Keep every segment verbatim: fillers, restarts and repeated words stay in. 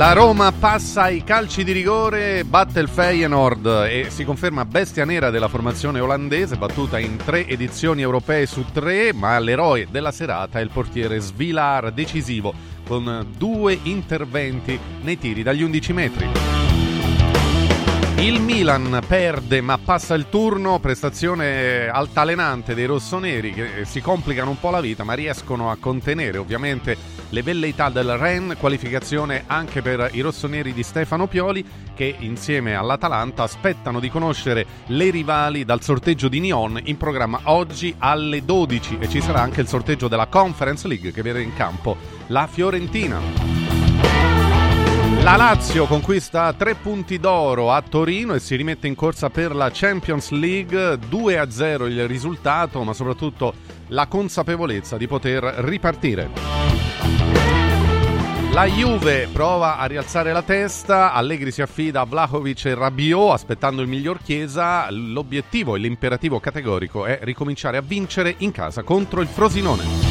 La Roma passa ai calci di rigore, batte il Feyenoord e si conferma bestia nera della formazione olandese, battuta in tre edizioni europee su tre, ma l'eroe della serata è il portiere Svilar, decisivo con due interventi nei tiri dagli undici metri. Il Milan perde ma passa il turno, prestazione altalenante dei rossoneri che si complicano un po' la vita ma riescono a contenere ovviamente le velleità del Rennes, qualificazione anche per i rossoneri di Stefano Pioli che insieme all'Atalanta aspettano di conoscere le rivali dal sorteggio di Nyon in programma oggi alle dodici e ci sarà anche il sorteggio della Conference League che vede in campo la Fiorentina. La Lazio conquista tre punti d'oro a Torino e si rimette in corsa per la Champions League, due a zero il risultato, ma soprattutto la consapevolezza di poter ripartire. La Juve prova a rialzare la testa, Allegri si affida a Vlahovic e Rabiot aspettando il miglior Chiesa, l'obiettivo e l'imperativo categorico è ricominciare a vincere in casa contro il Frosinone.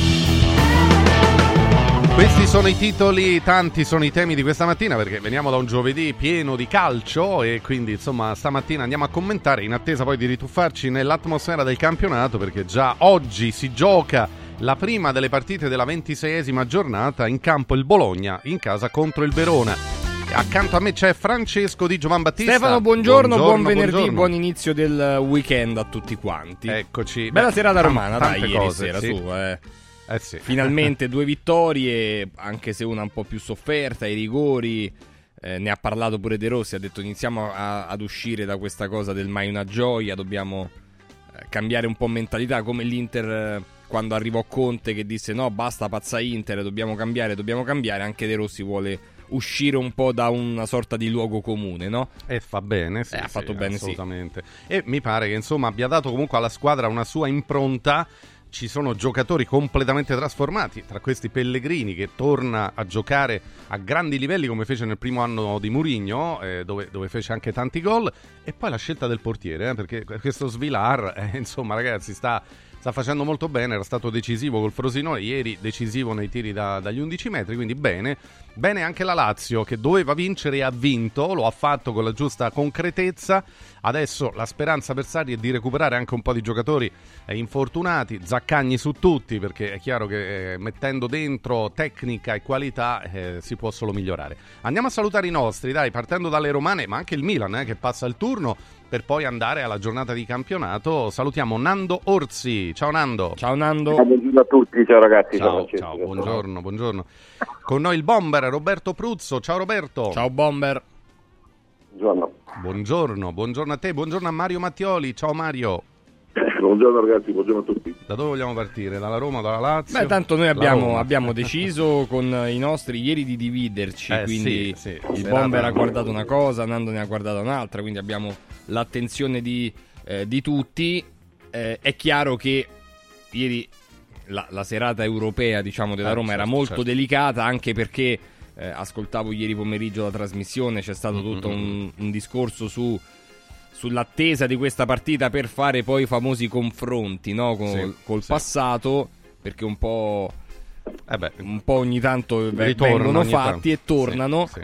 Questi sono i titoli, tanti sono i temi di questa mattina perché veniamo da un giovedì pieno di calcio e quindi insomma stamattina andiamo a commentare in attesa poi di rituffarci nell'atmosfera del campionato perché già oggi si gioca la prima delle partite della ventiseiesima giornata, in campo il Bologna in casa contro il Verona. Accanto a me c'è Francesco Di Giovanbattista. Stefano, buongiorno, buongiorno buon venerdì, buongiorno. Buon inizio del weekend a tutti quanti. Eccoci. Bella Beh, serata romana, tante dai, cose, ieri sera, sì. su, eh. Eh sì. Finalmente due vittorie, anche se una un po' più sofferta, i rigori, eh, ne ha parlato pure De Rossi, ha detto iniziamo a, ad uscire da questa cosa del mai una gioia, dobbiamo eh, cambiare un po' mentalità, come l'Inter eh, quando arrivò Conte che disse no basta pazza Inter, dobbiamo cambiare, dobbiamo cambiare, anche De Rossi vuole uscire un po' da una sorta di luogo comune, no? E fa bene, sì, eh, ha sì, fatto bene, assolutamente. Sì. E mi pare che insomma abbia dato comunque alla squadra una sua impronta. Ci sono giocatori completamente trasformati, tra questi Pellegrini che torna a giocare a grandi livelli come fece nel primo anno di Mourinho, eh, dove, dove fece anche tanti gol, e poi la scelta del portiere, eh, perché questo Svilar, eh, insomma ragazzi, sta, sta facendo molto bene, era stato decisivo col Frosinone, ieri decisivo nei tiri da, dagli undici metri, quindi bene. Bene anche la Lazio che doveva vincere e ha vinto, lo ha fatto con la giusta concretezza. Adesso la speranza per Sarri è di recuperare anche un po' di giocatori eh, infortunati, Zaccagni su tutti, perché è chiaro che eh, mettendo dentro tecnica e qualità eh, si può solo migliorare. Andiamo a salutare i nostri, dai, partendo dalle romane, ma anche il Milan eh, che passa il turno per poi andare alla giornata di campionato. Salutiamo Nando Orsi. Ciao Nando. Ciao Nando. Buongiorno a tutti, ciao ragazzi. Ciao, ciao, ciao buongiorno, buongiorno. Con noi il bomber Roberto Pruzzo. Ciao Roberto. Ciao bomber. Buongiorno. Buongiorno, buongiorno a te, buongiorno a Mario Mattioli. Ciao Mario. Buongiorno ragazzi, buongiorno a tutti. Da dove vogliamo partire? Dalla Roma, dalla Lazio? Beh, tanto noi abbiamo, abbiamo deciso con i nostri ieri di dividerci, eh, quindi sì, sì. il Serata bomber ha guardato una cosa, Nando ne ha guardato un'altra, quindi abbiamo l'attenzione di, eh, di tutti. Eh, è chiaro che ieri la, la serata europea, diciamo, della eh, Roma certo, era molto certo. delicata, anche perché eh, ascoltavo ieri pomeriggio la trasmissione, c'è stato mm-hmm. tutto un, un discorso su sull'attesa di questa partita per fare poi i famosi confronti, no? Con, sì, col sì. passato, perché un po', eh beh, un po' ogni tanto ritorno, vengono ogni fatti tanto. e tornano. Sì, sì.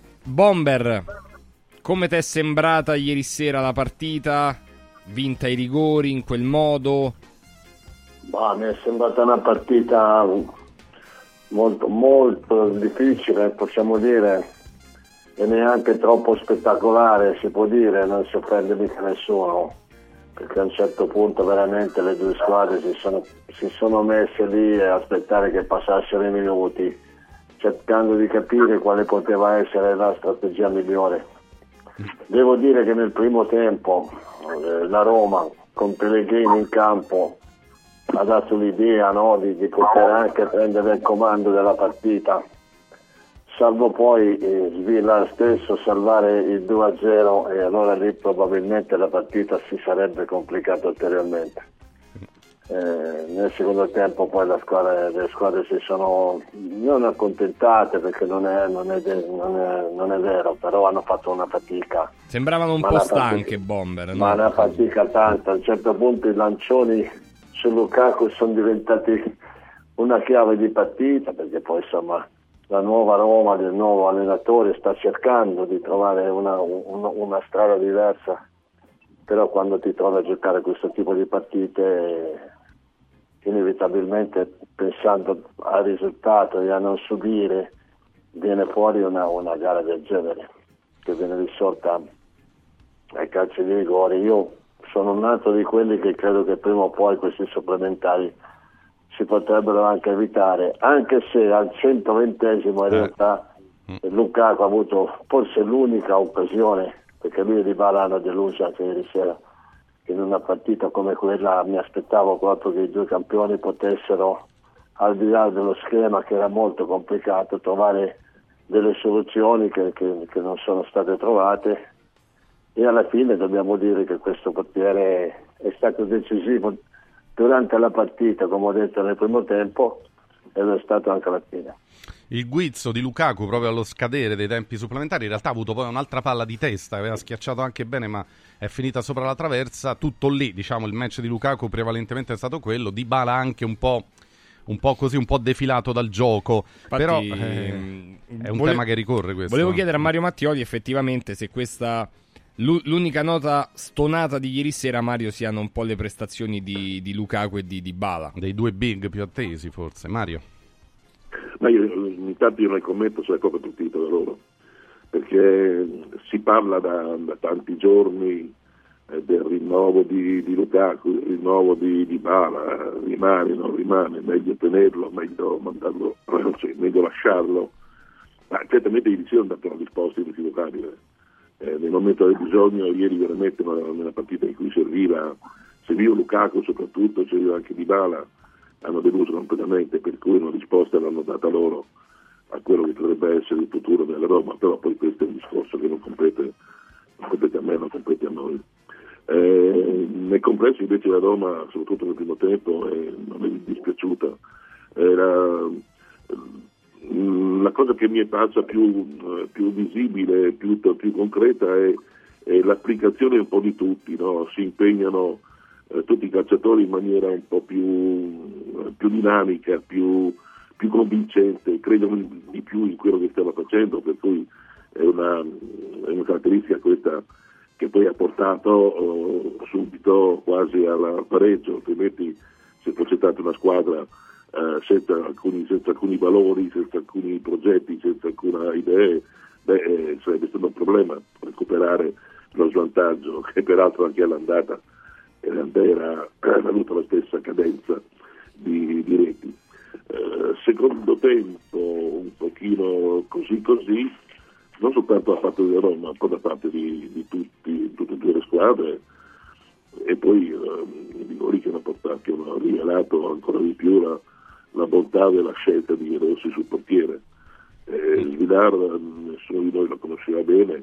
Bomber, come ti è sembrata ieri sera la partita? Vinta ai rigori in quel modo? Bah, mi è sembrata una partita molto molto difficile, possiamo dire, e neanche troppo spettacolare, si può dire, non si offende mica nessuno, perché a un certo punto veramente le due squadre si sono, si sono messe lì a aspettare che passassero i minuti, cercando di capire quale poteva essere la strategia migliore. Devo dire che nel primo tempo eh, la Roma con Pellegrini in campo ha dato l'idea, no, di, di poter anche prendere il comando della partita, salvo poi eh, Svilla stesso salvare il due a zero, e allora lì probabilmente la partita si sarebbe complicata ulteriormente. Eh, nel secondo tempo poi la squadra, le squadre si sono non accontentate, perché non è, non, è, non, è, non è vero, però hanno fatto una fatica. Sembravano un ma po' una stanche, fatica, Bomber, no? Ma una fatica tanta. A un certo punto i lancioni su Lukaku sono diventati una chiave di partita, perché poi insomma la nuova Roma del nuovo allenatore sta cercando di trovare una, una, una strada diversa, però quando ti trovi a giocare questo tipo di partite inevitabilmente, pensando al risultato e a non subire, viene fuori una, una gara del genere che viene risolta ai calci di rigore. Io sono un altro di quelli che credo che prima o poi questi supplementari si potrebbero anche evitare, anche se al centoventesimo in realtà eh. Lukaku ha avuto forse l'unica occasione, perché lui e Dybala hanno deluso anche ieri sera. In una partita come quella mi aspettavo proprio che i due campioni potessero, al di là dello schema che era molto complicato, trovare delle soluzioni che, che, che non sono state trovate, e alla fine dobbiamo dire che questo portiere è stato decisivo durante la partita, come ho detto nel primo tempo, e lo è stato anche alla fine. Il guizzo di Lukaku proprio allo scadere dei tempi supplementari, in realtà ha avuto poi un'altra palla di testa, aveva schiacciato anche bene ma è finita sopra la traversa, tutto lì, diciamo, il match di Lukaku prevalentemente è stato quello, Dybala anche un po', un po' così, un po' defilato dal gioco. Infatti, però eh, è un volevo, tema che ricorre questo. Volevo chiedere a Mario Mattioli effettivamente se questa, l'unica nota stonata di ieri sera, Mario, siano un po' le prestazioni di, di Lukaku e di Dybala. Dei due big più attesi forse, Mario? Ma io intanto io non commento sulle coppe partite da loro, perché si parla da, da tanti giorni eh, del rinnovo di, di Lukaku, il rinnovo di Dybala, rimane, non rimane, meglio tenerlo, meglio mandarlo, cioè, meglio lasciarlo, ma certamente ieri sera hanno dato una risposta inequivocabile. Eh, nel momento del bisogno, ieri veramente nella partita in cui serviva, serviva Lukaku soprattutto, serviva anche Dybala, hanno deluso completamente, per cui una risposta l'hanno data loro a quello che potrebbe essere il futuro della Roma, però poi questo è un discorso che non compete, non compete a me, non compete a noi. Eh, nel complesso invece la Roma, soprattutto nel primo tempo, eh, non è dispiaciuta. Era, la cosa che mi è parsa più, più visibile, più, più concreta è, è l'applicazione un po' di tutti, no? Si impegnano eh, tutti i calciatori in maniera un po' più, più dinamica, più, più convincente, credono di più in quello che stiamo facendo, per cui è una, è una caratteristica questa che poi ha portato oh, subito quasi al pareggio, altrimenti se fosse stata una squadra Uh, senza, alcuni, senza alcuni valori, senza alcuni progetti, senza alcuna idea, beh, eh, sarebbe stato un problema recuperare lo svantaggio, che peraltro anche all'andata era avuto la stessa cadenza di, di reti. Uh, secondo tempo un pochino così così, non soltanto da parte della Roma, ma un po' da parte di, di tutti, tutte e due le squadre, e poi uh, i rigori che hanno portato, che hanno rivelato ancora di più la la bontà della scelta di Rossi sul portiere. Eh, il Vidar nessuno di noi lo conosceva bene,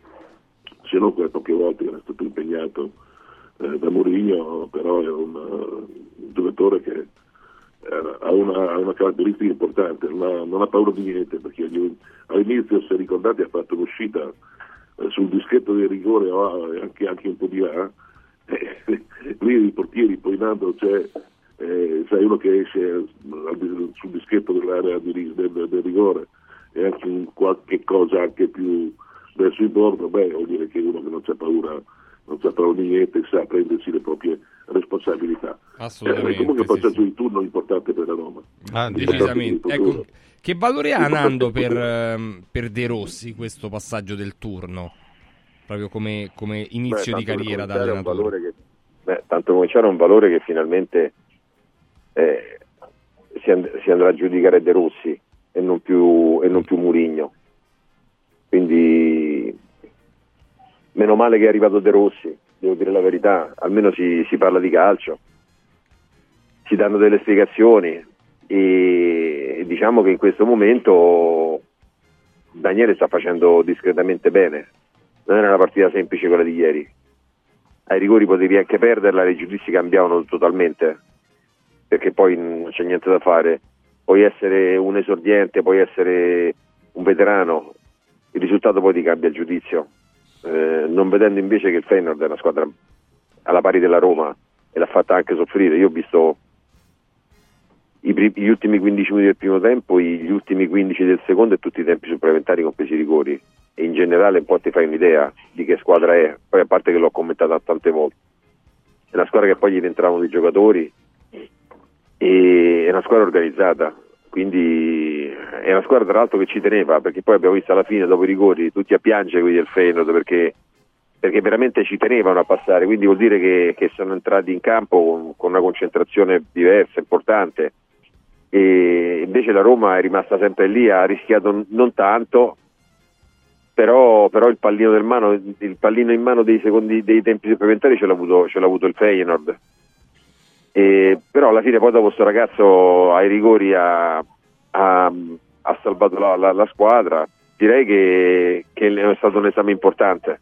se non quelle poche volte che era stato impegnato eh, da Mourinho, però è un, uh, un giocatore che eh, ha, una, ha una caratteristica importante, non ha, non ha paura di niente, perché all'inizio, se ricordate, ha fatto un'uscita eh, sul dischetto del rigore o anche, anche un po' di là, eh, lì i portieri, poi Nando c'è Eh, sai, uno che esce sul dischetto dell'area di, del, del rigore e anche un qualche cosa anche più verso il bordo, beh, vuol dire che uno che non c'ha paura, non c'ha paura di niente, sa prendersi le proprie responsabilità. Assolutamente. Eh, comunque è un passaggio sì, sì. di turno importante per la Roma. Ah, decisamente. Ecco, che valore ha, Nando, per, per De Rossi questo passaggio del turno? Proprio come, come inizio beh, di carriera da allenatore. allenatore. Un valore che, beh, tanto cominciare un valore che finalmente Eh, si, and- si andrà a giudicare De Rossi e non più, e non più Mourinho, quindi meno male che è arrivato De Rossi, devo dire la verità, almeno si, si parla di calcio, si danno delle spiegazioni e diciamo che in questo momento Daniele sta facendo discretamente bene, non era una partita semplice quella di ieri, ai rigori potevi anche perderla, i giudizi cambiavano totalmente, perché poi non c'è niente da fare, puoi essere un esordiente, puoi essere un veterano, il risultato poi ti cambia il giudizio, eh, non vedendo invece che il Feyenoord è una squadra alla pari della Roma e l'ha fatta anche soffrire. Io ho visto i, gli ultimi quindici minuti del primo tempo, gli ultimi quindici del secondo e tutti i tempi supplementari compresi i rigori, e in generale un po' ti fai un'idea di che squadra è. Poi, a parte che l'ho commentata tante volte, è una squadra che poi gli rientravano i giocatori e è una squadra organizzata, quindi è una squadra tra l'altro che ci teneva, perché poi abbiamo visto alla fine dopo i rigori tutti a piangere quelli del Feyenoord perché perché veramente ci tenevano a passare, quindi vuol dire che, che sono entrati in campo con, con una concentrazione diversa, importante, e invece la Roma è rimasta sempre lì, ha rischiato non tanto, però, però il pallino del mano, il pallino in mano dei secondi, dei tempi supplementari ce l'ha avuto, ce l'ha avuto il Feyenoord, e, però alla fine poi dopo sto ragazzo ai rigori ha, ha, ha salvato la, la, la squadra. Direi che, che è stato un esame importante.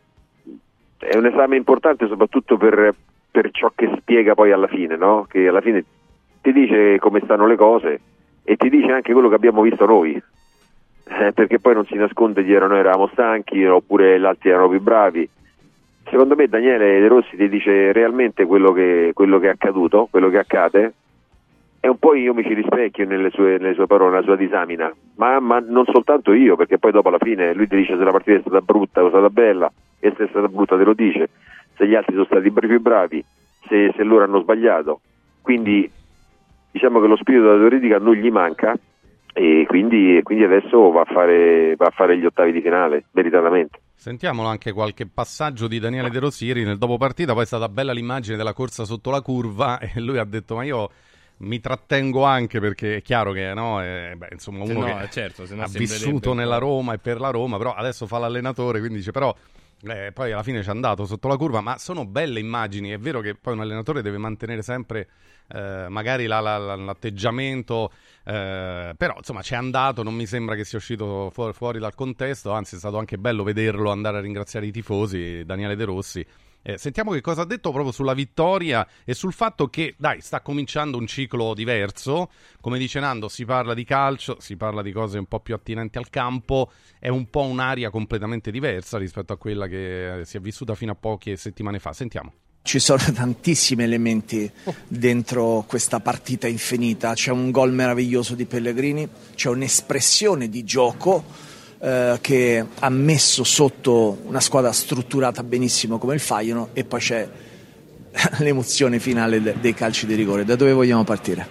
È un esame importante soprattutto per, per ciò che spiega poi alla fine, no? Che alla fine ti dice come stanno le cose e ti dice anche quello che abbiamo visto noi, eh, perché poi non si nasconde dietro noi eravamo stanchi oppure gli altri erano più bravi. Secondo me Daniele De Rossi ti dice realmente quello che, quello che è accaduto, quello che accade, e un po' io mi ci rispecchio nelle sue, nelle sue parole, nella sua disamina, ma, ma non soltanto io, perché poi dopo alla fine lui ti dice se la partita è stata brutta o è stata bella, e se è stata brutta te lo dice, se gli altri sono stati più bravi, se, se loro hanno sbagliato. Quindi diciamo che lo spirito della teoretica non gli manca, e quindi, quindi adesso va a, fare, va a fare gli ottavi di finale, meritatamente. Sentiamolo anche qualche passaggio di Daniele De Rossi ieri nel dopopartita. Poi è stata bella l'immagine della corsa sotto la curva e lui ha detto ma io mi trattengo anche perché è chiaro che no, eh, beh, insomma uno no, che certo, se no ha vissuto nella Roma e per la Roma, però adesso fa l'allenatore, quindi dice però eh, poi alla fine ci è andato sotto la curva. Ma sono belle immagini, è vero che poi un allenatore deve mantenere sempre eh, magari la, la, la, l'atteggiamento, eh, però insomma c'è andato, non mi sembra che sia uscito fuori, fuori dal contesto, anzi è stato anche bello vederlo andare a ringraziare i tifosi, Daniele De Rossi. Eh, sentiamo che cosa ha detto proprio sulla vittoria e sul fatto che, dai, sta cominciando un ciclo diverso. Come dice Nando, si parla di calcio, si parla di cose un po' più attinenti al campo, è un po' un'aria completamente diversa rispetto a quella che si è vissuta fino a poche settimane fa. Sentiamo. Ci sono tantissimi elementi dentro questa partita infinita, c'è un gol meraviglioso di Pellegrini, c'è un'espressione di gioco eh, che ha messo sotto una squadra strutturata benissimo come il Feyenoord, e poi c'è l'emozione finale de- dei calci di rigore. Da dove vogliamo partire?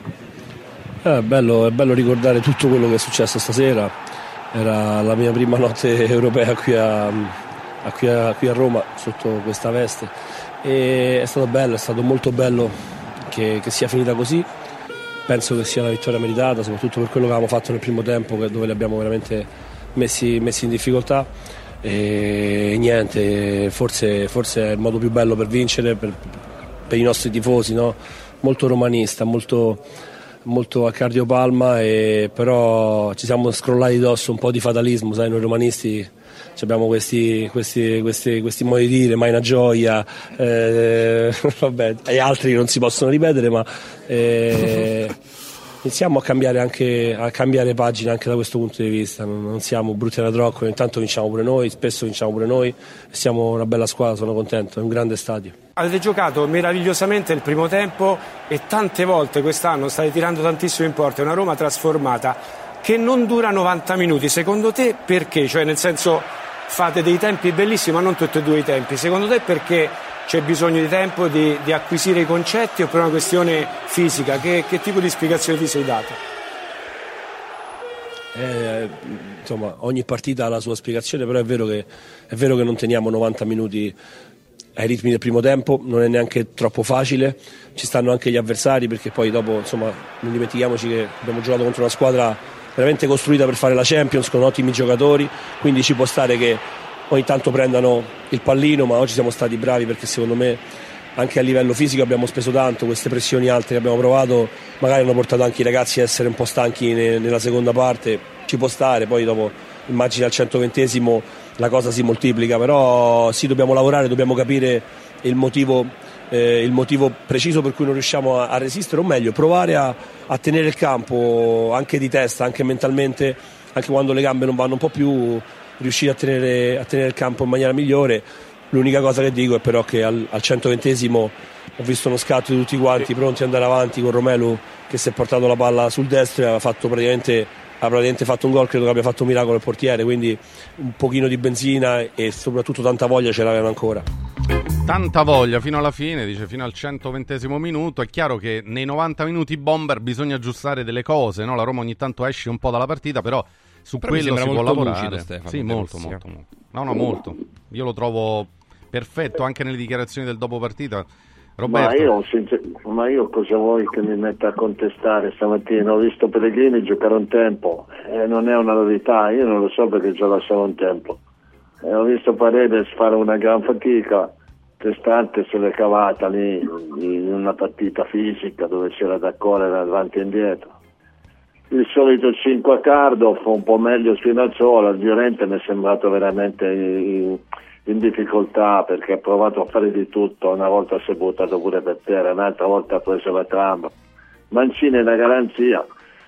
È bello, è bello ricordare tutto quello che è successo stasera. Era la mia prima notte europea qui a, a, qui a, qui a Roma sotto questa veste, e è stato bello, è stato molto bello che, che sia finita così. Penso che sia una vittoria meritata, soprattutto per quello che avevamo fatto nel primo tempo, dove li abbiamo veramente messi, messi in difficoltà, e niente, forse, forse è il modo più bello per vincere per, per i nostri tifosi, no? Molto romanista, molto, molto a cardiopalma, e però ci siamo scrollati addosso un po' di fatalismo, sai, noi romanisti abbiamo questi, questi, questi, questi modi di dire, mai una gioia, eh, vabbè, e altri non si possono ripetere, ma eh, iniziamo a cambiare anche a cambiare pagina anche da questo punto di vista. Non, non siamo brutti alla troccola, intanto vinciamo pure noi, spesso vinciamo pure noi, siamo una bella squadra, sono contento, è un grande stadio. Avete giocato meravigliosamente il primo tempo e tante volte quest'anno state tirando tantissimo in porta, è una Roma trasformata che non dura novanta minuti. Secondo te perché? Cioè, nel senso, fate dei tempi bellissimi ma non tutti e due i tempi. Secondo te perché c'è bisogno di tempo di, di acquisire i concetti, oppure una questione fisica? Che, che tipo di spiegazione ti sei data? Eh, insomma, ogni partita ha la sua spiegazione, però è vero che, è vero che non teniamo novanta minuti ai ritmi del primo tempo, non è neanche troppo facile, ci stanno anche gli avversari, perché poi dopo, insomma, non dimentichiamoci che abbiamo giocato contro una squadra veramente costruita per fare la Champions, con ottimi giocatori, quindi ci può stare che ogni tanto prendano il pallino, ma oggi siamo stati bravi, perché secondo me anche a livello fisico abbiamo speso tanto. Queste pressioni alte che abbiamo provato magari hanno portato anche i ragazzi a essere un po' stanchi ne, nella seconda parte, ci può stare, poi dopo immagino al centoventesimo la cosa si moltiplica, però sì, dobbiamo lavorare, dobbiamo capire il motivo, eh, il motivo preciso per cui non riusciamo a, a resistere, o meglio provare a, a tenere il campo anche di testa, anche mentalmente, anche quando le gambe non vanno un po' più, riuscire a tenere, a tenere il campo in maniera migliore. L'unica cosa che dico è però che al, al centoventesimo ho visto uno scatto di tutti quanti pronti ad andare avanti, con Romelu che si è portato la palla sul destro e aveva fatto praticamente, ha praticamente fatto un gol, credo che abbia fatto un miracolo il portiere, quindi un pochino di benzina e soprattutto tanta voglia ce l'avevano ancora. Tanta voglia fino alla fine, dice, fino al centoventesimo minuto. È chiaro che nei novanta minuti bomber bisogna aggiustare delle cose, no? La Roma ogni tanto esce un po' dalla partita, però su però quello si può lavorare. Lucido, Stefano, sì, molto, molto, molto. No, no, molto. Io lo trovo perfetto anche nelle dichiarazioni del dopo partita. Roberto. Ma io, ma io cosa vuoi che mi metta a contestare stamattina? Ho visto Pellegrini giocare un tempo e non è una novità, io non lo so perché gioca solo un tempo. E ho visto Paredes fare una gran fatica, Cristante se l'è cavata lì in una partita fisica dove c'era da correre avanti e indietro. Il solito cinque a Cardo fa un po' meglio Spinazzola, il Llorente mi è sembrato veramente in, in difficoltà perché ha provato a fare di tutto, una volta si è buttato pure per terra, un'altra volta ha preso la tramba. Mancini è una garanzia.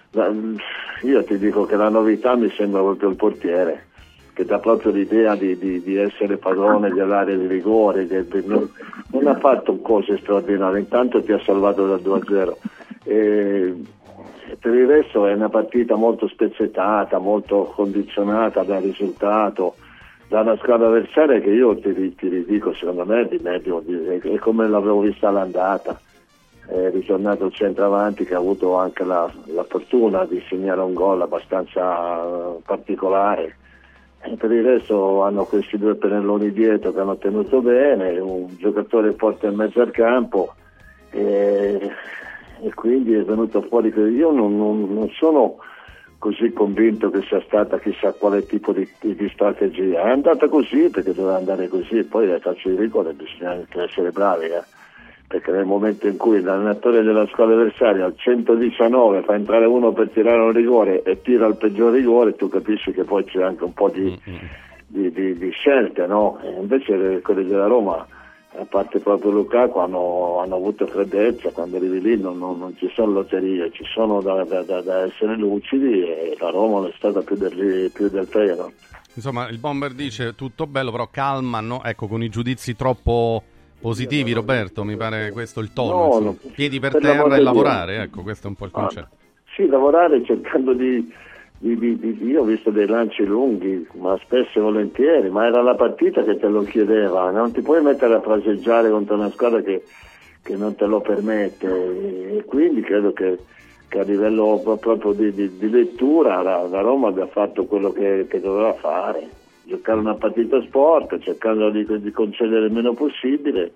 Io ti dico che la novità mi sembra proprio il portiere, che dà proprio l'idea di, di, di essere padrone dell'area di rigore, di, di, non, non ha fatto cose straordinarie, intanto ti ha salvato dal due a zero. E, per il resto è una partita molto spezzettata, molto condizionata dal risultato, da una squadra avversaria che io ti, ti ridico, secondo me di medio, è come l'avevo vista all'andata. È ritornato il centravanti che ha avuto anche la, la fortuna di segnare un gol abbastanza particolare. E per il resto hanno questi due pennelloni dietro che hanno tenuto bene, un giocatore forte in mezzo al campo e, e quindi è venuto fuori che io non, non, non sono così convinto che sia stata chissà quale tipo di, di strategia. È andata così perché doveva andare così, poi le calcio di rigore bisogna anche essere bravi, eh? Perché nel momento in cui l'allenatore della squadra avversaria al centodiciannove fa entrare uno per tirare un rigore e tira il peggior rigore, tu capisci che poi c'è anche un po' di, di, di, di scelte, no? E invece quelli della Roma, a parte proprio Lukaku, hanno, hanno avuto freddezza, quando arrivi lì non, non, non ci sono lotterie, ci sono da, da, da essere lucidi e la Roma non è stata più del, più del treno. Insomma, il Bomber dice tutto bello, però calma, no? Ecco, con i giudizi troppo positivi, Roberto, mi pare questo il tono, no, no, piedi per, per terra e lavorare, ecco, questo è un po' il concetto. Ah, sì, lavorare cercando di, di, di, di, io ho visto dei lanci lunghi, ma spesso e volentieri, ma era la partita che te lo chiedeva, non ti puoi mettere a fraseggiare contro una squadra che, che non te lo permette, e quindi credo che, che a livello proprio di, di, di lettura la, la Roma abbia fatto quello che, che doveva fare. Giocare una partita sport, cercando di, di concedere il meno possibile,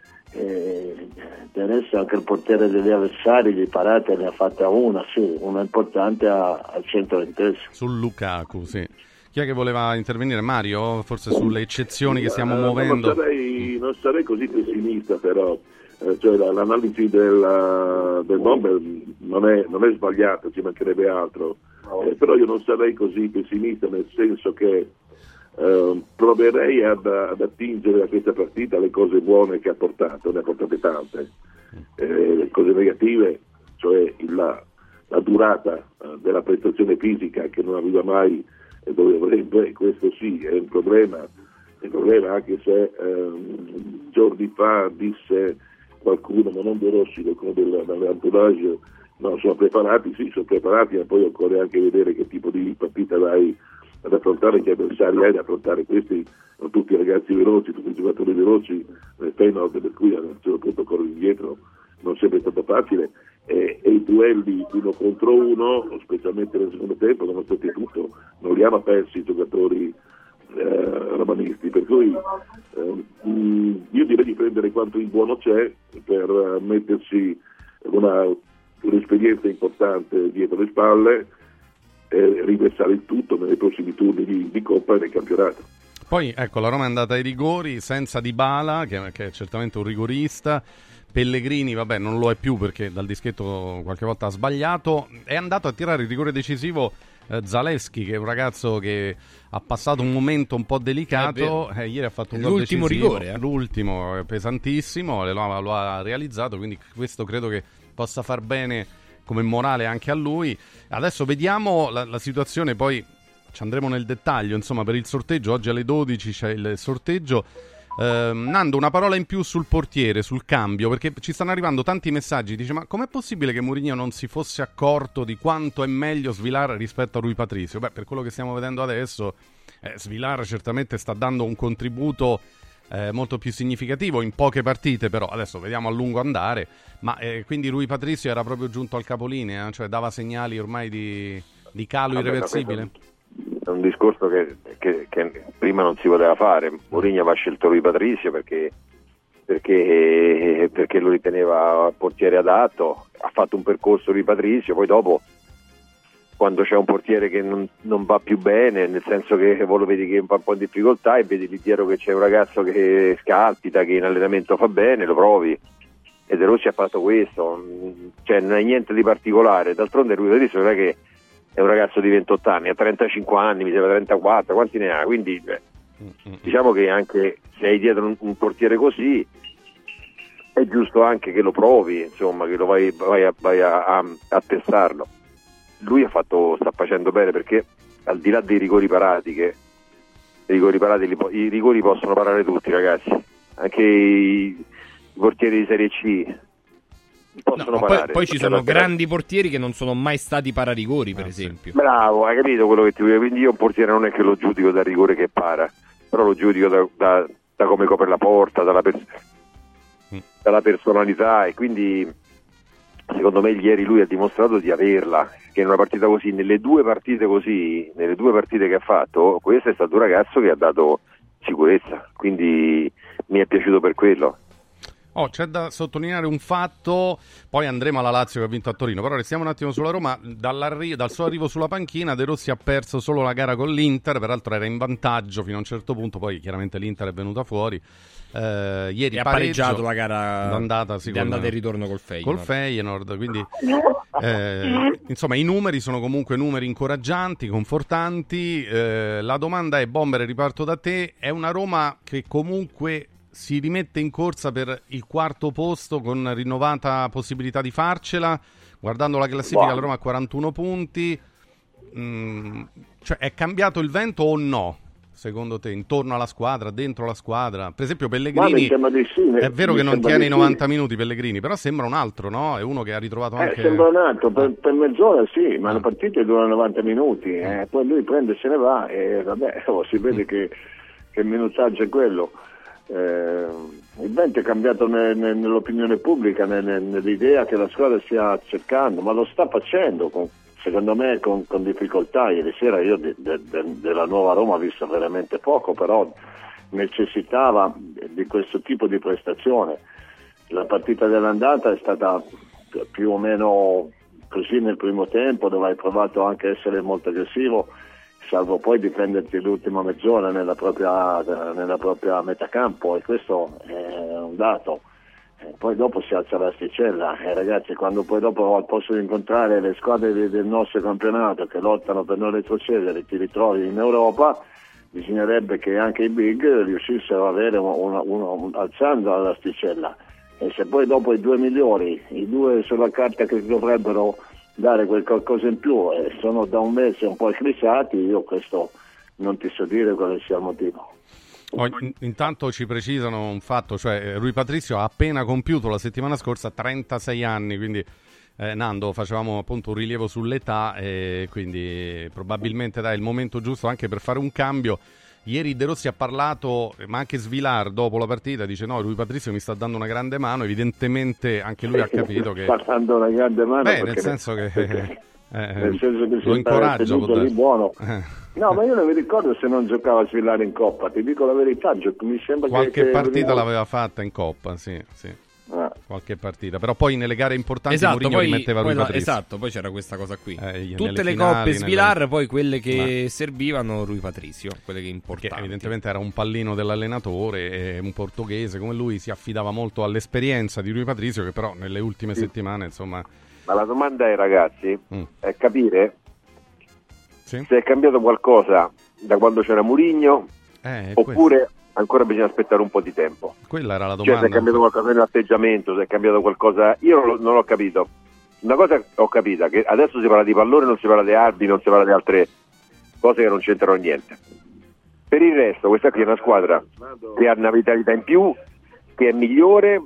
e adesso anche il portiere degli avversari di parate ne ha fatta una, sì, una importante a, al centoventesimo. Sul Lukaku, sì. Chi è che voleva intervenire? Mario? Forse sulle eccezioni che stiamo uh, muovendo? Non sarei, non sarei così pessimista, però eh, cioè, l'analisi del, del Bomber non è, non è sbagliata, ci mancherebbe altro, eh, però io non sarei così pessimista, nel senso che Uh, proverei ad, ad attingere da questa partita le cose buone che ha portato, ne ha portate tante, eh, le cose negative, cioè la, la durata uh, della prestazione fisica che non arriva mai e dove dovrebbe, questo sì è un problema, è un problema anche se um, giorni fa disse qualcuno, ma non De Rossi, qualcuno del, dell'entourage, no, sono preparati, sì, sono preparati, ma poi occorre anche vedere che tipo di partita vai ad affrontare, che avversari hai da affrontare. Questi sono tutti ragazzi veloci, tutti i giocatori veloci nel Feyenoord, per cui a un certo punto correre indietro non sempre è stato facile, e, e i duelli uno contro uno, specialmente nel secondo tempo, nonostante tutto non li hanno persi i giocatori eh, romanisti, per cui eh, io direi di prendere quanto in buono c'è per mettersi una, un'esperienza importante dietro le spalle e riversare il tutto nei prossimi turni di, di Coppa e del campionato. Poi ecco, la Roma è andata ai rigori senza Dybala, che, che è certamente un rigorista. Pellegrini, vabbè, non lo è più perché dal dischetto qualche volta ha sbagliato. È andato a tirare il rigore decisivo eh, Zalewski, che è un ragazzo che ha passato un momento un po' delicato, eh, ieri ha fatto un gol decisivo, rigore, eh? l'ultimo, eh, pesantissimo, lo, lo ha realizzato, quindi questo credo che possa far bene come morale anche a lui. Adesso vediamo la, la situazione, poi ci andremo nel dettaglio, insomma, per il sorteggio. Oggi alle dodici c'è il sorteggio. Eh, Nando, una parola in più sul portiere, sul cambio, perché ci stanno arrivando tanti messaggi. Dice: ma com'è possibile che Mourinho non si fosse accorto di quanto è meglio Svilar rispetto a Rui Patricio? Beh, per quello che stiamo vedendo adesso, eh, Svilar certamente sta dando un contributo eh, molto più significativo in poche partite, però adesso vediamo a lungo andare. Ma eh, quindi Rui Patricio era proprio giunto al capolinea, cioè dava segnali ormai di, di calo Vabbè, irreversibile? È un discorso che, che, che prima non si poteva fare. Mourinho aveva scelto Rui Patricio perché, perché, perché lo riteneva portiere adatto, ha fatto un percorso Rui Patricio, poi dopo quando c'è un portiere che non, non va più bene, nel senso che lo vedi che va un po' in difficoltà e vedi lì dietro che c'è un ragazzo che scalpita, che in allenamento fa bene, lo provi. E De Rossi ha fatto questo, cioè non è niente di particolare. D'altronde Rui Patricio non è che è un ragazzo di ventotto anni, ha trentacinque anni, mi sembra trentaquattro, quanti ne ha? Quindi beh, diciamo che anche se hai dietro un, un portiere così è giusto anche che lo provi, insomma, che lo vai, vai, a, vai a, a, a testarlo. Lui ha fatto, sta facendo bene, perché al di là dei rigori parati, che i rigori parati li, i rigori possono parare tutti, ragazzi, anche i, i portieri di Serie C possono no, parare. Poi, poi ci sono grandi portieri che non sono mai stati pararigori, per esempio. Bravo, hai capito quello che ti voglio. Quindi io un portiere non è che lo giudico dal rigore che para, però lo giudico da, da, da come copre la porta, dalla, pers- mm. dalla personalità, e quindi secondo me ieri lui ha dimostrato di averla, che in una partita così, nelle due partite così, nelle due partite che ha fatto, questo è stato un ragazzo che ha dato sicurezza, quindi mi è piaciuto per quello. Oh, c'è da sottolineare un fatto, poi andremo alla Lazio che ha vinto a Torino, però restiamo un attimo sulla Roma. Dal suo arrivo sulla panchina De Rossi ha perso solo la gara con l'Inter, peraltro era in vantaggio fino a un certo punto, poi chiaramente l'Inter è venuta fuori. Eh, ieri e ha pareggio, pareggiato la gara d'andata, sì, di andata e ritorno col Feyenoord. Col Feyenoord, quindi eh, insomma i numeri sono comunque numeri incoraggianti, confortanti. Eh, la domanda è, Bomber, riparto da te, è una Roma che comunque si rimette in corsa per il quarto posto con rinnovata possibilità di farcela? Guardando la classifica, wow. La Roma ha quarantuno punti. Mm, cioè è cambiato il vento o no? Secondo te, intorno alla squadra, dentro la squadra? Per esempio Pellegrini, di sì, è vero che non tiene i novanta sì. minuti Pellegrini, però sembra un altro, no? È uno che ha ritrovato anche... Eh, sembra un altro, per, per mezz'ora sì, ma ah. le partite durano novanta minuti, eh. poi lui prende e se ne va e vabbè, oh, si vede mm. che, che il minutaggio è quello. Eh, il vento è cambiato ne, ne, nell'opinione pubblica, ne, ne, nell'idea che la squadra stia cercando, ma lo sta facendo con, secondo me con, con difficoltà. Ieri sera io de, de, de, della nuova Roma ho visto veramente poco, però necessitava di questo tipo di prestazione. La partita dell'andata è stata più o meno così nel primo tempo, dove hai provato anche a essere molto aggressivo, salvo poi difenderti l'ultima mezz'ora nella propria, nella propria metacampo, e questo è un dato. E poi dopo si alza l'asticella, e ragazzi, quando poi dopo al posto di incontrare le squadre del nostro campionato che lottano per non retrocedere, ti ritrovi in Europa, bisognerebbe che anche i big riuscissero ad avere uno, uno, uno alzando l'asticella, e se poi dopo i due migliori, i due sulla carta che dovrebbero dare quel qualcosa in più e sono da un mese un po' eclissati, io questo non ti so dire quale sia il motivo. Oh, in, intanto ci precisano un fatto, cioè Rui Patricio ha appena compiuto la settimana scorsa trentasei anni, quindi eh, Nando, facevamo appunto un rilievo sull'età, e quindi probabilmente dai, è il momento giusto anche per fare un cambio. Ieri De Rossi ha parlato, ma anche Svilar dopo la partita dice: no, Rui Patricio mi sta dando una grande mano, evidentemente anche lui ha capito che... sta dando una grande mano. Beh, nel senso che... Perché, eh, nel senso che lo incoraggio lì buono. Eh. No, ma io non mi ricordo se non giocava Svilar in Coppa, ti dico la verità, mi sembra qualche che... Qualche partita che... l'aveva fatta in Coppa, sì, sì. Ah. Qualche partita, però poi nelle gare importanti esatto, Mourinho poi, rimetteva Rui la, Patricio. Esatto, poi c'era questa cosa qui. Eh, Tutte le finali, coppe Svilar, nelle... poi quelle che Ma... servivano Rui Patricio, quelle che importanti. Perché evidentemente era un pallino dell'allenatore, e un portoghese come lui si affidava molto all'esperienza di Rui Patricio, che però nelle ultime sì. settimane, insomma... Ma la domanda è, ragazzi, mm. è capire sì? se è cambiato qualcosa da quando c'era Mourinho, eh, oppure... questo. Ancora bisogna aspettare un po' di tempo. Quella era la domanda. Cioè, se è cambiato qualcosa nell'atteggiamento, se è cambiato qualcosa... Io non, non l'ho capito. Una cosa ho capita, che adesso si parla di pallone, non si parla di arbitri, non si parla di altre cose che non c'entrano niente. Per il resto questa qui è una squadra che ha una vitalità in più, che è migliore,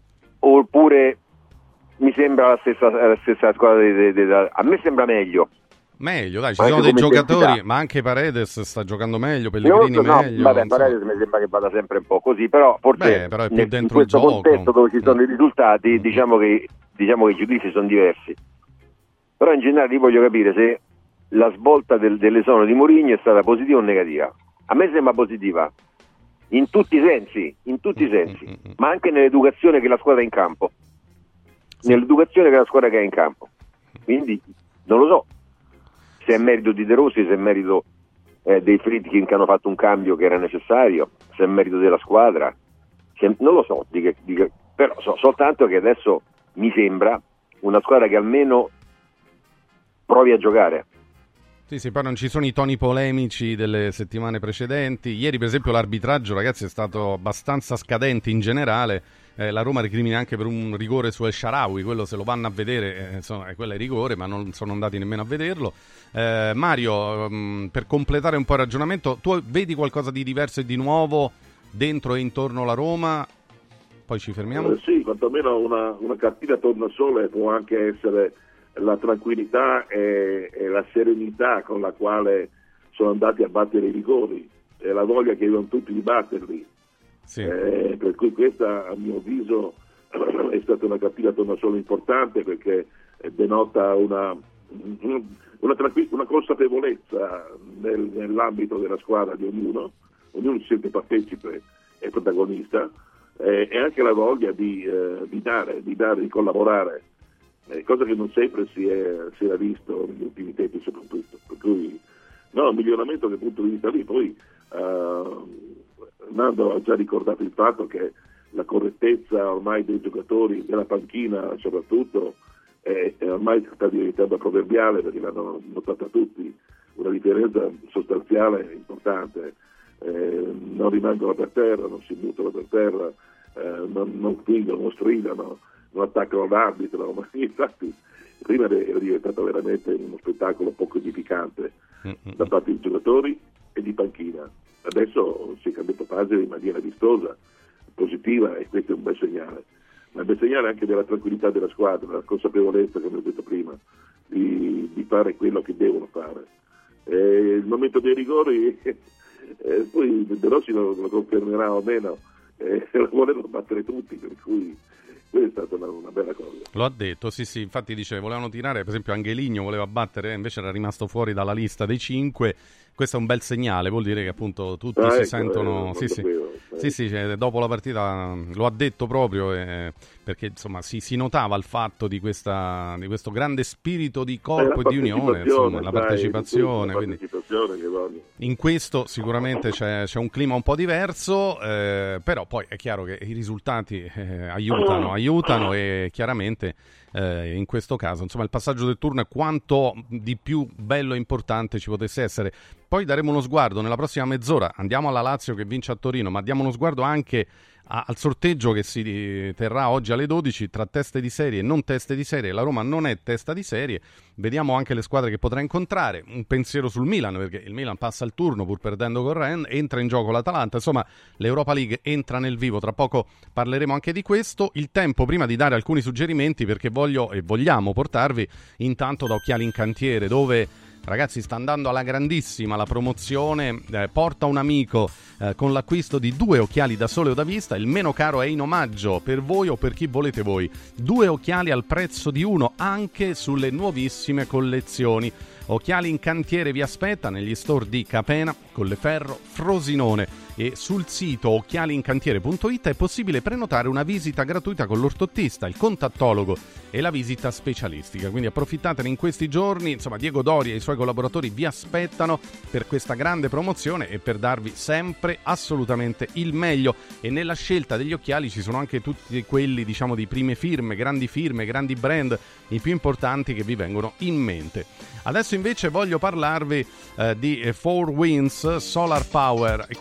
oppure mi sembra la stessa, la stessa squadra di, di, di, di, a me sembra meglio. Meglio, dai, ci sono dei giocatori, identità. Ma anche Paredes sta giocando meglio, Pellegrini no, no, meglio. Vabbè, Paredes mi sembra che vada sempre un po' così, però forse Beh, però è più nel, dentro in questo il gioco. contesto dove ci sono mm. i risultati, mm. diciamo che diciamo che i giudizi sono diversi. Però in generale io voglio capire se la svolta del, dell'esono di Mourinho è stata positiva o negativa. A me sembra positiva, in tutti i sensi, in tutti i sensi, mm. mm. ma anche nell'educazione che la squadra ha in campo. Sì. Nell'educazione che la squadra che ha in campo. Quindi non lo so se è merito di De Rossi, se è merito eh, dei Friedkin che hanno fatto un cambio che era necessario, se è merito della squadra, se, non lo so, di che, di che, però so soltanto che adesso mi sembra una squadra che almeno provi a giocare. Sì, sì, poi non ci sono i toni polemici delle settimane precedenti. Ieri, per esempio, l'arbitraggio, ragazzi, è stato abbastanza scadente in generale. Eh, la Roma recrimina anche per un rigore su El Shaarawy, quello se lo vanno a vedere, eh, insomma, quello è rigore, ma non sono andati nemmeno a vederlo. Eh, Mario, mh, per completare un po' il ragionamento, tu vedi qualcosa di diverso e di nuovo dentro e intorno alla Roma? Poi ci fermiamo? Eh, sì, quantomeno una, una cartina tornasole può anche essere la tranquillità e, e la serenità con la quale sono andati a battere i rigori e la voglia che avevano tutti di batterli. Sì. Eh, per cui questa, a mio avviso, è stata una cartina tornasole importante, perché denota una, una, tranquill- una consapevolezza nel, nell'ambito della squadra di ognuno, ognuno si sente partecipe e protagonista, eh, e anche la voglia di, eh, di dare, di dare, di collaborare. Eh, cosa che non sempre si, è, si era visto negli ultimi tempi soprattutto, per cui no, miglioramento dal punto di vista lì. Poi uh, Nando ha già ricordato il fatto che la correttezza ormai dei giocatori, della panchina soprattutto, è, è ormai sta diventando proverbiale, perché l'hanno notata tutti, una differenza sostanziale importante. Eh, non rimangono per terra, non si buttano per terra, eh, non, non spingono, non stridano, non attaccano l'arbitro, ma infatti prima era diventato veramente uno spettacolo poco edificante mm-hmm. da parte dei giocatori e di panchina. Adesso si è cambiato fase in maniera vistosa, positiva, e questo è un bel segnale, ma è un bel segnale anche della tranquillità della squadra, della consapevolezza, come ho detto prima, di, di fare quello che devono fare. E il momento dei rigori eh, poi De Rossi lo, lo confermerà o meno, eh, lo volevano battere tutti, per cui questa è stata una, una bella cosa. Lo ha detto, sì sì, infatti dice volevano tirare, per esempio Angeligno voleva battere, invece era rimasto fuori dalla lista dei cinque. Questo è un bel segnale, vuol dire che appunto tutti ah, si ecco, sentono... Eh, sì, sì. Eh. sì, sì, cioè, dopo la partita lo ha detto proprio, eh, perché insomma si, si notava il fatto di, questa, di questo grande spirito di corpo e di unione, insomma, la partecipazione. Dai, quindi, partecipazione che in questo sicuramente c'è, c'è un clima un po' diverso, eh, però poi è chiaro che i risultati eh, aiutano, aiutano e chiaramente... Eh, in questo caso insomma il passaggio del turno è quanto di più bello e importante ci potesse essere. Poi daremo uno sguardo nella prossima mezz'ora, andiamo alla Lazio che vince a Torino, ma diamo uno sguardo anche a, al sorteggio che si terrà oggi alle dodici tra teste di serie e non teste di serie. La Roma non è testa di serie, vediamo anche le squadre che potrà incontrare, un pensiero sul Milan, perché il Milan passa il turno pur perdendo con Rennes, entra in gioco l'Atalanta, insomma l'Europa League entra nel vivo, tra poco parleremo anche di questo. Il tempo prima di dare alcuni suggerimenti, perché voglio e vogliamo portarvi intanto da Occhiali in Cantiere, dove ragazzi sta andando alla grandissima la promozione, eh, porta un amico eh, con l'acquisto di due occhiali da sole o da vista, il meno caro è in omaggio per voi o per chi volete voi, due occhiali al prezzo di uno anche sulle nuovissime collezioni. Occhiali in Cantiere vi aspetta negli store di Capena, Colleferro, Frosinone, e sul sito occhialincantiere punto it è possibile prenotare una visita gratuita con l'ortottista, il contattologo e la visita specialistica, quindi approfittatene in questi giorni. Insomma, Diego Dori e i suoi collaboratori vi aspettano per questa grande promozione e per darvi sempre assolutamente il meglio, e nella scelta degli occhiali ci sono anche tutti quelli, diciamo, di prime firme, grandi firme, grandi brand, i più importanti che vi vengono in mente. Adesso invece voglio parlarvi eh, di Four Winds Solar Power, e qui andiamo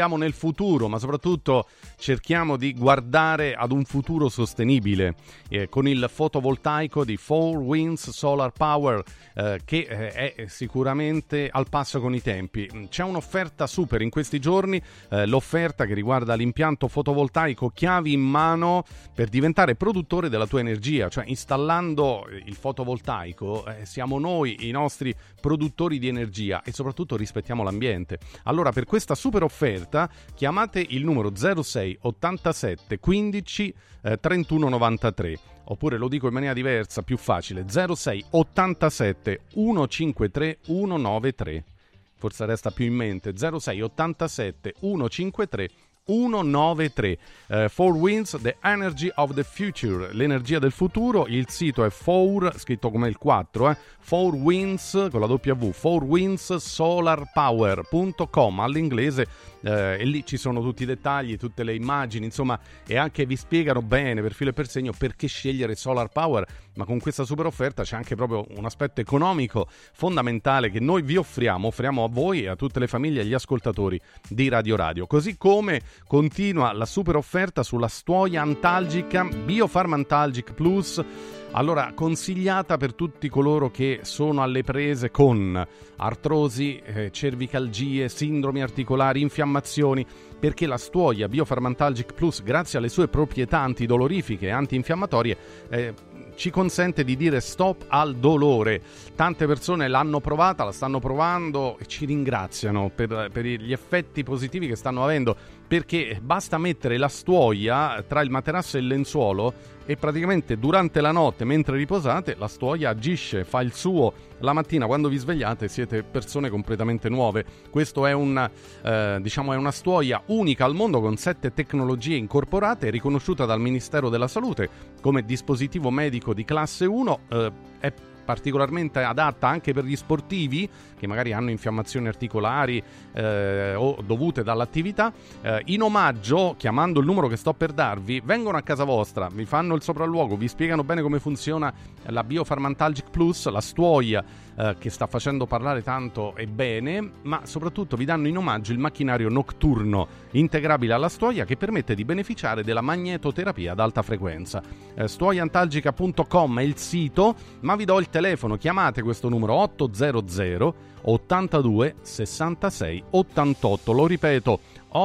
andiamo nel futuro, ma soprattutto cerchiamo di guardare ad un futuro sostenibile eh, con il fotovoltaico di Four Winds Solar Power eh, che eh, è sicuramente al passo con i tempi. C'è un'offerta super in questi giorni, eh, l'offerta che riguarda l'impianto fotovoltaico chiavi in mano per diventare produttore della tua energia, cioè installando il fotovoltaico eh, siamo noi i nostri produttori di energia e soprattutto rispettiamo l'ambiente. Allora per questa super offerta chiamate il numero zero sei ottantasette quindici eh, trentuno novantatré, oppure lo dico in maniera diversa, più facile, zero sei ottantasette centocinquantatré centonovantatré, forse resta più in mente, zero sei ottantasette centocinquantatré centonovantatré. uh, Four Winds, the energy of the future, l'energia del futuro. Il sito è four, scritto come il quattro, eh? four winds con la W, four winds solar power punto com all'inglese, eh, e lì ci sono tutti i dettagli, tutte le immagini, insomma, e anche vi spiegano bene per filo e per segno perché scegliere solar power. Ma con questa super offerta c'è anche proprio un aspetto economico fondamentale che noi vi offriamo, offriamo a voi e a tutte le famiglie e agli ascoltatori di Radio Radio. Così come continua la super offerta sulla stuoia antalgica BioPharm Antalgic Plus, allora consigliata per tutti coloro che sono alle prese con artrosi, eh, cervicalgie, sindromi articolari, infiammazioni, perché la stuoia BioPharm Antalgic Plus, grazie alle sue proprietà antidolorifiche e antinfiammatorie, eh, ci consente di dire stop al dolore. Tante persone l'hanno provata, la stanno provando e ci ringraziano per, per gli effetti positivi che stanno avendo, perché basta mettere la stuoia tra il materasso e il lenzuolo e praticamente durante la notte, mentre riposate, la stuoia agisce, fa il suo. La mattina quando vi svegliate siete persone completamente nuove. Questo è un eh, diciamo è una stuoia unica al mondo con sette tecnologie incorporate, riconosciuta dal Ministero della Salute come dispositivo medico di classe uno. eh, è particolarmente adatta anche per gli sportivi che magari hanno infiammazioni articolari eh, o dovute dall'attività. Eh, in omaggio, chiamando il numero che sto per darvi, vengono a casa vostra, vi fanno il sopralluogo, vi spiegano bene come funziona la BioPharm Antalgic Plus, la stuoia eh, che sta facendo parlare tanto e bene, ma soprattutto vi danno in omaggio il macchinario notturno integrabile alla stuoia che permette di beneficiare della magnetoterapia ad alta frequenza. Eh, stuoia antalgica punto com è il sito, ma vi do il telefono, chiamate questo numero ottocento ottantadue sessantasei ottantotto, lo ripeto,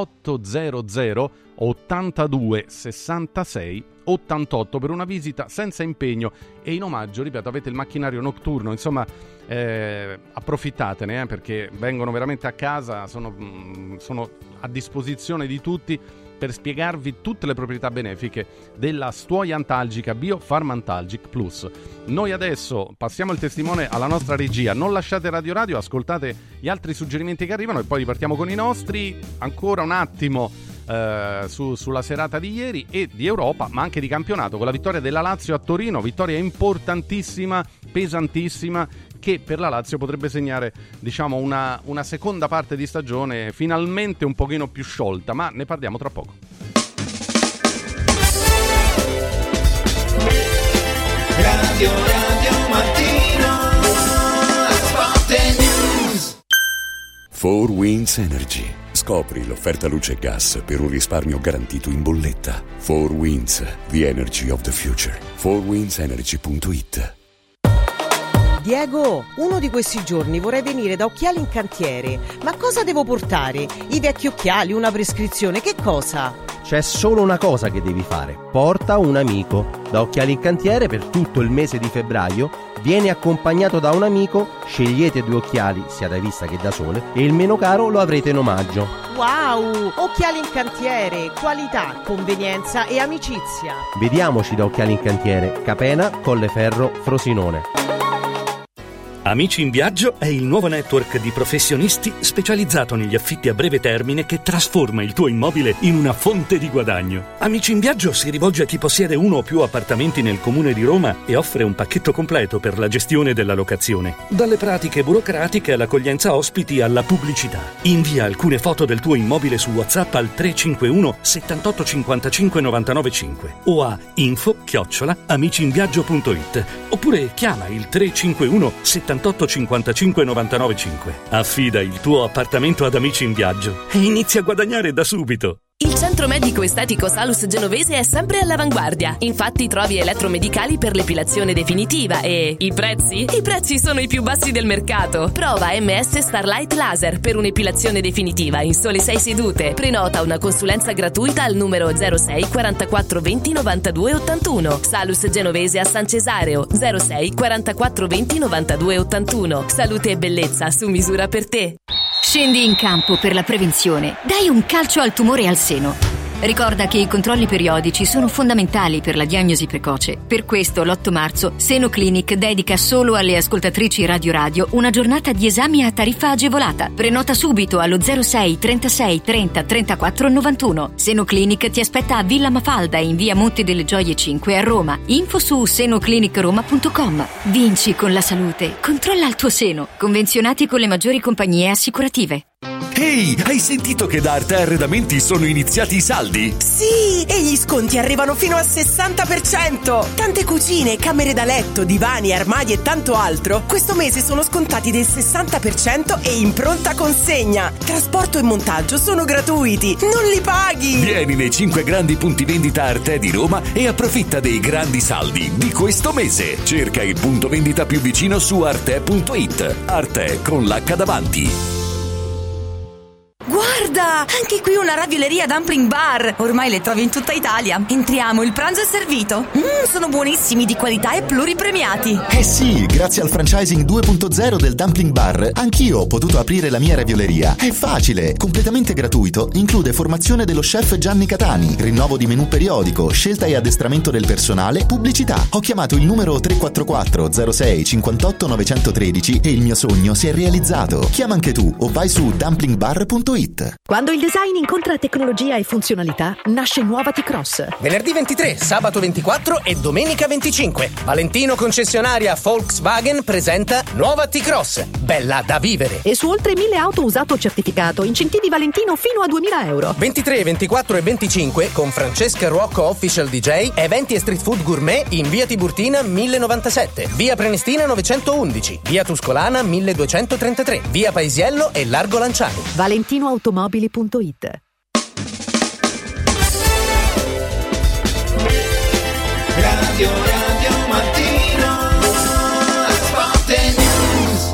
ottocento ottantadue sessantasei ottantotto per una visita senza impegno e in omaggio, ripeto, avete il macchinario notturno, insomma eh, approfittatene eh, perché vengono veramente a casa, sono, mh, sono a disposizione di tutti per spiegarvi tutte le proprietà benefiche della stuoia antalgica BioPharm Antalgic Plus. Noi adesso passiamo il testimone alla nostra regia, non lasciate Radio Radio, ascoltate gli altri suggerimenti che arrivano e poi ripartiamo con i nostri. Ancora un attimo eh, su, sulla serata di ieri e di Europa, ma anche di campionato, con la vittoria della Lazio a Torino, vittoria importantissima, pesantissima, che per la Lazio potrebbe segnare, diciamo, una, una seconda parte di stagione finalmente un pochino più sciolta, ma ne parliamo tra poco. Radio Radio Mattino, Sport News. Four Winds Energy. Scopri l'offerta luce e gas per un risparmio garantito in bolletta. Four Winds, the energy of the future. four winds energy punto it. Diego, uno di questi giorni vorrei venire da Occhiali in Cantiere. Ma cosa devo portare? I vecchi occhiali, una prescrizione, che cosa? C'è solo una cosa che devi fare. Porta un amico. Da Occhiali in Cantiere per tutto il mese di febbraio vieni accompagnato da un amico, scegliete due occhiali, sia da vista che da sole, e il meno caro lo avrete in omaggio. Wow! Occhiali in Cantiere, qualità, convenienza e amicizia. Vediamoci da Occhiali in Cantiere, Capena, Colleferro, Frosinone. Amici in Viaggio è il nuovo network di professionisti specializzato negli affitti a breve termine che trasforma il tuo immobile in una fonte di guadagno. Amici in Viaggio si rivolge a chi possiede uno o più appartamenti nel comune di Roma e offre un pacchetto completo per la gestione della locazione. Dalle pratiche burocratiche all'accoglienza ospiti alla pubblicità. Invia alcune foto del tuo immobile su WhatsApp al tre cinque uno settantotto cinquantacinque novantanove cinque o a info chiocciola amici in viaggio punto it oppure chiama il tre cinque uno settantotto novantotto cinquantacinque novantanove cinque. Affida il tuo appartamento ad Amici in Viaggio e inizia a guadagnare da subito. Il centro medico estetico Salus Genovese è sempre all'avanguardia. Infatti trovi elettromedicali per l'epilazione definitiva e i prezzi? I prezzi sono i più bassi del mercato. Prova M S Starlight Laser per un'epilazione definitiva in sole sei sedute. Prenota una consulenza gratuita al numero zero sei quarantaquattro venti novantadue ottantuno. Salus Genovese a San Cesareo zero sei quarantaquattro venti novantadue ottantuno. Salute e bellezza su misura per te. Scendi in campo per la prevenzione. Dai un calcio al tumore al seno. Ricorda che i controlli periodici sono fondamentali per la diagnosi precoce. Per questo l'otto marzo Seno Clinic dedica solo alle ascoltatrici Radio Radio una giornata di esami a tariffa agevolata. Prenota subito allo zero sei trentasei trenta trentaquattro novantuno. Seno Clinic ti aspetta a Villa Mafalda in via Monte delle Gioie cinque a Roma. Info su senoclinicroma punto com. Vinci con la salute. Controlla il tuo seno. Convenzionati con le maggiori compagnie assicurative. Ehi, hey, hai sentito che da Arte Arredamenti sono iniziati i saldi? Sì, e gli sconti arrivano fino al sessanta per cento. Tante cucine, camere da letto, divani, armadi e tanto altro questo mese sono scontati del sessanta per cento e in pronta consegna. Trasporto e montaggio sono gratuiti, non li paghi. Vieni nei cinque grandi punti vendita Arte di Roma e approfitta dei grandi saldi di questo mese. Cerca il punto vendita più vicino su arte punto it. Arte con l'H davanti. Guarda, anche qui una ravioleria Dumpling Bar. Ormai le trovi in tutta Italia. Entriamo, il pranzo è servito. Mmm, sono buonissimi, di qualità e pluripremiati. Eh sì, grazie al franchising due punto zero del Dumpling Bar, anch'io ho potuto aprire la mia ravioleria. È facile, completamente gratuito, include formazione dello chef Gianni Catani, rinnovo di menù periodico, scelta e addestramento del personale, pubblicità. Ho chiamato il numero tre quattro quattro zero sei cinquantotto novecentotredici e il mio sogno si è realizzato. Chiama anche tu o vai su dumpling bar punto it. Quando il design incontra tecnologia e funzionalità, nasce Nuova T-Cross. Venerdì ventitré, sabato ventiquattro e domenica venticinque. Valentino concessionaria Volkswagen presenta Nuova T-Cross. Bella da vivere. E su oltre mille auto usato certificato, incentivi Valentino fino a duemila euro. ventitré, ventiquattro e venticinque con Francesca Rocco Official D J, eventi e street food gourmet in via Tiburtina mille novantasette, via Prenestina novecentoundici, via Tuscolana milleduecentotrentatré, via Paesiello e Largo Lanciani. valentino automobili punto it. Radio Radio Mattino Sport News.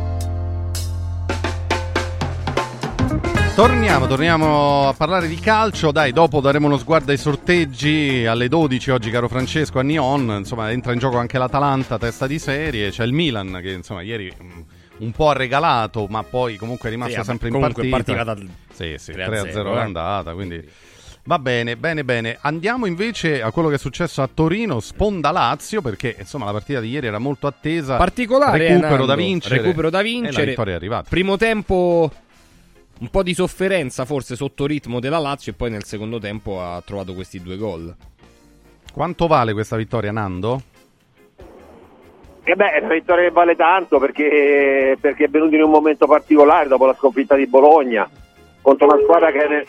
Torniamo, torniamo a parlare di calcio. Dai, dopo daremo uno sguardo ai sorteggi alle dodici oggi, caro Francesco, a Nyon. Insomma, entra in gioco anche l'Atalanta, testa di serie. C'è il Milan che, insomma, ieri un po' ha regalato, ma poi comunque è rimasto sì, sempre in comunque partita. partiva dal sì, sì, tre a tre a zero l'andata, quindi sì. Va bene, bene, bene. Andiamo invece a quello che è successo a Torino, Sponda Lazio, perché insomma la partita di ieri era molto attesa. Particolare, recupero Nando, da vincere. Recupero da E vincere. la vittoria è arrivata. Primo tempo un po' di sofferenza forse sotto ritmo della Lazio e poi nel secondo tempo ha trovato questi due gol. Quanto vale questa vittoria, Nando? Eh beh, è una vittoria che vale tanto perché, perché è venuto in un momento particolare dopo la sconfitta di Bologna contro una squadra che nel,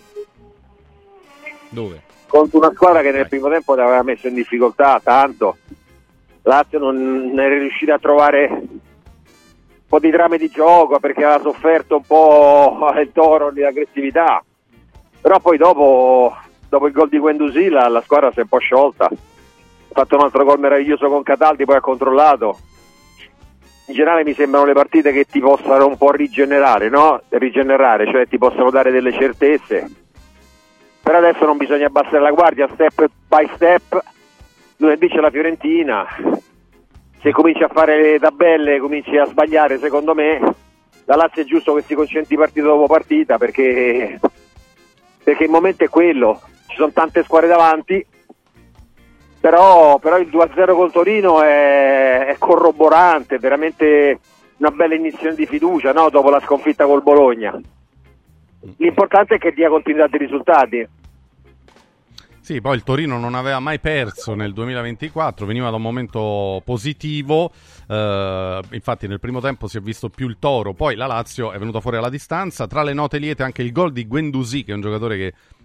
Dove? contro una squadra che nel primo tempo ti aveva messo in difficoltà tanto. Lazio non è riuscita a trovare un po' di trame di gioco perché aveva sofferto un po' il Toro di aggressività, però poi dopo, dopo il gol di Guendouzi la, la squadra si è un po' sciolta. Ha fatto un altro gol meraviglioso con Cataldi, poi ha controllato. In generale mi sembrano le partite che ti possano un po' rigenerare, no? Rigenerare, cioè ti possono dare delle certezze. Per adesso non bisogna abbassare la guardia, step by step. Lunedì c'è la Fiorentina. Se cominci a fare le tabelle, cominci a sbagliare, secondo me la Lazio è giusto che si concentri partita dopo partita, perché perché il momento è quello. Ci sono tante squadre davanti. Però, però il due a zero col Torino è, è corroborante, veramente una bella iniezione di fiducia, no? Dopo la sconfitta col Bologna. L'importante è che dia continuità di risultati. Sì, poi il Torino non aveva mai perso nel duemilaventiquattro, veniva da un momento positivo, eh, infatti nel primo tempo si è visto più il Toro, poi la Lazio è venuta fuori alla distanza. Tra le note liete anche il gol di Guendouzi, che è un giocatore che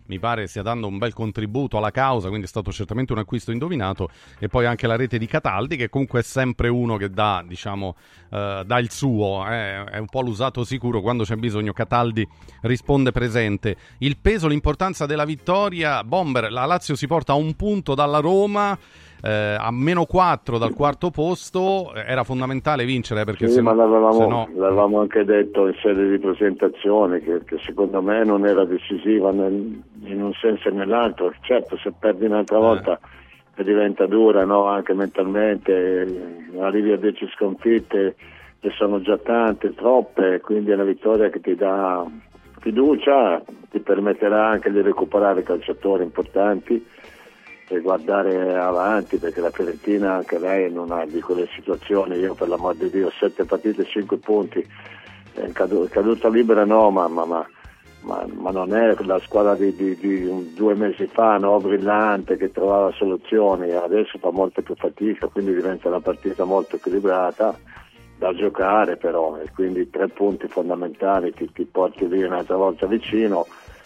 mi pare stia dando un bel contributo alla causa, quindi è stato certamente un acquisto indovinato. E poi anche la rete di Cataldi, che comunque è sempre uno che dà, diciamo, eh, dà il suo, eh, è un po' l'usato sicuro, quando c'è bisogno Cataldi risponde presente. Il peso, l'importanza della vittoria, Bomber, la Lazio si porta a un punto dalla Roma, Eh, a meno quattro dal quarto posto, era fondamentale vincere perché sì, se ma no, l'avevamo, se no... l'avevamo anche detto in sede di presentazione che, che secondo me non era decisiva nel, in un senso e nell'altro. Certo, se perdi un'altra volta eh. diventa dura, no? Anche mentalmente, arrivi a dieci sconfitte e sono già tante, troppe, quindi è una vittoria che ti dà fiducia, ti permetterà anche di recuperare calciatori importanti e guardare avanti, perché la Fiorentina anche lei non ha di quelle situazioni. Io, per l'amor di Dio, sette partite, cinque punti, è cadu- caduta libera no, ma, ma, ma, ma, ma non è la squadra di, di, di due mesi fa, no, brillante, che trovava soluzioni. Adesso fa molto più fatica, quindi diventa una partita molto equilibrata da giocare, però, e quindi tre punti fondamentali ti, ti porti lì un'altra volta vicino.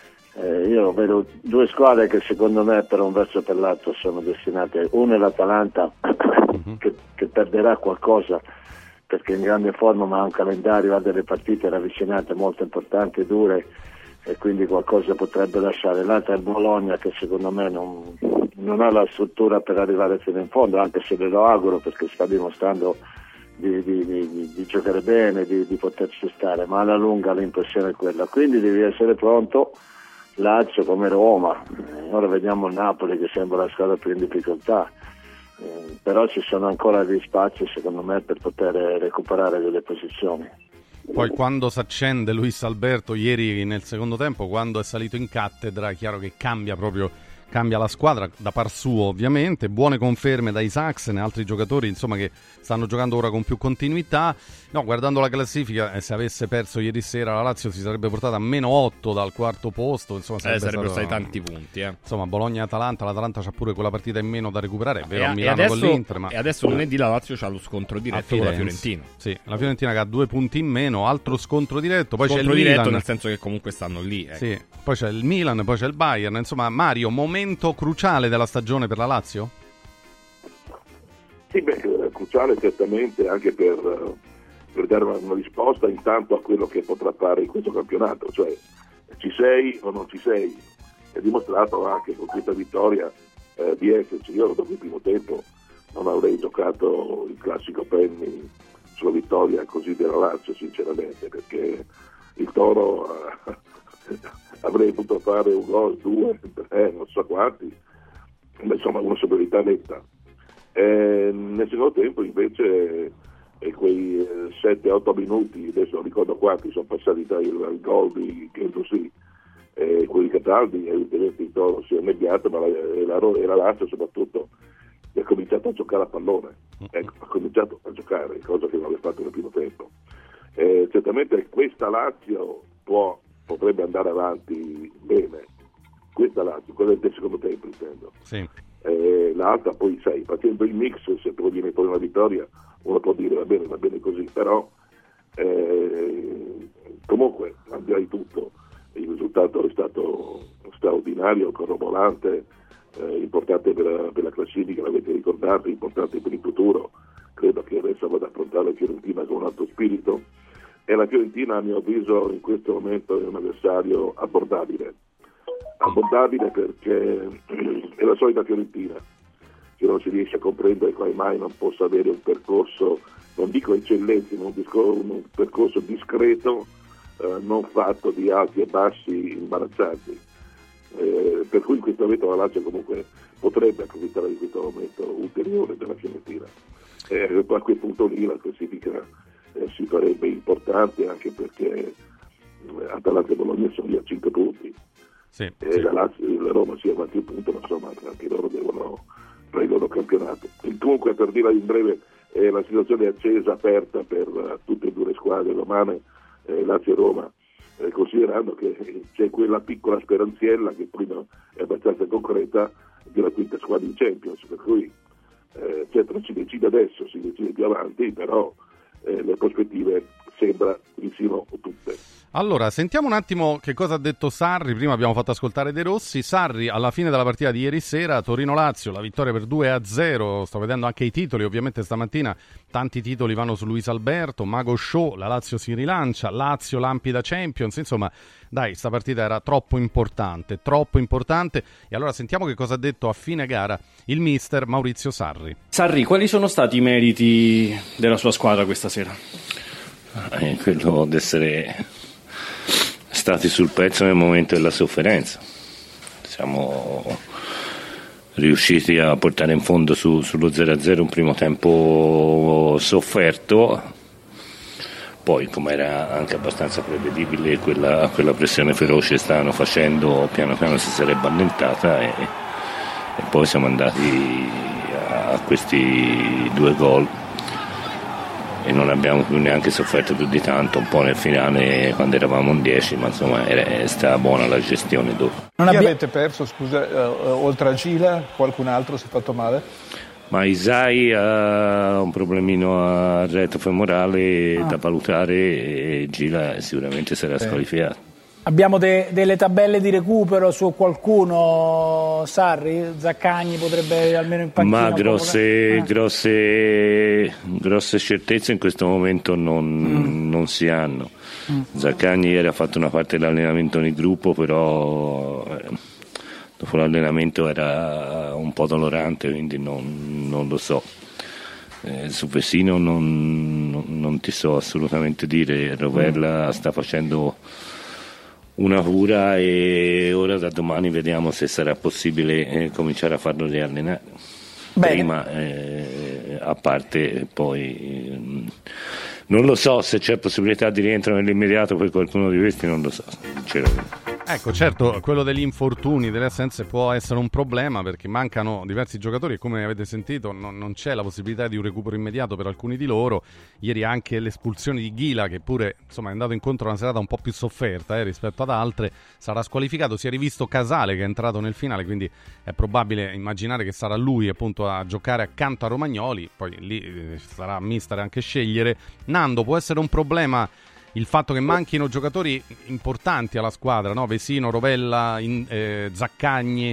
Eh, io vedo due squadre che secondo me per un verso e per l'altro sono destinate. Una è l'Atalanta che, che perderà qualcosa perché in grande forma, ma ha un calendario, ha delle partite ravvicinate molto importanti e dure, e quindi qualcosa potrebbe lasciare. L'altra è il Bologna, che secondo me non, non ha la struttura per arrivare fino in fondo, anche se ve lo auguro, perché sta dimostrando di, di, di, di giocare bene, di, di poterci stare, ma alla lunga l'impressione è quella. Quindi devi essere pronto, Lazio come Roma. Ora vediamo il Napoli, che sembra la squadra più in difficoltà, eh, però ci sono ancora degli spazi secondo me per poter recuperare delle posizioni. Poi quando si accende Luis Alberto ieri nel secondo tempo, quando è salito in cattedra, è chiaro che cambia proprio cambia la squadra da par suo, ovviamente. Buone conferme da Isaacsen e altri giocatori, insomma, che stanno giocando ora con più continuità. No, guardando la classifica, eh, se avesse perso ieri sera la Lazio si sarebbe portata a meno otto dal quarto posto, insomma, sarebbe eh, sarebbero stato, stati tanti punti, eh. Insomma, Bologna-Atalanta, l'Atalanta c'ha pure quella partita in meno da recuperare, è vero, e, a Milano e adesso, con l'Inter, ma... e adesso lunedì la Lazio c'ha lo scontro diretto con la Fiorentina. Sì, la Fiorentina che ha due punti in meno, altro scontro diretto, poi scontro c'è il diretto Milan, nel senso che comunque stanno lì, ecco. Sì, poi c'è il Milan, poi c'è il Bayern, insomma, Mario, momento cruciale della stagione per la Lazio? Sì, beh, cruciale certamente anche per, per dare una, una risposta intanto a quello che potrà fare in questo campionato, cioè ci sei o non ci sei. È dimostrato anche con questa vittoria eh, di esserci. Io dopo il primo tempo non avrei giocato il classico penny sulla vittoria così della Lazio, sinceramente, perché il Toro eh, avrei potuto fare un gol, due, tre, non so quanti, ma insomma una superiorità netta. Eh, nel secondo tempo invece eh, quei eh, sette otto minuti, adesso non ricordo quanti, sono passati tra il, il gol di Gendouzi e quelli di Cataldi, evidentemente il Toro si è immediato, ma la, e la, e la Lazio soprattutto ha cominciato a giocare a pallone, ecco, ha cominciato a giocare, cosa che non aveva fatto nel primo tempo. Eh, certamente questa Lazio può, potrebbe andare avanti bene, questa Lazio, quella del secondo tempo intendo. Sì. Eh, l'altra poi sai, facendo il mix, se poi viene poi una vittoria uno può dire va bene, va bene così, però eh, comunque al di là di tutto il risultato è stato straordinario, corroborante, eh, importante per la, per la classifica, l'avete ricordato, importante per il futuro. Credo che adesso vada ad affrontare la Fiorentina con un altro spirito, e la Fiorentina a mio avviso in questo momento è un avversario abbordabile abbordabile perché è la solita Fiorentina che non si riesce a comprendere come mai non possa avere un percorso, non dico eccellente, ma un, discor- un percorso discreto, eh, non fatto di alti e bassi imbarazzanti, eh, per cui in questo momento la Lazio comunque potrebbe approfittare di questo momento ulteriore della Fiorentina, eh, a quel punto lì la classifica eh, si farebbe importante, anche perché eh, Atalanta e Bologna sono lì a cinque punti. Sì, e sì. La, Lazio, la Roma si è avanti un punto, ma insomma anche loro devono fare il loro campionato. E comunque, per dirla in breve, eh, la situazione è accesa, aperta per uh, tutte e due le squadre romane, eh, Lazio e Roma, eh, considerando che c'è quella piccola speranziella che prima è abbastanza concreta di una quinta squadra in Champions, per cui eh, certo non si decide adesso, si decide più avanti, però eh, le prospettive sembra che siano tutte. Allora, sentiamo un attimo che cosa ha detto Sarri. Prima abbiamo fatto ascoltare De Rossi. Sarri, alla fine della partita di ieri sera, Torino-Lazio, la vittoria per due a zero. Sto vedendo anche i titoli, ovviamente stamattina tanti titoli vanno su Luis Alberto, Mago Show, la Lazio si rilancia, Lazio lampi da Champions. Insomma, dai, sta partita era troppo importante, troppo importante. E allora sentiamo che cosa ha detto a fine gara il mister Maurizio Sarri. Sarri, quali sono stati i meriti della sua squadra questa sera? Eh, quello di essere stati sul pezzo nel momento della sofferenza. Siamo riusciti a portare in fondo su, sullo zero a zero un primo tempo sofferto, poi come era anche abbastanza prevedibile quella, quella pressione feroce stavano facendo, piano piano si sarebbe allentata e, e poi siamo andati a questi due gol e non abbiamo più neanche sofferto più di tanto, un po' nel finale quando eravamo in dieci, ma insomma era, è stata buona la gestione dopo. Non Chi abbi- avete perso, scusa, uh, oltre a Gila, qualcun altro si è fatto male? Ma Isai ha un problemino al retro femorale ah. da valutare e Gila sicuramente sarà sì. squalificato. Abbiamo de- delle tabelle di recupero su qualcuno, Sarri? Zaccagni potrebbe almeno in panchina? Ma grosse, ah. grosse, grosse certezze in questo momento non, mm. non si hanno. Mm. Zaccagni ieri ha fatto una parte dell'allenamento nel gruppo, però eh, dopo l'allenamento era un po' dolorante, quindi non, non lo so. Eh, su Vecino non, non, non ti so assolutamente dire. Rovella mm. sta facendo una cura e ora da domani vediamo se sarà possibile eh, cominciare a farlo riallenare. Bene. Prima eh, a parte poi eh, non lo so se c'è possibilità di rientro nell'immediato per qualcuno di questi, non lo so sinceramente. Ecco, certo, quello degli infortuni, delle assenze può essere un problema perché mancano diversi giocatori e come avete sentito non, non c'è la possibilità di un recupero immediato per alcuni di loro. Ieri anche l'espulsione di Ghila, che pure insomma è andato incontro a una serata un po' più sofferta eh, rispetto ad altre, sarà squalificato. Si è rivisto Casale che è entrato nel finale, quindi è probabile immaginare che sarà lui appunto a giocare accanto a Romagnoli, poi lì eh, sarà mister anche scegliere. Nando, può essere un problema il fatto che manchino giocatori importanti alla squadra, no? Vesino, Rovella, in, eh, Zaccagni,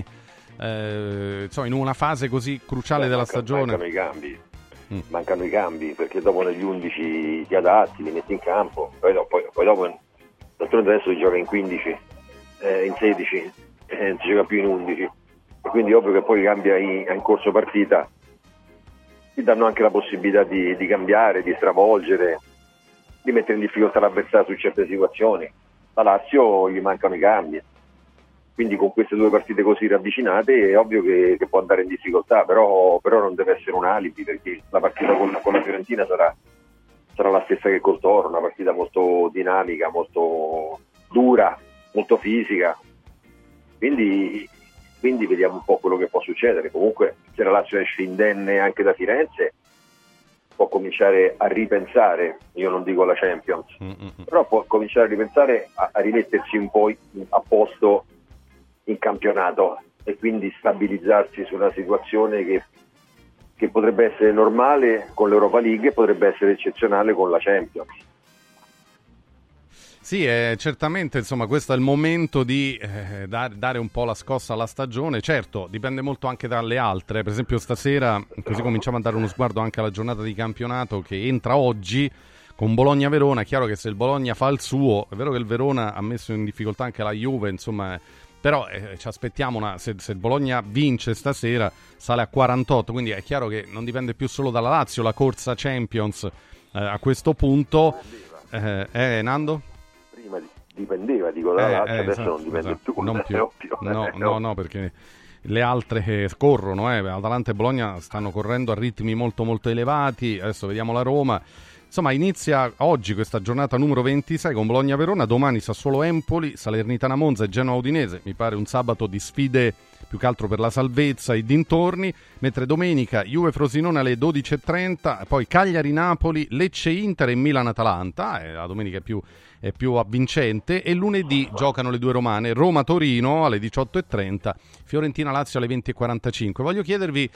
eh, insomma in una fase così cruciale Beh, della manca, stagione. Mancano i cambi, mm. mancano i cambi perché dopo negli undici ti adatti, li metti in campo, poi dopo, poi, poi dopo d'altronde adesso si gioca in quindici, eh, in sedici, eh, non si gioca più in undici e quindi ovvio che poi cambia in, in corso partita, ti danno anche la possibilità di, di cambiare, di stravolgere, di mettere in difficoltà l'avversario su certe situazioni. La Lazio gli mancano i cambi, quindi con queste due partite così ravvicinate è ovvio che, che può andare in difficoltà, però, però non deve essere un alibi perché la partita con, con la Fiorentina sarà, sarà la stessa che col Toro, una partita molto dinamica, molto dura, molto fisica, quindi, quindi vediamo un po' quello che può succedere. Comunque se la Lazio esce indenne anche da Firenze può cominciare a ripensare, io non dico la Champions, Mm-mm. però può cominciare a ripensare a, a rimettersi un po' a posto in campionato e quindi stabilizzarsi su una situazione che, che potrebbe essere normale con l'Europa League e potrebbe essere eccezionale con la Champions. Sì, eh, certamente insomma questo è il momento di eh, dar, dare un po' la scossa alla stagione. Certo, dipende molto anche dalle altre, per esempio stasera, così cominciamo a dare uno sguardo anche alla giornata di campionato che entra oggi con Bologna-Verona. È chiaro che se il Bologna fa il suo, è vero che il Verona ha messo in difficoltà anche la Juve, insomma, però eh, ci aspettiamo una, se, se il Bologna vince stasera sale a quarantotto, quindi è chiaro che non dipende più solo dalla Lazio la corsa Champions eh, a questo punto. Eh, eh, Nando? Prima dipendeva, dico, da eh, Lazio, eh, adesso esatto, non dipende esatto. più. Non più. No, no, no, perché le altre che corrono, eh, Atalanta e Bologna stanno correndo a ritmi molto molto elevati. Adesso vediamo la Roma. Insomma, inizia oggi questa giornata numero ventisei con Bologna-Verona, domani Sassuolo-Empoli, Salernitana-Monza e Genoa-Udinese. Mi pare un sabato di sfide più che altro per la salvezza e dintorni, mentre domenica Juve-Frosinone alle dodici e trenta, poi Cagliari-Napoli, Lecce-Inter e Milan-Atalanta, eh, la domenica è più, è più avvincente, e lunedì giocano le due romane, Roma-Torino alle diciotto e trenta, Fiorentina-Lazio alle venti e quarantacinque. Voglio chiedervi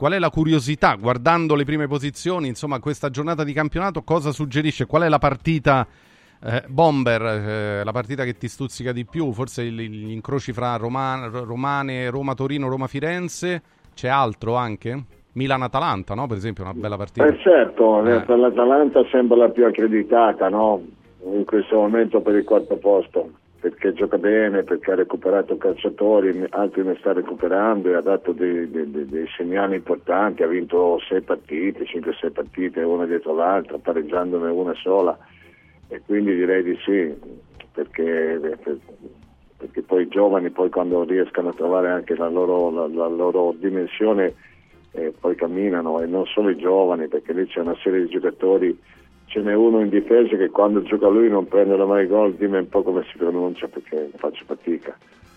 qual è la curiosità, guardando le prime posizioni, insomma, questa giornata di campionato, cosa suggerisce? Qual è la partita, eh, Bomber, eh, la partita che ti stuzzica di più? Forse il, gli incroci fra Roma, Romane, Roma-Torino, Roma-Firenze? C'è altro anche? Milan-Atalanta, no? Per esempio, una bella partita. Eh certo, eh. per l'Atalanta sembra la più accreditata, no? In questo momento per il quarto posto, perché gioca bene, perché ha recuperato calciatori, altri ne sta recuperando e ha dato dei, dei, dei segnali importanti, ha vinto sei partite, cinque sei partite, una dietro l'altra, pareggiandone una sola, e quindi direi di sì, perché, perché poi i giovani, poi quando riescano a trovare anche la loro, la, la loro dimensione, eh, poi camminano, e non solo i giovani, perché lì c'è una serie di giocatori. Ce n'è uno in difesa che quando gioca lui non prende mai gol, dimmi un po' come si pronuncia perché faccio fatica.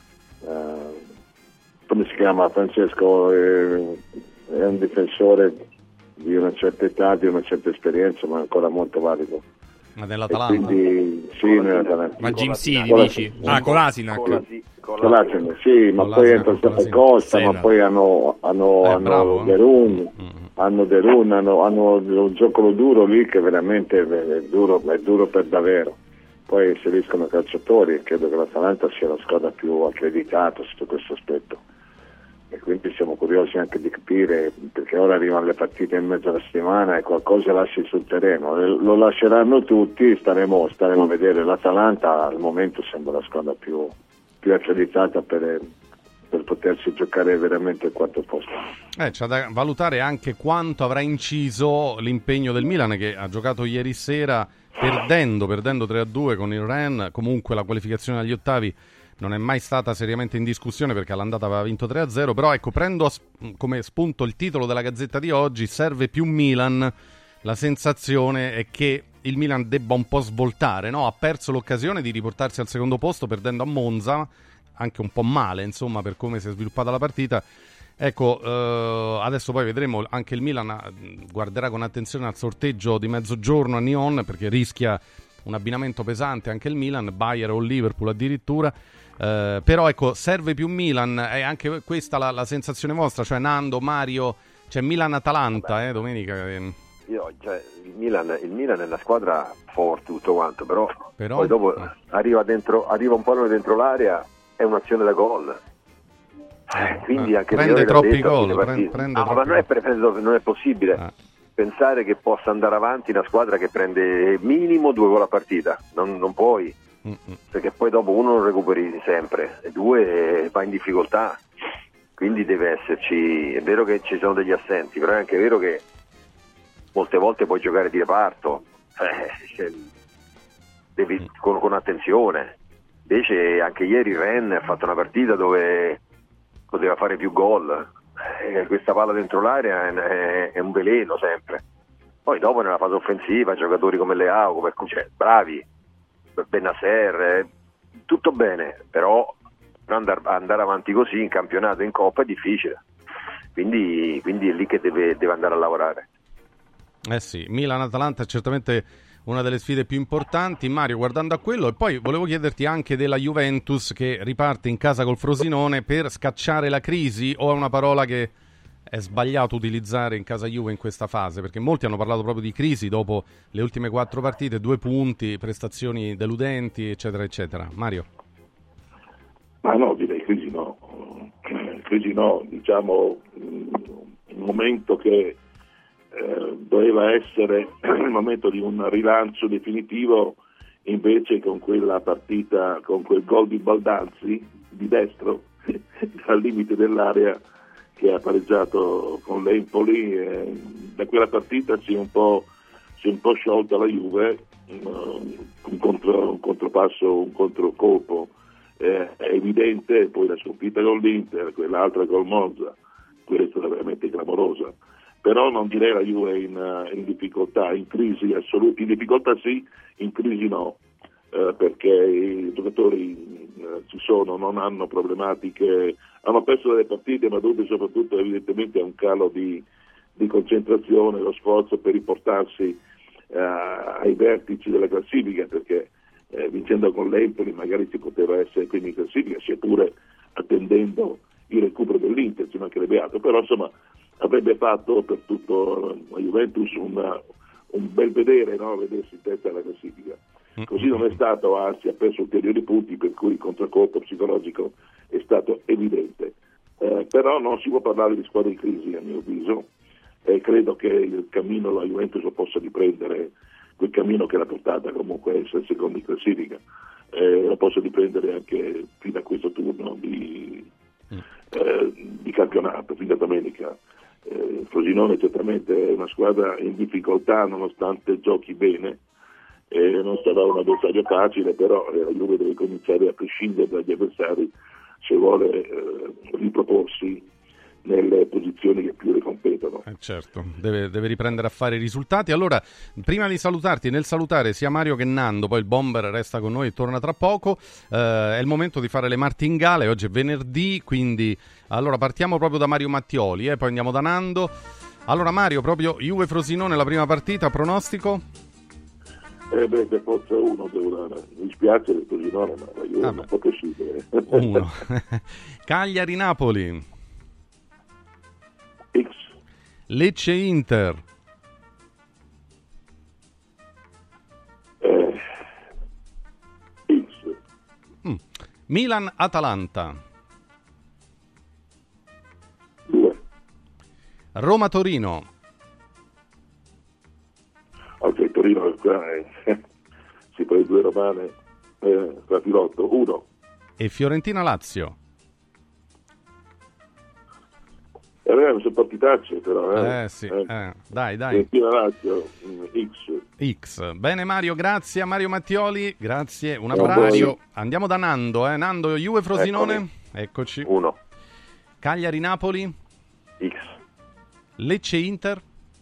Uh, come si chiama? Francesco, è, è un difensore di una certa età, di una certa esperienza, ma ancora molto valido. Ma nell'Atalanta? Quindi, sì, nell'Atalanta. Ma Jim City Colas- dici? Ah, Kolasinac. Colasinac, sì, ma poi entra sempre Costa, ma poi hanno, hanno, eh, hanno bravo, eh. Derun. hanno Derun, hanno, hanno un gioco duro lì che veramente è duro, è duro per davvero. Poi inseriscono calciatori e credo che l'Atalanta sia la squadra più accreditata sotto questo aspetto, e quindi siamo curiosi anche di capire, perché ora arrivano le partite in mezzo alla settimana e qualcosa lasci sul terreno, lo lasceranno tutti, staremo, staremo a vedere. L'Atalanta al momento sembra la squadra più, più accreditata per per potersi giocare veramente il quarto posto. Eh, c'è da valutare anche quanto avrà inciso l'impegno del Milan, che ha giocato ieri sera perdendo, perdendo tre a due con il Rennes. Comunque la qualificazione agli ottavi non è mai stata seriamente in discussione, perché all'andata aveva vinto tre a zero, però ecco, prendo come spunto il titolo della Gazzetta di oggi: serve più Milan. La sensazione è che il Milan debba un po' svoltare, no? Ha perso l'occasione di riportarsi al secondo posto perdendo a Monza, anche un po' male, insomma, per come si è sviluppata la partita. Ecco, eh, adesso poi vedremo, anche il Milan guarderà con attenzione al sorteggio di mezzogiorno a Nyon, perché rischia un abbinamento pesante anche il Milan, Bayern o Liverpool addirittura. Eh, però ecco, serve più Milan, è anche questa la, la sensazione vostra, cioè Nando, Mario, c'è Milan-Atalanta, eh, domenica. Io, cioè, il Milan, il Milan è una squadra forte tutto quanto, però, però poi dopo eh. arriva dentro, arriva un po' dentro l'area, è un'azione da gol. Eh, quindi anche prende il troppi detto, gol, prende, prende ah, troppi ma non è, gol. pre- non è possibile eh. pensare che possa andare avanti una squadra che prende minimo due gol a partita, non, non puoi, Mm-mm. perché poi dopo uno non recuperi sempre e due va in difficoltà, quindi deve esserci. È vero che ci sono degli assenti, però è anche vero che molte volte puoi giocare di reparto, eh, cioè, devi con, con attenzione. Invece anche ieri il Rennes ha fatto una partita dove poteva fare più gol, eh, questa palla dentro l'area è, è, è un veleno sempre. Poi dopo nella fase offensiva giocatori come Leao, come, cioè, bravi, Bennacer, eh, tutto bene, però andare, andare avanti così in campionato e in Coppa è difficile, quindi, quindi è lì che deve, deve andare a lavorare. Eh sì, Milan-Atalanta è certamente una delle sfide più importanti. Mario, guardando a quello, e poi volevo chiederti anche della Juventus che riparte in casa col Frosinone per scacciare la crisi, o è una parola che è sbagliato utilizzare in casa Juve in questa fase? Perché molti hanno parlato proprio di crisi dopo le ultime quattro partite, due punti, prestazioni deludenti, eccetera, eccetera. Mario? Ma no, direi crisi no. Crisi no, diciamo un momento che Eh, doveva essere il momento di un rilancio definitivo, invece con quella partita, con quel gol di Baldanzi di destro dal limite dell'area che ha pareggiato con l'Empoli, eh, da quella partita si è un po', si è un po' sciolta la Juve, uh, un, contro, un contropasso, un controcolpo eh, è evidente, poi la sconfitta con l'Inter, quell'altra col Monza, quella è stata veramente clamorosa. Però non direi la Juve in, in difficoltà, in crisi assoluta, in difficoltà sì, in crisi no, eh, perché i giocatori eh, ci sono, non hanno problematiche, hanno perso delle partite, ma dovute soprattutto evidentemente a un calo di, di concentrazione, lo sforzo per riportarsi eh, ai vertici della classifica, perché eh, vincendo con l'Empoli magari si poteva essere quindi in classifica, sia pure attendendo il recupero dell'Inter, ci mancherebbe altro, però insomma avrebbe fatto per tutto la Juventus una, un bel vedere, no? Vedersi in testa alla classifica. Così non è stato, anzi ha perso ulteriori punti, per cui il contraccolpo psicologico è stato evidente. Eh, però non si può parlare di squadra in crisi, a mio avviso, e credo che il cammino la Juventus lo possa riprendere, quel cammino che l'ha portata comunque a essere secondo in classifica, eh, lo possa riprendere anche fino a questo turno di, eh, di campionato, fino a domenica. Eh, Frosinone certamente è una squadra in difficoltà nonostante giochi bene. Eh, non sarà un avversario facile, però eh, la Juve deve cominciare a prescindere dagli avversari se vuole eh, riproporsi nelle posizioni che più le competono. Eh certo, deve, deve riprendere a fare i risultati. Allora, prima di salutarti, nel salutare sia Mario che Nando, poi il Bomber resta con noi e torna tra poco, eh, è il momento di fare le martingale. Oggi è venerdì, quindi allora partiamo proprio da Mario Mattioli, eh, poi andiamo da Nando. Allora Mario, proprio Juve Frosinone la prima partita, pronostico? Eh beh, per forza uno devo dare. Mi spiace del Frosinone, ma la Juve ah non può decidere. Uno. Cagliari Napoli. X. Lecce Inter. Eh. X. Mm. Milan Atalanta. due. Roma Torino. Ok, Torino qua eh, si fa le due romane, eh, tra pilotto, uno. E Fiorentina Lazio. Eh, ragazzi, sono partitacce però. Eh, eh sì, eh. Eh, dai, dai. Fiorentina Lazio, X. X. Bene Mario, grazie a Mario Mattioli, grazie, un abbraccio. Andiamo da Nando, eh. Nando, Juve Frosinone. Eccomi. Eccoci. uno. Cagliari Napoli. X. Lecce Inter.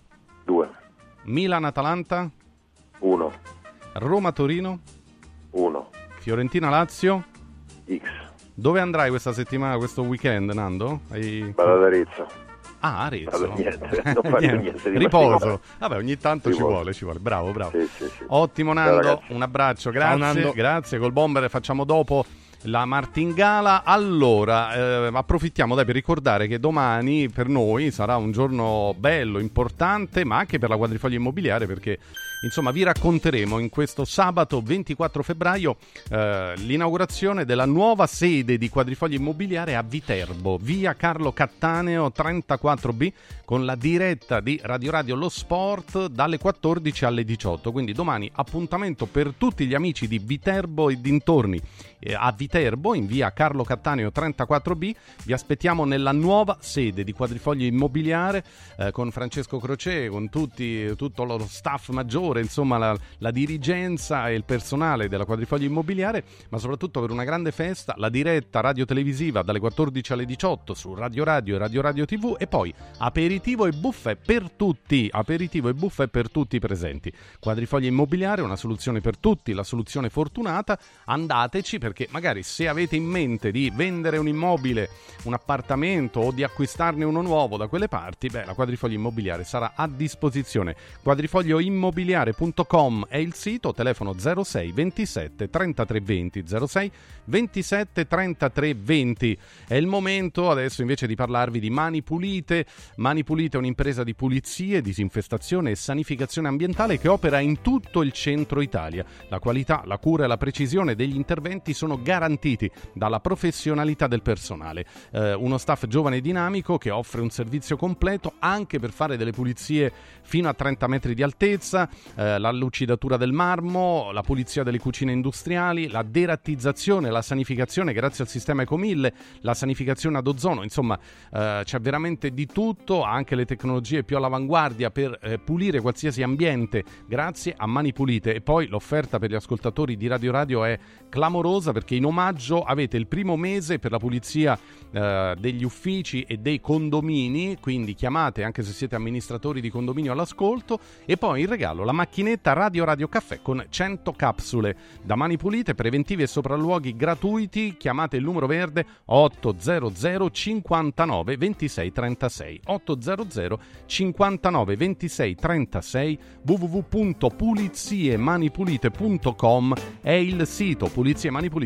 due. Milan Atalanta. uno. Roma Torino. uno. Fiorentina Lazio. X. Dove andrai questa settimana, questo weekend, Nando? Hai... Vado ad Arezzo. Ah, Arezzo. Vado, niente, non faccio niente. niente di Riposo. Vabbè, ogni tanto Riposo. ci vuole, ci vuole. Bravo, bravo. Sì, sì, sì. Ottimo Nando, Ciao, un abbraccio, grazie. Ciao, Nando. Grazie, col Bomber facciamo dopo la martingala. Allora, eh, approfittiamo dai per ricordare che domani per noi sarà un giorno bello, importante, ma anche per la Quadrifoglia Immobiliare, perché insomma vi racconteremo in questo sabato ventiquattro febbraio eh, l'inaugurazione della nuova sede di Quadrifoglia Immobiliare a Viterbo, via Carlo Cattaneo trentaquattro B, con la diretta di Radio Radio Lo Sport dalle quattordici alle diciotto. Quindi domani appuntamento per tutti gli amici di Viterbo e dintorni eh, a Viterbo in via Carlo Cattaneo trentaquattro B. Vi aspettiamo nella nuova sede di Quadrifoglia Immobiliare eh, con Francesco Crocè, con tutti, tutto lo staff maggiore, insomma la, la dirigenza e il personale della Quadrifoglia Immobiliare, ma soprattutto per una grande festa, la diretta radio televisiva dalle quattordici alle diciotto su Radio Radio e Radio Radio tivù, e poi aperitivo e buffet per tutti, aperitivo e buffet per tutti i presenti. Quadrifoglia Immobiliare, una soluzione per tutti, la soluzione fortunata. Andateci, perché magari se avete in mente di vendere un immobile, un appartamento, o di acquistarne uno nuovo da quelle parti, beh, la Quadrifoglia Immobiliare sarà a disposizione. quadrifoglio immobiliare punto com è il sito, telefono zero sei ventisette trentatré venti, zero sei ventisette trentatré venti. È il momento adesso invece di parlarvi di Mani Pulite. Mani Pulite è un'impresa di pulizie, disinfestazione e sanificazione ambientale che opera in tutto il centro Italia. La qualità, la cura e la precisione degli interventi sono garantiti dalla professionalità del personale. Eh, uno staff giovane e dinamico che offre un servizio completo anche per fare delle pulizie fino a trenta metri di altezza, eh, la lucidatura del marmo, la pulizia delle cucine industriali, la derattizzazione, la sanificazione grazie al sistema Ecomille, la sanificazione ad ozono. Insomma, eh, c'è veramente di tutto, anche le tecnologie più all'avanguardia per eh, pulire qualsiasi ambiente grazie a Mani Pulite. E poi l'offerta per gli ascoltatori di Radio Radio è clamorosa, perché in omaggio avete il primo mese per la pulizia eh, degli uffici e dei condomini, quindi chiamate anche se siete amministratori di condominio all'ascolto, e poi in regalo la macchinetta Radio Radio Caffè con cento capsule da Mani Pulite, preventivi e sopralluoghi gratuiti. Chiamate il numero verde ottocento cinquantanove ventisei trentasei, ottocento cinquantanove ventisei trentasei. w w w punto pulizie manipulite punto com è il sito, pulizie manipulite punto com.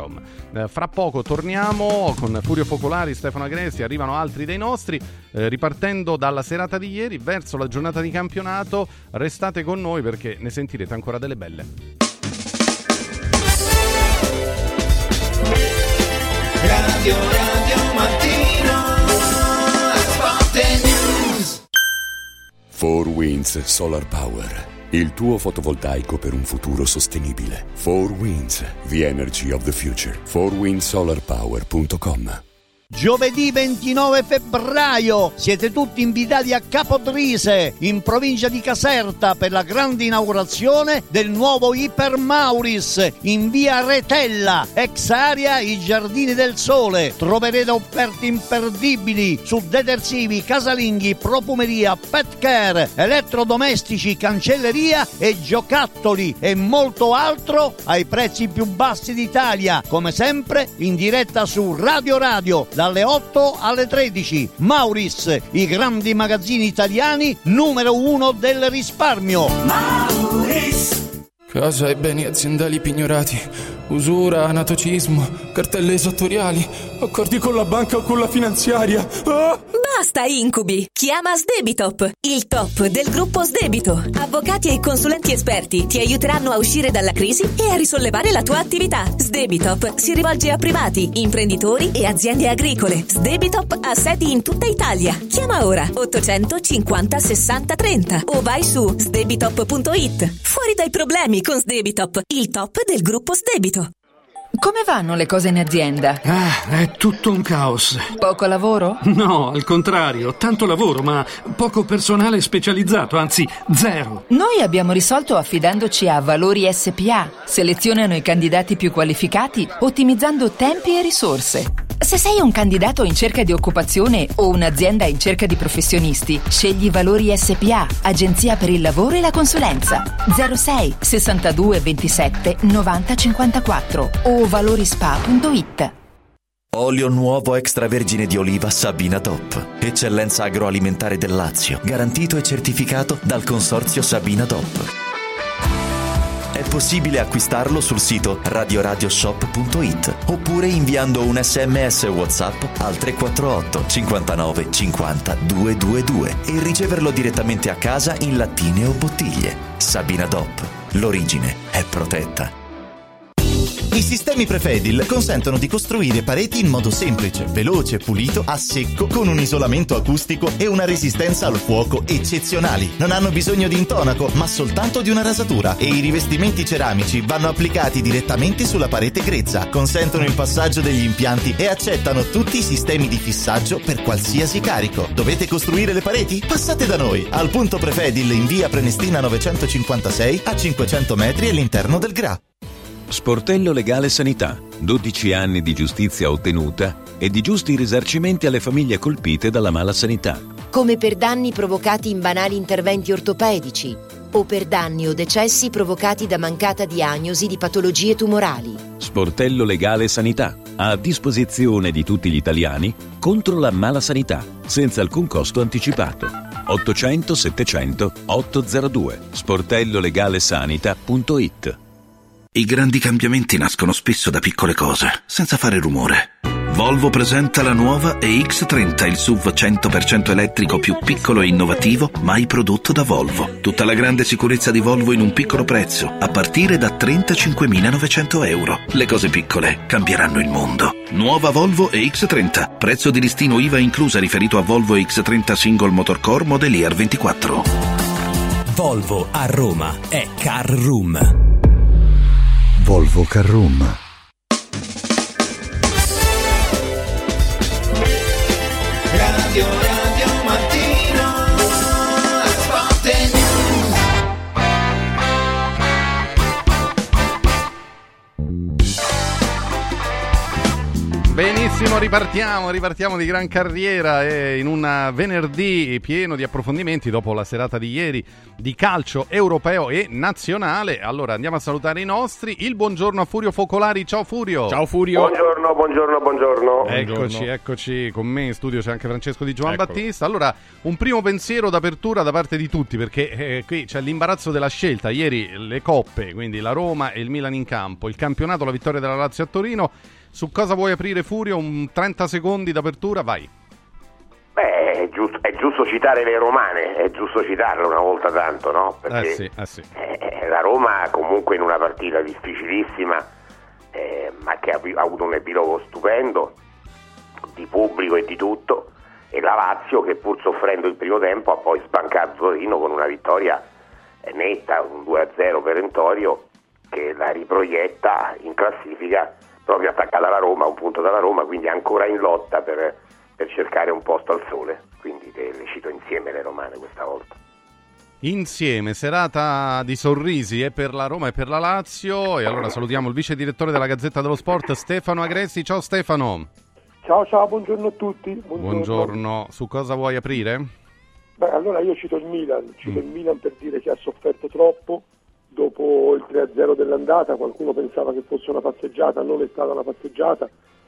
com. Eh, fra poco torniamo con Furio Focolari, Stefano Agresti, arrivano altri dei nostri, eh, ripartendo dalla serata di ieri verso la giornata di campionato. Restate con noi perché ne sentirete ancora delle belle. Radio Radio Mattino, Sport News. four Winds Solar Power, il tuo fotovoltaico per un futuro sostenibile. four Winds, the energy of the future. four wind solar power punto com. Giovedì ventinove febbraio siete tutti invitati a Capodrise, in provincia di Caserta, per la grande inaugurazione del nuovo Iper Mauris in via Retella, ex area I Giardini del Sole. Troverete offerte imperdibili su detersivi, casalinghi, profumeria, pet care, elettrodomestici, cancelleria e giocattoli e molto altro ai prezzi più bassi d'Italia, come sempre in diretta su Radio Radio dalle otto alle tredici. Mauris, i grandi magazzini italiani numero uno del risparmio. Mauris. Casa e beni aziendali pignorati, usura, anatocismo, cartelle esattoriali, accordi con la banca o con la finanziaria. Ah! Basta incubi! Chiama Sdebitop, il top del gruppo Sdebito. Avvocati e consulenti esperti ti aiuteranno a uscire dalla crisi e a risollevare la tua attività. Sdebitop si rivolge a privati, imprenditori e aziende agricole. Sdebitop ha sedi in tutta Italia. Chiama ora ottocentocinquanta sessanta trenta o vai su sdebitop punto it. Fuori dai problemi con Sdebitop, il top del gruppo Sdebito. Come vanno le cose in azienda? Ah, è tutto un caos. Poco lavoro? No, al contrario, tanto lavoro, ma poco personale specializzato, anzi zero. Noi abbiamo risolto affidandoci a Valori S P A. Selezionano i candidati più qualificati, ottimizzando tempi e risorse. Se sei un candidato in cerca di occupazione o un'azienda in cerca di professionisti, scegli Valori S P A, agenzia per il lavoro e la consulenza. zero sei sessantadue ventisette novanta cinquantaquattro o valorispa punto it. Olio nuovo extravergine di oliva Sabina DOP. Eccellenza agroalimentare del Lazio, garantito e certificato dal consorzio Sabina DOP. È possibile acquistarlo sul sito radioradioshop punto it oppure inviando un sms WhatsApp al tre quattro otto cinquantanove cinquanta duecentoventidue e riceverlo direttamente a casa in lattine o bottiglie. Sabina DOP. L'origine è protetta. I sistemi Prefedil consentono di costruire pareti in modo semplice, veloce, pulito, a secco, con un isolamento acustico e una resistenza al fuoco eccezionali. Non hanno bisogno di intonaco, ma soltanto di una rasatura, e i rivestimenti ceramici vanno applicati direttamente sulla parete grezza, consentono il passaggio degli impianti e accettano tutti i sistemi di fissaggio per qualsiasi carico. Dovete costruire le pareti? Passate da noi, al punto Prefedil in via Prenestina novecentocinquantasei a cinquecento metri all'interno del Gra. Sportello Legale Sanità, dodici anni di giustizia ottenuta e di giusti risarcimenti alle famiglie colpite dalla mala sanità. Come per danni provocati in banali interventi ortopedici o per danni o decessi provocati da mancata diagnosi di patologie tumorali. Sportello Legale Sanità, a disposizione di tutti gli italiani contro la mala sanità, senza alcun costo anticipato. ottocento settecento ottocentodue sportellolegalesanita punto it. I grandi cambiamenti nascono spesso da piccole cose, senza fare rumore. Volvo presenta la nuova E X trenta, il S U V cento per cento elettrico più piccolo e innovativo mai prodotto da Volvo. Tutta la grande sicurezza di Volvo in un piccolo prezzo, a partire da trentacinquemilanovecento euro. Le cose piccole cambieranno il mondo. Nuova Volvo E X trenta, prezzo di listino I V A inclusa riferito a Volvo E X trenta Single Motor Core Model Year ventiquattro. Volvo a Roma è Car Room. Volvo Car Room. Radio Radio Mattino, Sport News. Benissimo, ripartiamo, ripartiamo di gran carriera e in un venerdì pieno di approfondimenti dopo la serata di ieri di calcio europeo e nazionale. Allora andiamo a salutare i nostri. Il buongiorno a Furio Focolari. Ciao Furio. Ciao Furio. Buongiorno, buongiorno, buongiorno. Eccoci, eccoci, con me in studio c'è anche Francesco Di Giovan Eccolo. Battista. Allora, un primo pensiero d'apertura da parte di tutti, perché eh, qui c'è l'imbarazzo della scelta. Ieri le coppe, quindi la Roma e il Milan in campo, il campionato, la vittoria della Lazio a Torino. Su cosa vuoi aprire, Furio? Un trenta secondi d'apertura, vai. Beh, è giusto, è giusto citare le romane, è giusto citarle una volta tanto, no? Perché Eh sì, eh sì. eh, la Roma comunque in una partita difficilissima, eh, ma che ha, ha avuto un epilogo stupendo, di pubblico e di tutto, e la Lazio che pur soffrendo il primo tempo ha poi sbancato Torino con una vittoria eh, netta, un due a zero perentorio, che la riproietta in classifica proprio attaccata alla Roma, un punto dalla Roma, quindi ancora in lotta per, per cercare un posto al sole. Quindi le, le cito insieme le romane questa volta. Insieme, serata di sorrisi e per la Roma e per la Lazio. E allora salutiamo il vice direttore della Gazzetta dello Sport, Stefano Agresti. Ciao Stefano. Ciao ciao, buongiorno a tutti. Buongiorno. Buongiorno. Su cosa vuoi aprire? Beh, allora io cito il Milan, cito mm. il Milan per dire che ha sofferto troppo. Dopo il tre a zero dell'andata qualcuno pensava che fosse una passeggiata, non è stata una passeggiata.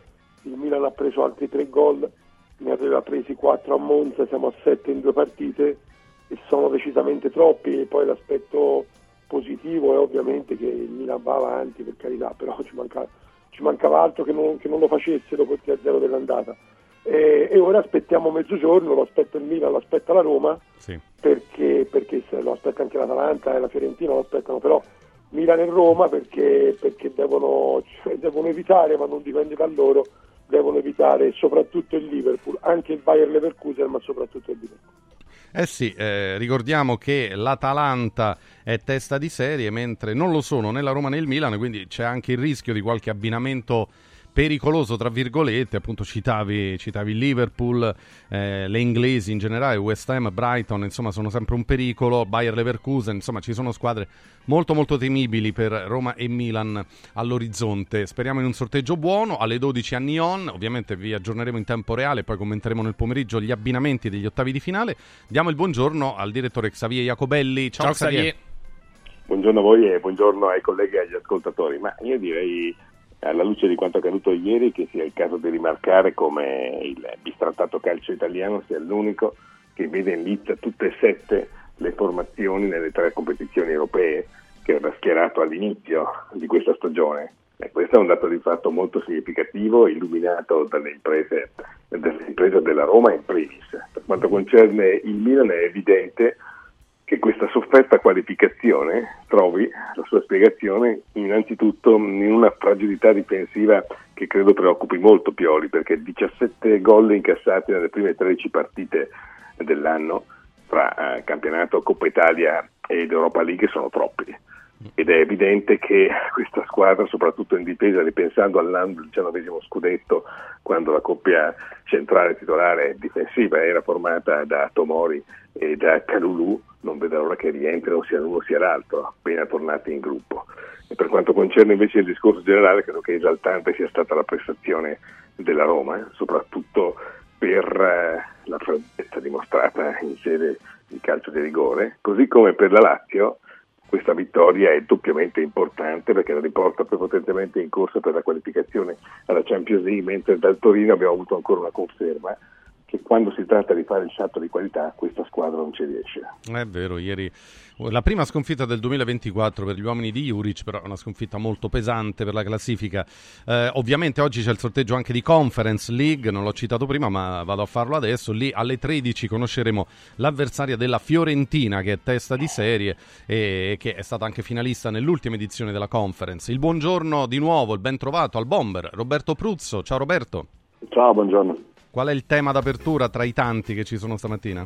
Il Milan ha preso altri tre gol, ne aveva presi quattro a Monza, siamo a sette in due partite e sono decisamente troppi. E poi l'aspetto positivo è ovviamente che il Milan va avanti, per carità, però ci mancava, ci mancava altro che non, che non lo facesse dopo il tre a zero dell'andata. E, e ora aspettiamo mezzogiorno, lo aspetta il Milan, lo aspetta la Roma, sì. perché, perché se lo aspetta anche l'Atalanta e la Fiorentina, lo aspettano, però Milan e Roma perché, perché devono, cioè, devono evitare, ma non dipende da loro, devono evitare soprattutto il Liverpool, anche il Bayer Leverkusen, ma soprattutto il Liverpool. Eh sì, eh, ricordiamo che l'Atalanta è testa di serie, mentre non lo sono né la Roma né il Milan, quindi c'è anche il rischio di qualche abbinamento pericoloso, tra virgolette. Appunto citavi, citavi il Liverpool, eh, le inglesi in generale, West Ham, Brighton, insomma sono sempre un pericolo, Bayer Leverkusen, insomma ci sono squadre molto molto temibili per Roma e Milan all'orizzonte. Speriamo in un sorteggio buono. Alle dodici a Nyon, ovviamente vi aggiorneremo in tempo reale, poi commenteremo nel pomeriggio gli abbinamenti degli ottavi di finale. Diamo il buongiorno al direttore Xavier Jacobelli. Ciao, Ciao Xavier. Xavier. Buongiorno a voi e buongiorno ai colleghi e agli ascoltatori. Ma io direi, alla luce di quanto accaduto ieri, che sia il caso di rimarcare come il bistrattato calcio italiano sia l'unico che vede in lizza tutte e sette le formazioni nelle tre competizioni europee che era schierato all'inizio di questa stagione. E questo è un dato di fatto molto significativo, illuminato dalle imprese, dalle imprese della Roma in primis. Per quanto concerne il Milan è evidente che questa sofferta qualificazione trovi la sua spiegazione innanzitutto in una fragilità difensiva che credo preoccupi molto Pioli, perché diciassette gol incassati nelle prime tredici partite dell'anno fra eh, campionato, Coppa Italia ed Europa League sono troppi, ed è evidente che questa squadra, soprattutto in difesa, ripensando all'anno del diciannovesimo scudetto, quando la coppia centrale titolare difensiva era formata da Tomori e da Kalulu, non vede l'ora che rientrino sia l'uno sia l'altro, appena tornati in gruppo. E per quanto concerne invece il discorso generale, credo che esaltante sia stata la prestazione della Roma, eh, soprattutto per eh, la freddezza dimostrata in sede di calcio di rigore, così come per la Lazio. Questa vittoria è doppiamente importante perché la riporta prepotentemente in corsa per la qualificazione alla Champions League, mentre dal Torino abbiamo avuto ancora una conferma che quando si tratta di fare il salto di qualità questa squadra non ci riesce. È vero, ieri la prima sconfitta del duemilaventiquattro per gli uomini di Juric, però è una sconfitta molto pesante per la classifica. Eh, ovviamente oggi c'è il sorteggio anche di Conference League, non l'ho citato prima ma vado a farlo adesso. Lì alle tredici conosceremo l'avversaria della Fiorentina, che è testa di serie e che è stata anche finalista nell'ultima edizione della Conference. Il buongiorno di nuovo, il ben trovato al bomber Roberto Pruzzo. Ciao Roberto. Ciao, buongiorno. Qual è il tema d'apertura tra i tanti che ci sono stamattina?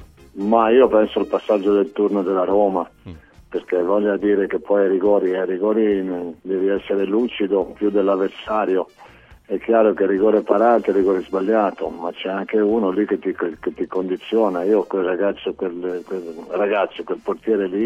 Ma io penso al passaggio del turno della Roma, mm. perché voglio dire che poi ai rigori, ai rigori devi essere lucido più dell'avversario. È chiaro che rigore parato è rigore sbagliato, ma c'è anche uno lì che ti, che ti condiziona. Io quel ragazzo, quel, quel ragazzo, quel portiere lì,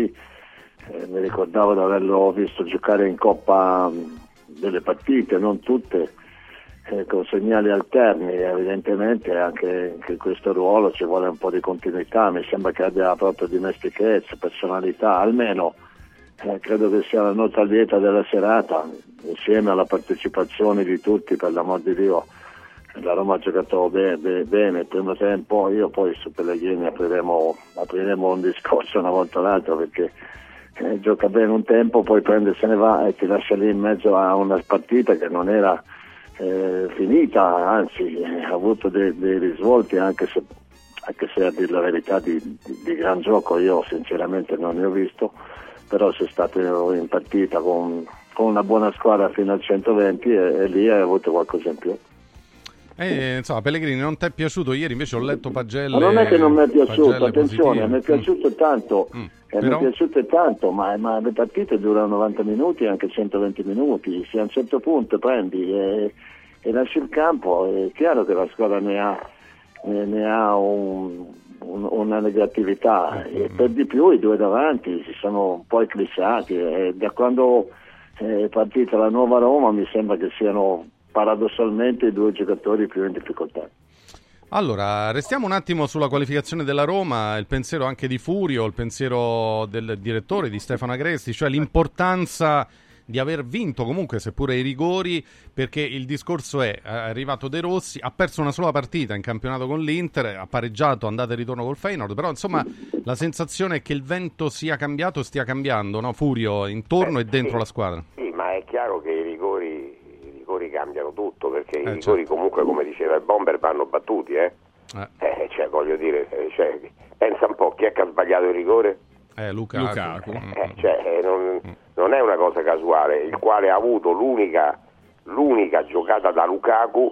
eh, mi ricordavo di averlo visto giocare in Coppa delle partite, non tutte. eh, con segnali alterni, evidentemente anche in questo ruolo ci vuole un po' di continuità, mi sembra che abbia proprio dimestichezza, personalità, almeno eh, credo che sia la nota lieta della serata, insieme alla partecipazione di tutti, per l'amor di Dio. La Roma ha giocato bene, bene, bene il primo tempo, io poi su Pellegrini apriremo, apriremo un discorso una volta o l'altra, perché eh, gioca bene un tempo, poi prende, se ne va e ti lascia lì in mezzo a una partita che non era eh, finita, anzi ha avuto dei, dei risvolti, anche se, anche se a dire la verità di, di, di gran gioco io sinceramente non ne ho visto, però sei stato in partita con, con una buona squadra fino al centoventi e, e lì hai avuto qualcosa in più. Eh, insomma, Pellegrini, non ti è piaciuto ieri? Invece ho letto pagelle. Ma non è che non mi è piaciuto, attenzione, positive. mi è piaciuto mm. tanto, mm. eh, mi è piaciuto tanto, ma, ma le partite durano novanta minuti, anche centoventi minuti, se a un certo punto prendi e, e lasci il campo, è chiaro che la squadra ne ha, ne, ne ha un, un, una negatività, mm. e per di più i due davanti si sono un po' eclissati, e da quando è partita la nuova Roma mi sembra che siano paradossalmente i due giocatori più in difficoltà. Allora, restiamo un attimo sulla qualificazione della Roma, il pensiero anche di Furio, il pensiero del direttore, di Stefano Agresti, cioè l'importanza di aver vinto comunque, seppure ai rigori, perché il discorso è, è arrivato De Rossi, ha perso una sola partita in campionato con l'Inter, ha pareggiato andata e ritorno col Feyenoord, però insomma la sensazione è che il vento sia cambiato, stia cambiando, no Furio, intorno eh, e dentro sì, la squadra? Sì, ma è chiaro che i rigori I rigori cambiano tutto, perché eh, i rigori certo. comunque, come diceva il Bomber, vanno battuti, eh? Eh. Eh, cioè, voglio dire, cioè, pensa un po', chi è che ha sbagliato il rigore? Eh, Lukaku. Lukaku. Eh, cioè, eh, non, non è una cosa casuale, il quale ha avuto l'unica, l'unica giocata da Lukaku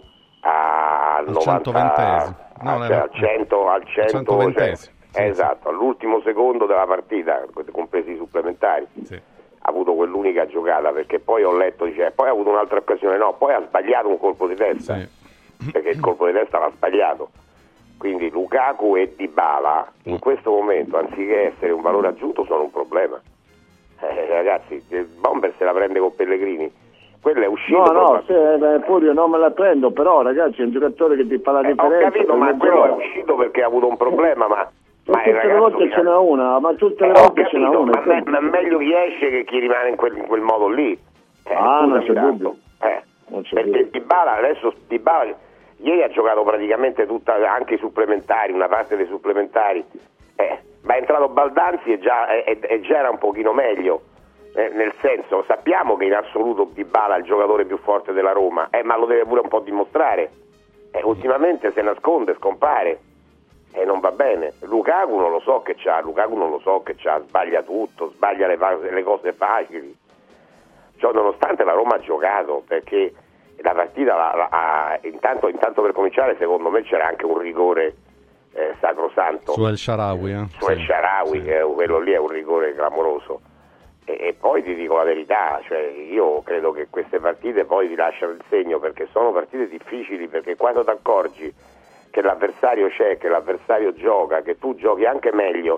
al centoventesimo, no, cioè, al cento, al cento, centoventesimo, cioè, sì, esatto, sì. all'ultimo secondo della partita, compresi i supplementari. Sì. Ha avuto quell'unica giocata, perché poi ho letto, dice, poi ha avuto un'altra occasione, no, poi ha sbagliato un colpo di testa, sì. perché il colpo di testa l'ha sbagliato. Quindi Lukaku e Dybala in questo momento, anziché essere un valore aggiunto, sono un problema. Eh, ragazzi, il Bomber se la prende con Pellegrini, quello è uscito. No, no, proprio... se, eh, Furio non me la prendo, però ragazzi è un giocatore che ti fa la eh, differenza. Ho capito, ma quello è uscito perché ha avuto un problema, ma... Ma tutte le volte ce n'è una, ma tutte le eh, volte ce n'è una. Ma, me, ma meglio chi esce che chi rimane in quel, in quel modo lì. Eh, ah, non c'è dubbio. Eh, non c'è perché Dybala adesso Dybala ieri ha giocato praticamente tutta, anche i supplementari, una parte dei supplementari. Eh, ma è entrato Baldanzi e già, e, e già era un pochino meglio. Eh, nel senso, sappiamo che in assoluto Dybala è il giocatore più forte della Roma, eh, ma lo deve pure un po' dimostrare. Eh, ultimamente si nasconde, scompare. E non va bene. Lukaku non lo so che c'ha, Lukaku non lo so che c'ha, sbaglia tutto, sbaglia le, le cose facili. Cioè, nonostante la Roma ha giocato, perché la partita la, la, ha, intanto, intanto per cominciare, secondo me c'era anche un rigore eh, sacrosanto su El Shaarawy, eh? su El Shaarawy, sì. Che quello lì è un rigore clamoroso. E, e poi ti dico la verità, cioè io credo che queste partite poi ti lasciano il segno, perché sono partite difficili, perché quando ti accorgi che l'avversario c'è, che l'avversario gioca, che tu giochi anche meglio,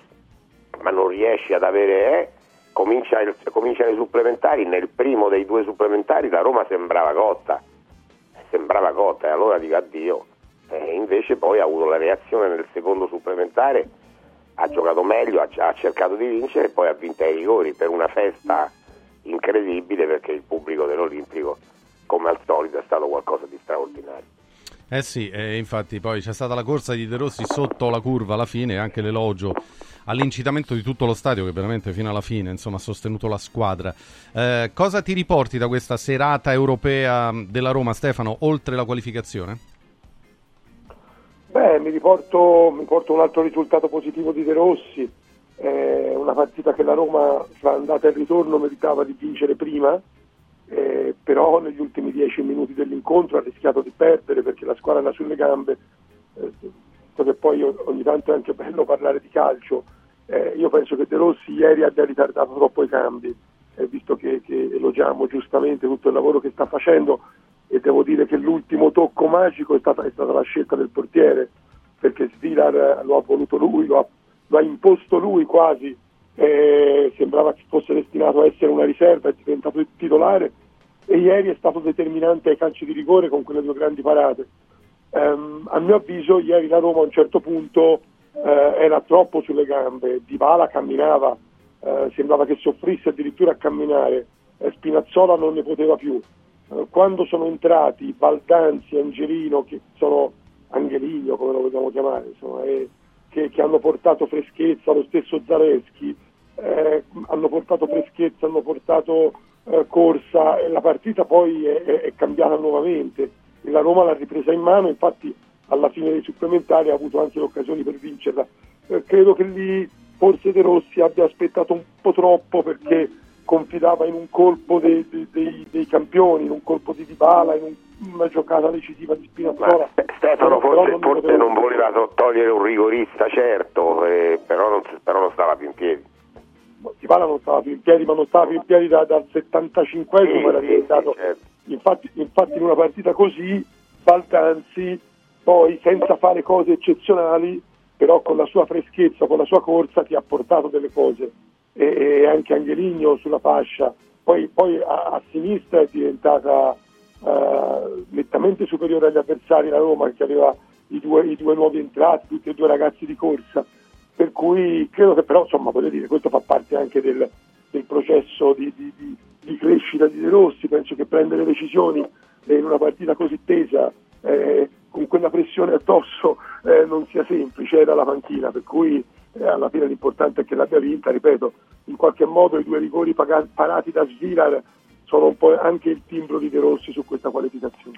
ma non riesci ad avere, eh, comincia il, cominciano i supplementari, nel primo dei due supplementari la Roma sembrava cotta, sembrava cotta, e allora dico addio, e invece poi ha avuto la reazione nel secondo supplementare, ha giocato meglio, ha, ha cercato di vincere e poi ha vinto ai rigori, per una festa incredibile, perché il pubblico dell'Olimpico, come al solito, è stato qualcosa di straordinario. Eh sì, eh, infatti poi c'è stata la corsa di De Rossi sotto la curva alla fine, e anche l'elogio all'incitamento di tutto lo stadio, che veramente fino alla fine insomma ha sostenuto la squadra. Eh, cosa ti riporti da questa serata europea della Roma, Stefano, oltre la qualificazione? Beh, mi riporto, mi porto un altro risultato positivo di De Rossi, eh, una partita che la Roma fra andata e ritorno meritava di vincere prima. Eh, però negli ultimi dieci minuti dell'incontro ha rischiato di perdere, perché la squadra era sulle gambe, eh, perché poi ogni tanto è anche bello parlare di calcio. Eh, io penso che De Rossi ieri abbia ritardato troppo i cambi, eh, visto che, che elogiamo giustamente tutto il lavoro che sta facendo, e devo dire che l'ultimo tocco magico è stata, è stata la scelta del portiere, perché Svilar lo ha voluto lui, lo ha, lo ha imposto lui quasi. Eh, sembrava che fosse destinato a essere una riserva, è diventato il titolare, e ieri è stato determinante ai calci di rigore con quelle due grandi parate. Um, a mio avviso ieri la Roma a un certo punto uh, era troppo sulle gambe, Dybala camminava, uh, sembrava che soffrisse addirittura a camminare, uh, Spinazzola non ne poteva più. Uh, quando sono entrati Baldanzi e Angelino, che sono Angeligno come lo vogliamo chiamare, insomma, eh, che, che hanno portato freschezza, lo stesso Zalewski, eh, hanno portato freschezza, hanno portato eh, corsa, e la partita poi è, è, è cambiata nuovamente. La Roma l'ha ripresa in mano, infatti alla fine dei supplementari ha avuto anche le occasioni per vincerla. Eh, credo che lì forse De Rossi abbia aspettato un po' troppo, perché confidava in un colpo dei, dei, dei, dei campioni, in un colpo di Dybala, in un, una giocata decisiva di Spinazzola. Ma Stefano forse, non, forse poteva... non voleva togliere un rigorista, certo, eh, però, non, però non stava più in piedi. Dybala non stava più in piedi, ma non stava più in piedi da, dal settantacinquesimo, sì, era sì, diventato... Sì, certo. Infatti, infatti in una partita così Baldanzi poi, senza fare cose eccezionali, però con la sua freschezza, con la sua corsa, ti ha portato delle cose, e, e anche Angeligno sulla fascia. Poi, poi a, a sinistra è diventata uh, nettamente superiore agli avversari la Roma, che aveva i due, i due nuovi entrati, tutti e due ragazzi di corsa, per cui credo che però, insomma, voglio dire, questo fa parte anche del, del processo di, di, di di crescita di De Rossi. Penso che prendere decisioni eh, in una partita così tesa, eh, con quella pressione addosso, eh, non sia semplice, era la panchina, per cui eh, alla fine l'importante è che l'abbia vinta. Ripeto, in qualche modo i due rigori paga- parati da Svilar sono un po' anche il timbro di De Rossi su questa qualificazione.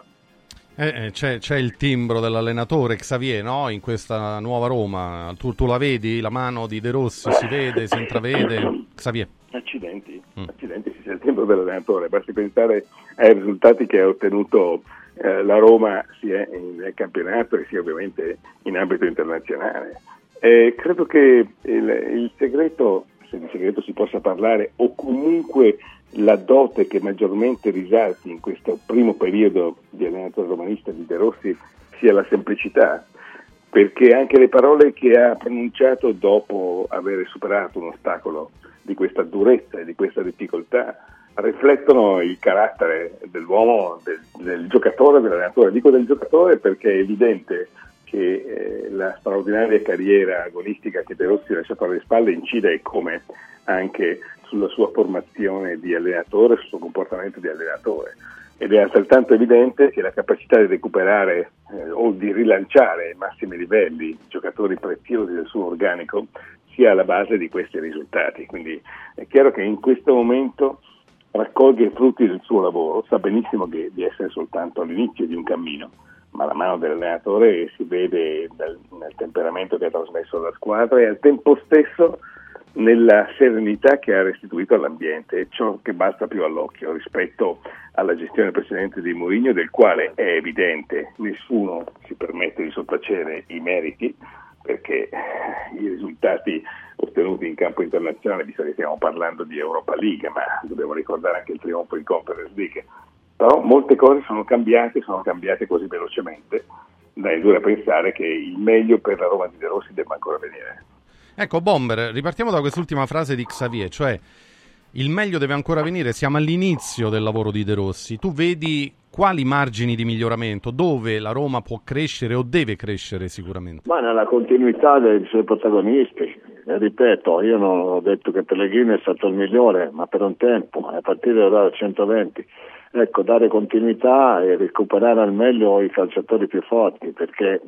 Eh, c'è, c'è il timbro dell'allenatore Xavier, no? In questa nuova Roma, tu, tu la vedi, la mano di De Rossi si vede, si intravede, Xavier? Accidenti, mm. accidenti, si sia il timbro dell'allenatore, basti pensare ai risultati che ha ottenuto eh, la Roma sia in, nel campionato e sia ovviamente in ambito internazionale. Eh, credo che il, il segreto, se di segreto si possa parlare, o comunque la dote che maggiormente risalti in questo primo periodo di allenatore romanista di De Rossi, sia la semplicità, perché anche le parole che ha pronunciato dopo aver superato un ostacolo di questa durezza e di questa difficoltà riflettono il carattere dell'uomo, del, del giocatore, dell'allenatore. Dico del giocatore perché è evidente che eh, la straordinaria carriera agonistica che De Rossi ha lasciato alle spalle incide come anche sulla sua formazione di allenatore, sul suo comportamento di allenatore, ed è altrettanto evidente che la capacità di recuperare eh, o di rilanciare ai massimi livelli giocatori preziosi del suo organico sia alla base di questi risultati. Quindi è chiaro che in questo momento raccolga i frutti del suo lavoro, sa benissimo che di essere soltanto all'inizio di un cammino, ma la mano dell'allenatore si vede nel, nel temperamento che ha trasmesso alla squadra e al tempo stesso nella serenità che ha restituito all'ambiente, ciò che balza più all'occhio rispetto alla gestione precedente di Mourinho, del quale è evidente nessuno si permette di sottacere i meriti, perché i risultati ottenuti in campo internazionale, visto che stiamo parlando di Europa League, ma dobbiamo ricordare anche il trionfo in Conference League, però molte cose sono cambiate, sono cambiate così velocemente da indurre a pensare che il meglio per la Roma di De Rossi debba ancora venire. Ecco, Bomber, ripartiamo da quest'ultima frase di Xavier, cioè il meglio deve ancora venire, siamo all'inizio del lavoro di De Rossi. Tu vedi quali margini di miglioramento, dove la Roma può crescere o deve crescere sicuramente? Ma nella continuità dei suoi protagonisti, e ripeto, io non ho detto che Pellegrini è stato il migliore, ma per un tempo, a partire dal centoventi. Ecco, dare continuità e recuperare al meglio i calciatori più forti, perché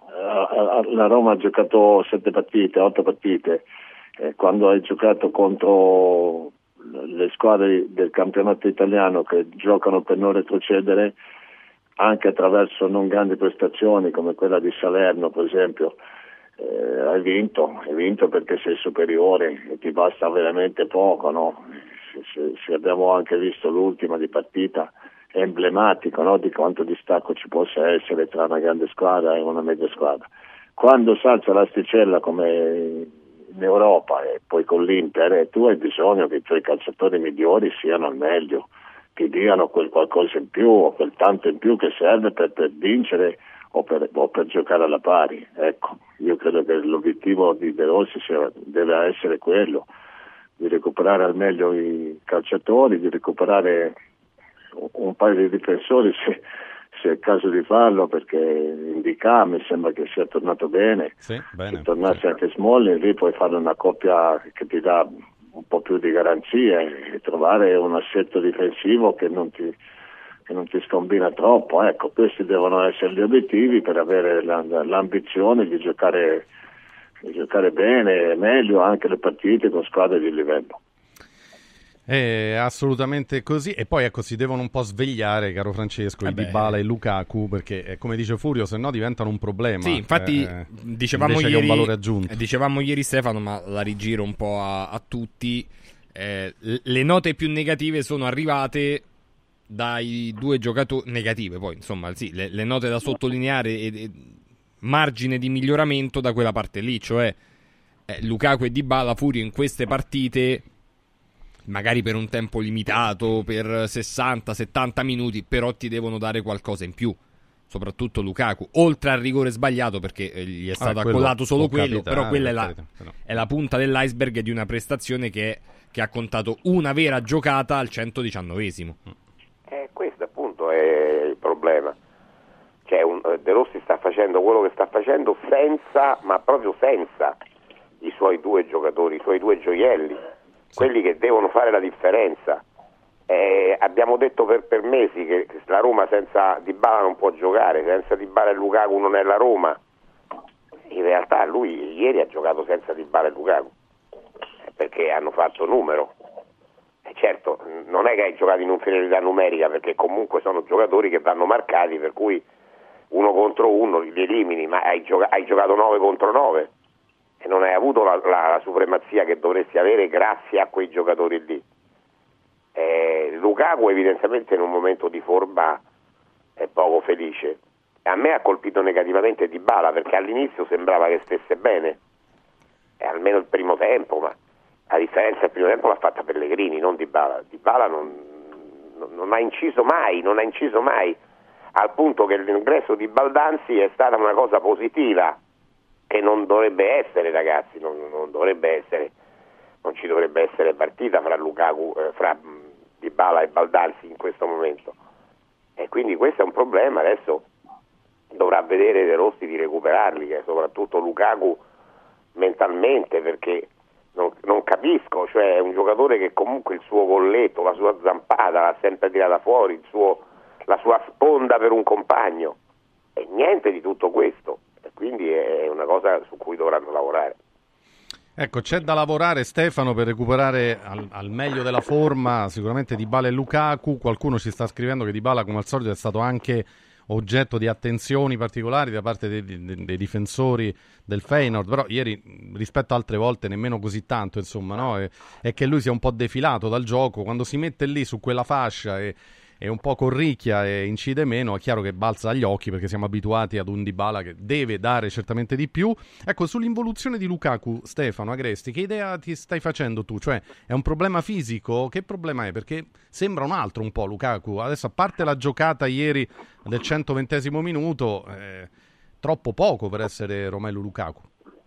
la Roma ha giocato sette partite, otto partite, eh, quando hai giocato contro le squadre del campionato italiano che giocano per non retrocedere, anche attraverso non grandi prestazioni come quella di Salerno per esempio, eh, hai vinto, hai vinto perché sei superiore e ti basta veramente poco, no? Se, se, se abbiamo anche visto l'ultima di partita, è emblematico, no, di quanto distacco ci possa essere tra una grande squadra e una media squadra. Quando salza l'asticella come in Europa e poi con l'Inter, eh, tu hai bisogno che i tuoi calciatori migliori siano al meglio, che diano quel qualcosa in più o quel tanto in più che serve per, per vincere o per, o per giocare alla pari. Ecco, io credo che l'obiettivo di De Rossi sia, deve essere quello, di recuperare al meglio i calciatori, di recuperare un paio di difensori se, se è il caso di farlo, perché Indica mi sembra che sia tornato bene, sì, bene se tornasse sì. anche Smalling, lì puoi fare una coppia che ti dà un po' più di garanzie e trovare un assetto difensivo che non ti, che non ti scombina troppo. Ecco, questi devono essere gli obiettivi per avere la, l'ambizione di giocare, di giocare bene e meglio anche le partite con squadre di livello. È assolutamente così, e poi ecco si devono un po' svegliare, caro Francesco, eh i Dybala e Lukaku, perché eh, come dice Furio, se no diventano un problema. Sì, infatti eh, dicevamo ieri, un valore aggiunto. dicevamo ieri Stefano, ma la rigiro un po' a, a tutti, eh, le note più negative sono arrivate dai due giocatori, negative poi insomma, sì, le, le note da sottolineare e, e margine di miglioramento da quella parte lì, cioè eh, Lukaku e Dybala. Furio in queste partite, magari per un tempo limitato, per sessanta settanta minuti, però ti devono dare qualcosa in più, soprattutto Lukaku, oltre al rigore sbagliato, perché gli è stato ah, accollato solo quello, capitare, però quella è la, però. è la punta dell'iceberg di una prestazione che, che ha contato una vera giocata al centodiciannovesimo. Eh, questo appunto è il problema, cioè un, De Rossi sta facendo quello che sta facendo senza, ma proprio senza i suoi due giocatori, i suoi due gioielli, quelli che devono fare la differenza. Eh, abbiamo detto per, per mesi che la Roma senza Dybala non può giocare, senza Dybala e Lukaku non è la Roma. In realtà lui ieri ha giocato senza Dybala e Lukaku, perché hanno fatto numero. E certo, non è che hai giocato in inferiorità numerica, perché comunque sono giocatori che vanno marcati, per cui uno contro uno li elimini, ma hai, gioca- hai giocato nove contro nove. E non hai avuto la, la, la supremazia che dovresti avere grazie a quei giocatori lì. Eh, Lukaku evidentemente in un momento di forma è poco felice. A me ha colpito negativamente Dybala, perché all'inizio sembrava che stesse bene, e almeno il primo tempo, ma a differenza del primo tempo l'ha fatta Pellegrini, non Dybala. Dybala non, non, non ha inciso mai, non ha inciso mai, al punto che l'ingresso di Baldanzi è stata una cosa positiva, che non dovrebbe essere, ragazzi, non, non dovrebbe essere, non ci dovrebbe essere partita fra Lukaku, eh, fra Dybala e Baldanzi in questo momento, e quindi questo è un problema. Adesso dovrà vedere De Rossi di recuperarli, che soprattutto Lukaku mentalmente, perché non, non capisco, cioè è un giocatore che comunque il suo golletto, la sua zampata l'ha sempre tirata fuori, il suo, la sua sponda per un compagno, e niente di tutto questo. Quindi è una cosa su cui dovranno lavorare. Ecco, c'è da lavorare, Stefano, per recuperare al, al meglio della forma sicuramente Dybala e Lukaku. Qualcuno ci sta scrivendo che Dybala, come al solito, è stato anche oggetto di attenzioni particolari da parte dei, dei, dei difensori del Feyenoord, però ieri rispetto a altre volte nemmeno così tanto, insomma, no? È, è che lui si è un po' defilato dal gioco, quando si mette lì su quella fascia e è un po' corricchia e incide meno, è chiaro che balza agli occhi, perché siamo abituati ad un Dybala che deve dare certamente di più. Ecco, sull'involuzione di Lukaku, Stefano Agresti, che idea ti stai facendo tu? Cioè, è un problema fisico? Che problema è? Perché sembra un altro un po' Lukaku. Adesso, a parte la giocata ieri del centoventesimo minuto, eh, troppo poco per essere Romelu Lukaku.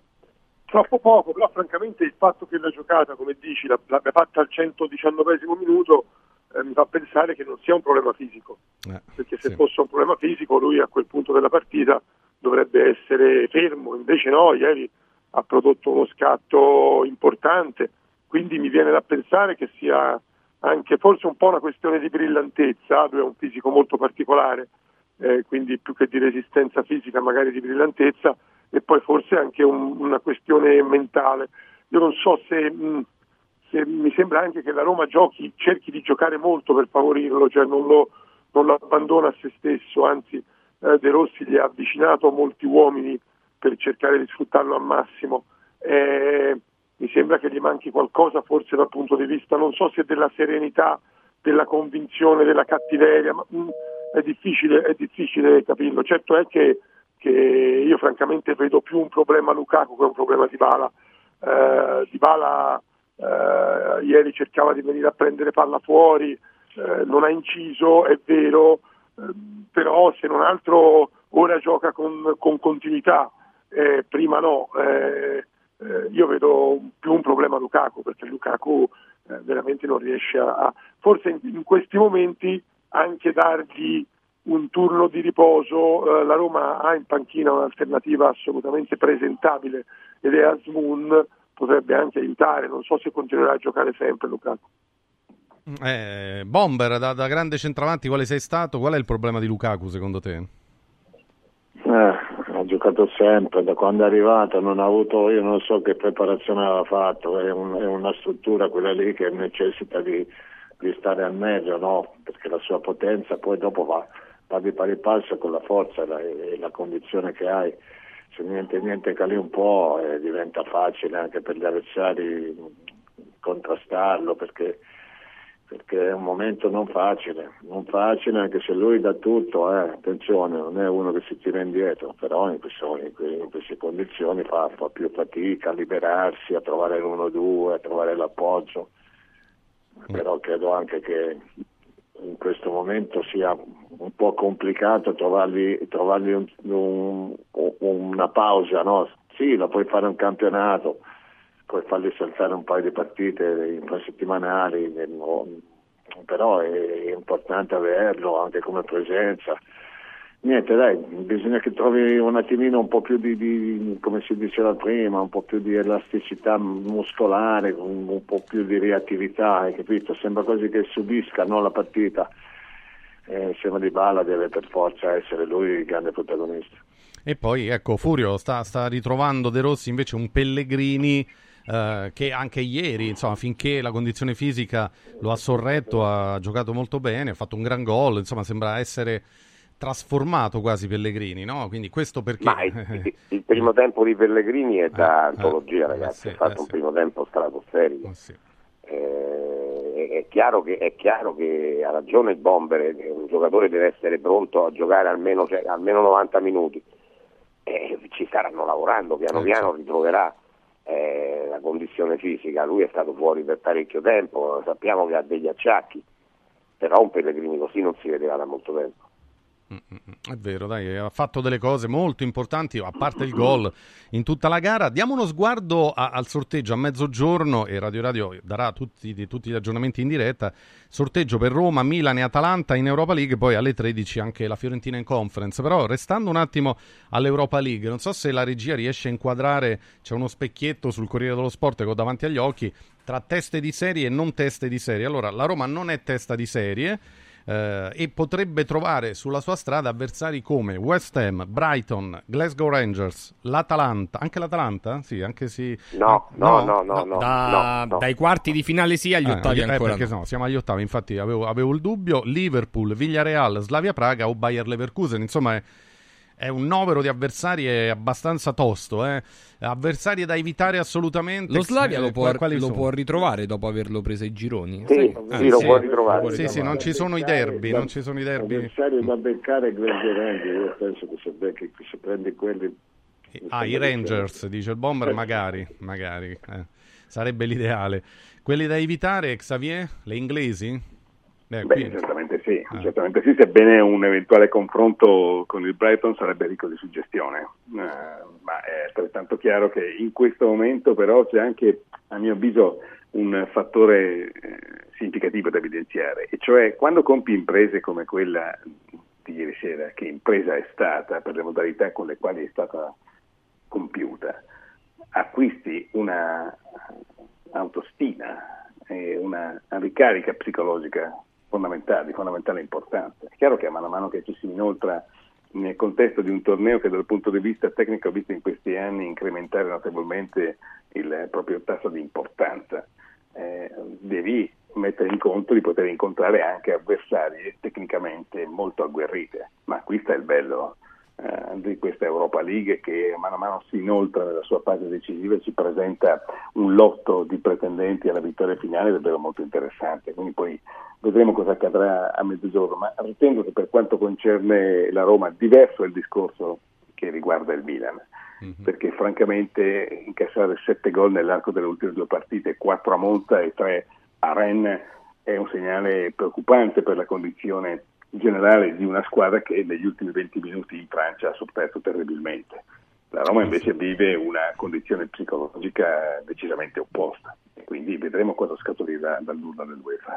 Troppo poco, però francamente il fatto che la giocata, come dici, l'abbia fatta al centodiciannovesimo minuto Eh, mi fa pensare che non sia un problema fisico, eh, perché se sì. fosse un problema fisico lui a quel punto della partita dovrebbe essere fermo, invece no, ieri ha prodotto uno scatto importante, quindi mi viene da pensare che sia anche forse un po' una questione di brillantezza. Lui ha un fisico molto particolare, eh, quindi più che di resistenza fisica magari di brillantezza, e poi forse anche un, una questione mentale. Io non so se... Mh, Se mi sembra anche che la Roma giochi, cerchi di giocare molto per favorirlo, cioè non lo, non lo abbandona a se stesso, anzi eh, De Rossi gli ha avvicinato molti uomini per cercare di sfruttarlo al massimo. Eh, mi sembra che gli manchi qualcosa forse dal punto di vista, non so se della serenità, della convinzione, della cattiveria, ma mh, è difficile, è difficile capirlo. Certo è che, che io francamente vedo più un problema Lukaku che un problema Dybala. Eh, Dybala Uh, ieri cercava di venire a prendere palla fuori, uh, non ha inciso, è vero, uh, però se non altro ora gioca con, con continuità, eh, prima no. Eh, eh, io vedo più un problema Lukaku, perché Lukaku eh, veramente non riesce a, a forse in, in questi momenti anche dargli un turno di riposo. Eh, la Roma ha in panchina un'alternativa assolutamente presentabile ed è Asmun, potrebbe anche aiutare, non so se continuerà a giocare sempre Lukaku. Eh, Bomber, da, da grande centravanti quale sei stato? Qual è il problema di Lukaku secondo te? Eh, ha giocato sempre, da quando è arrivato non ha avuto, io non so che preparazione aveva fatto, è, un, è una struttura quella lì che necessita di, di stare al meglio, no? Perché la sua potenza poi dopo va, va di pari passo con la forza e la, e la condizione che hai. Se niente niente cali un po' eh, diventa facile anche per gli avversari contrastarlo, perché perché è un momento non facile, non facile anche se lui dà tutto, eh, attenzione, non è uno che si tira indietro, però in, questo, in, que, in queste condizioni fa, fa più fatica a liberarsi, a trovare l'uno due, a trovare l'appoggio, però credo anche che in questo momento sia un po' complicato trovargli, trovargli un, un, una pausa, no? Sì, la puoi fare un campionato, puoi farli saltare un paio di partite infrasettimanali, però è importante averlo anche come presenza. Niente, dai, bisogna che trovi un attimino un po' più di, di come si diceva prima, un po' più di elasticità muscolare, un, un po' più di reattività, hai capito? Sembra quasi che subisca, no, la partita. Eh, sembra Dybala deve per forza essere lui il grande protagonista. E poi ecco, Furio sta, sta ritrovando De Rossi invece un Pellegrini eh, che anche ieri, insomma, finché la condizione fisica lo ha sorretto, ha giocato molto bene, ha fatto un gran gol, insomma sembra essere trasformato quasi Pellegrini, no? Quindi questo perché... Ma il, il primo tempo di Pellegrini è da eh, antologia, eh, ragazzi, ha sì, fatto eh, un sì. primo tempo stratosferico. Eh, sì. eh, è, chiaro che, è chiaro che ha ragione il Bomber, un giocatore deve essere pronto a giocare almeno, cioè, almeno novanta minuti. Eh, ci staranno lavorando, piano piano ritroverà eh, la condizione fisica. Lui è stato fuori per parecchio tempo, sappiamo che ha degli acciacchi, però un Pellegrini così non si vedeva da molto tempo. È vero, dai, ha fatto delle cose molto importanti, a parte il gol in tutta la gara. Diamo uno sguardo a, al sorteggio a mezzogiorno, e Radio Radio darà tutti, tutti gli aggiornamenti in diretta. Sorteggio per Roma, Milan e Atalanta in Europa League, poi alle tredici anche la Fiorentina in Conference. Però restando un attimo all'Europa League, non so se la regia riesce a inquadrare, c'è uno specchietto sul Corriere dello Sport che ho davanti agli occhi, tra teste di serie e non teste di serie. Allora, la Roma non è testa di serie, Uh, e potrebbe trovare sulla sua strada avversari come West Ham, Brighton, Glasgow Rangers, l'Atalanta, anche l'Atalanta? Sì, anche sì. No, no, no, no, no, da, no, no. Dai quarti di finale sì, agli ottavi eh, ancora. Eh, perché no, siamo agli ottavi, infatti avevo, avevo il dubbio. Liverpool, Villarreal, Slavia Praga o Bayer Leverkusen, insomma è, è un novero di avversari abbastanza tosto, eh. Avversari da evitare assolutamente. Lo Slavia eh, lo, può, lo può ritrovare dopo averlo preso ai gironi? Sì, sì, ah, sì, lo sì, può ritrovare. Sì, sì, non ci sono i derby, non ci sono i derby. Avversari da beccare Glasgow Rangers, io penso che se, becchi, se prendi quelli... Ah, i Rangers, dice il Bomber, magari, magari, eh. sarebbe l'ideale. Quelli da evitare, Xavier, le inglesi? Beh, Beh certamente sì, ah. certamente sì, sebbene un eventuale confronto con il Brighton sarebbe ricco di suggestione, uh, ma è altrettanto chiaro che in questo momento però c'è anche, a mio avviso, un fattore eh, significativo da evidenziare, e cioè quando compi imprese come quella di ieri sera, che impresa è stata per le modalità con le quali è stata compiuta, acquisti una autostima e una ricarica psicologica fondamentale, fondamentale importanza. È chiaro che a mano a mano che ci si inoltra nel contesto di un torneo che dal punto di vista tecnico ha visto in questi anni incrementare notevolmente il proprio tasso di importanza, eh, devi mettere in conto di poter incontrare anche avversari tecnicamente molto agguerrite, ma qui sta il bello eh, di questa Europa League, che mano a mano si inoltra nella sua fase decisiva e ci presenta un lotto di pretendenti alla vittoria finale davvero molto interessante, quindi poi vedremo cosa accadrà a mezzogiorno, ma ritengo che per quanto concerne la Roma diverso è il discorso che riguarda il Milan, mm-hmm. perché francamente incassare sette gol nell'arco delle ultime due partite, quattro a Monza e tre a Rennes, è un segnale preoccupante per la condizione generale di una squadra che negli ultimi venti minuti in Francia ha sofferto terribilmente. La Roma invece vive una condizione psicologica decisamente opposta, e quindi vedremo cosa scaturirà dall'urna dell'UEFA.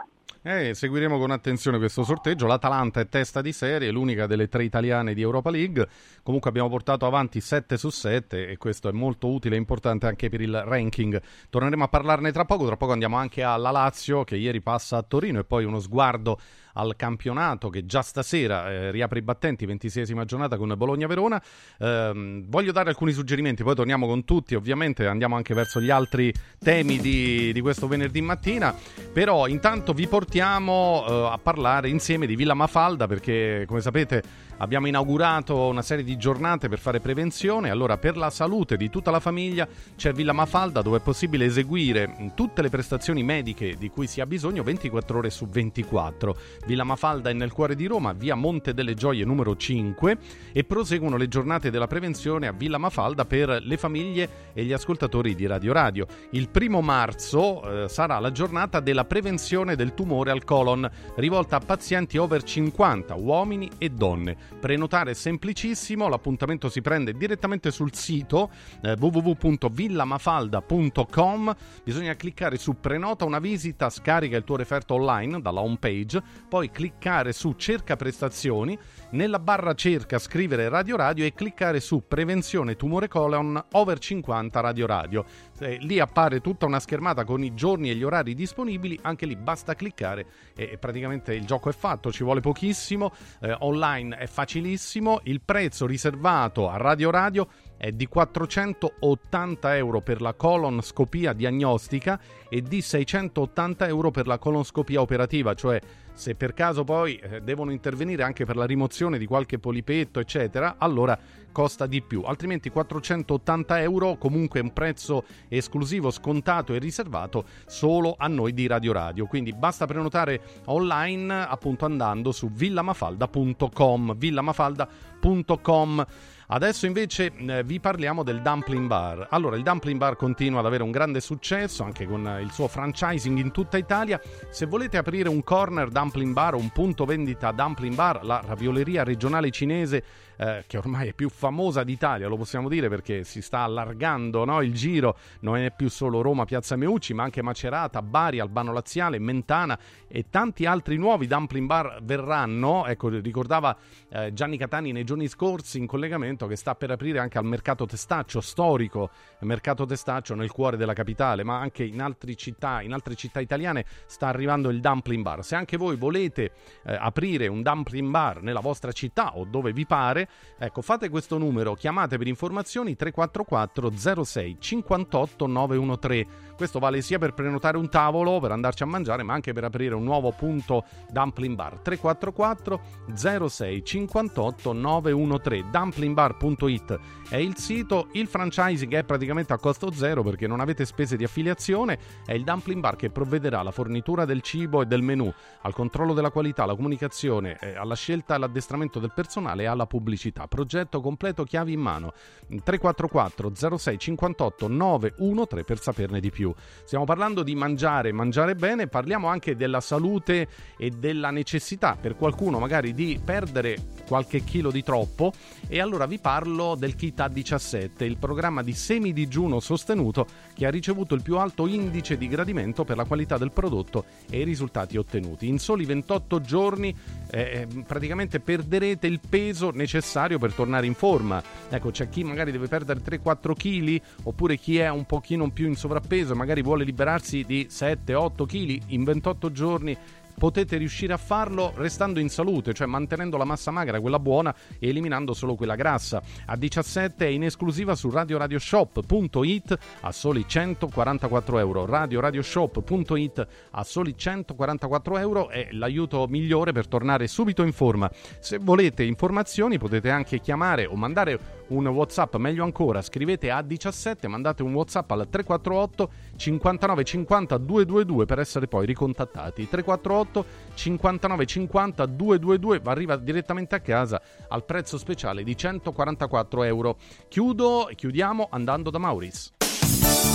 Eh, seguiremo con attenzione questo sorteggio. L'Atalanta è testa di serie, l'unica delle tre italiane di Europa League. Comunque abbiamo portato avanti sette su sette e questo è molto utile e importante anche per il ranking. Torneremo a parlarne tra poco, tra poco andiamo anche alla Lazio che ieri passa a Torino e poi uno sguardo al campionato che già stasera eh, riapre i battenti, ventiseiesima giornata con Bologna-Verona. Eh, voglio dare alcuni suggerimenti, poi torniamo con tutti, ovviamente andiamo anche verso gli altri temi di, di questo venerdì mattina, però intanto vi portiamo eh, a parlare insieme di Villa Mafalda perché, come sapete, abbiamo inaugurato una serie di giornate per fare prevenzione. Allora, per la salute di tutta la famiglia c'è Villa Mafalda, dove è possibile eseguire tutte le prestazioni mediche di cui si ha bisogno ventiquattro ore su ventiquattro. Villa Mafalda è nel cuore di Roma, via Monte delle Gioie numero cinque, e proseguono le giornate della prevenzione a Villa Mafalda per le famiglie e gli ascoltatori di Radio Radio. Il primo marzo eh, sarà la giornata della prevenzione del tumore al colon, rivolta a pazienti over cinquanta, uomini e donne. Prenotare è semplicissimo, l'appuntamento si prende direttamente sul sito eh, w w w punto villa mafalda punto com. Bisogna cliccare su prenota una visita, scarica il tuo referto online dalla home page, poi cliccare su cerca prestazioni, nella barra cerca scrivere Radio Radio e cliccare su prevenzione tumore colon over cinquanta Radio Radio. Eh, lì appare tutta una schermata con i giorni e gli orari disponibili, anche lì basta cliccare e praticamente il gioco è fatto, ci vuole pochissimo, eh, online è facilissimo. Il prezzo riservato a Radio Radio è di quattrocentottanta euro per la colonscopia diagnostica e di seicentottanta euro per la colonscopia operativa, cioè se per caso poi eh, devono intervenire anche per la rimozione di qualche polipetto eccetera, allora costa di più, altrimenti quattrocentottanta euro, comunque un prezzo esclusivo, scontato e riservato solo a noi di Radio Radio. Quindi basta prenotare online appunto andando su villamafalda punto com, villamafalda punto com. Adesso invece eh, vi parliamo del Dumpling Bar. Allora, il Dumpling Bar continua ad avere un grande successo anche con eh, il suo franchising in tutta Italia. Se volete aprire un corner Dumpling Bar o un punto vendita Dumpling Bar, la ravioleria regionale cinese eh, che ormai è più famosa d'Italia, lo possiamo dire perché si sta allargando, no? Il giro non è più solo Roma, Piazza Meucci, ma anche Macerata, Bari, Albano Laziale, Mentana e tanti altri nuovi Dumpling Bar verranno. Ecco, ricordava eh, Gianni Catani nei giorni scorsi in collegamento che sta per aprire anche al mercato Testaccio, storico mercato Testaccio nel cuore della capitale, ma anche in altre città, in altre città italiane sta arrivando il Dumpling Bar. Se anche voi volete eh, aprire un Dumpling Bar nella vostra città o dove vi pare, ecco, fate questo numero, chiamate per informazioni tre quattro quattro zero sei cinquantotto nove uno tre. Questo vale sia per prenotare un tavolo per andarci a mangiare, ma anche per aprire un nuovo punto Dumpling Bar. Tre quattro quattro zero sei cinquantotto nove uno tre. dumpling bar punto it è il sito. Il franchising è praticamente a costo zero perché non avete spese di affiliazione. È il Dumpling Bar che provvederà alla fornitura del cibo e del menù, al controllo della qualità, alla comunicazione, eh, alla scelta e all'addestramento del personale e alla pubblicità. Progetto completo, chiavi in mano. Tre quattro quattro zero sei cinquantotto nove uno tre per saperne di più. Stiamo parlando di mangiare, mangiare bene, parliamo anche della salute e della necessità per qualcuno magari di perdere qualche chilo di troppo, e allora vi parlo del Kit A diciassette, il programma di semidigiuno sostenuto che ha ricevuto il più alto indice di gradimento per la qualità del prodotto e i risultati ottenuti. In soli ventotto giorni eh, praticamente perderete il peso necessario per tornare in forma. Ecco, c'è chi magari deve perdere tre quattro chili, oppure chi è un pochino più in sovrappeso e magari vuole liberarsi di sette otto chili. In ventotto giorni potete riuscire a farlo restando in salute, cioè mantenendo la massa magra, quella buona, e eliminando solo quella grassa. A diciassette è in esclusiva su radio radio shop punto it a soli centoquarantaquattro euro. radio radio shop punto it a soli centoquarantaquattro euro è l'aiuto migliore per tornare subito in forma. Se volete informazioni potete anche chiamare o mandare un WhatsApp, meglio ancora, scrivete A diciassette, mandate un WhatsApp al tre quattro otto cinquantanove cinquanta duecentoventidue per essere poi ricontattati. tre quattro otto cinquantanove cinquanta duecentoventidue arriva direttamente a casa al prezzo speciale di centoquarantaquattro euro. Chiudo e chiudiamo andando da Mauris.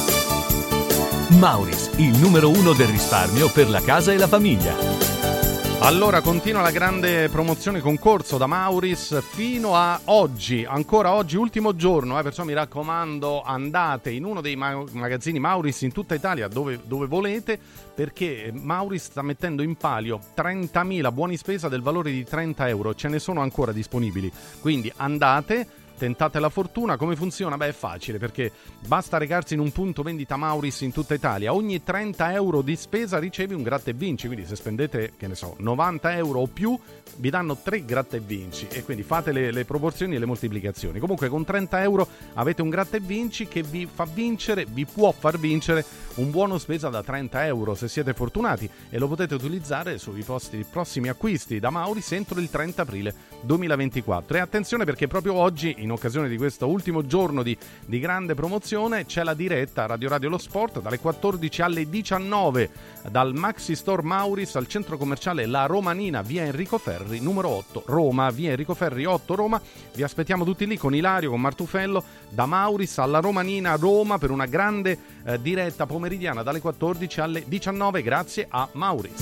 Mauris, il numero uno del risparmio per la casa e la famiglia. Allora continua la grande promozione concorso da Mauris fino a oggi, ancora oggi ultimo giorno, eh, perciò mi raccomando andate in uno dei ma- magazzini Mauris in tutta Italia dove, dove volete, perché Mauris sta mettendo in palio trentamila buoni spesa del valore di trenta euro, ce ne sono ancora disponibili, quindi andate, tentate la fortuna. Come funziona? Beh, è facile, perché basta recarsi in un punto vendita Mauris in tutta Italia. Ogni trenta euro di spesa ricevi un gratta e vinci, quindi se spendete, che ne so, novanta euro o più, vi danno tre gratta e vinci, e quindi fate le, le proporzioni e le moltiplicazioni. Comunque con trenta euro avete un gratta e vinci che vi fa vincere, vi può far vincere un buono spesa da trenta euro se siete fortunati, e lo potete utilizzare sui vostri prossimi acquisti da Mauris entro il trenta aprile duemilaventiquattro. E attenzione, perché proprio oggi, in occasione di questo ultimo giorno di, di grande promozione, c'è la diretta Radio Radio Lo Sport dalle quattordici alle diciannove dal Maxi Store Mauris al centro commerciale La Romanina, via Enrico Ferri numero otto, Roma, via Enrico Ferri otto, Roma. Vi aspettiamo tutti lì con Ilario, con Martufello, da Mauris alla Romanina, Roma, per una grande eh, diretta pomeridiana dalle quattordici alle diciannove, grazie a Mauris.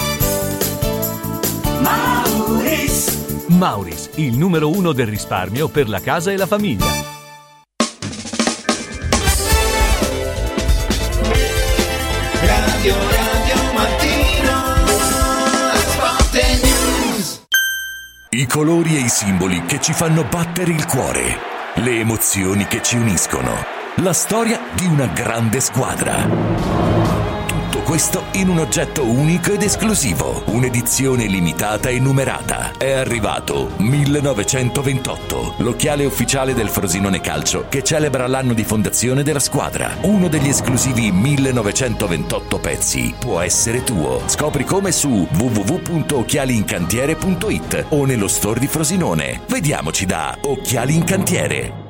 Mauris. Mauris, il numero uno del risparmio per la casa e la famiglia. Radio Radio Mattino, Sport e News. I colori e i simboli che ci fanno battere il cuore, le emozioni che ci uniscono, la storia di una grande squadra. Tutto questo in un oggetto unico ed esclusivo, un'edizione limitata e numerata. È arrivato millenovecentoventotto, l'occhiale ufficiale del Frosinone Calcio, che celebra l'anno di fondazione della squadra. Uno degli esclusivi millenovecentoventotto pezzi può essere tuo. Scopri come su w w w punto occhiali in cantiere punto i t o nello store di Frosinone. Vediamoci da Occhiali in Cantiere.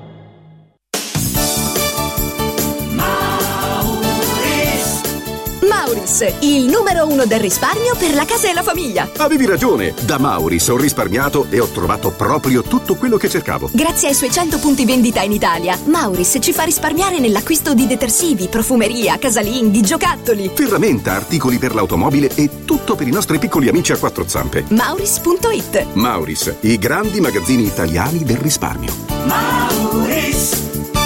Mauris, il numero uno del risparmio per la casa e la famiglia. Avevi ragione, da Mauris ho risparmiato e ho trovato proprio tutto quello che cercavo. Grazie ai suoi cento punti vendita in Italia, Mauris ci fa risparmiare nell'acquisto di detersivi, profumeria, casalinghi, giocattoli, ferramenta, articoli per l'automobile e tutto per i nostri piccoli amici a quattro zampe. Mauris punto i t. Mauris, i grandi magazzini italiani del risparmio. Mauris.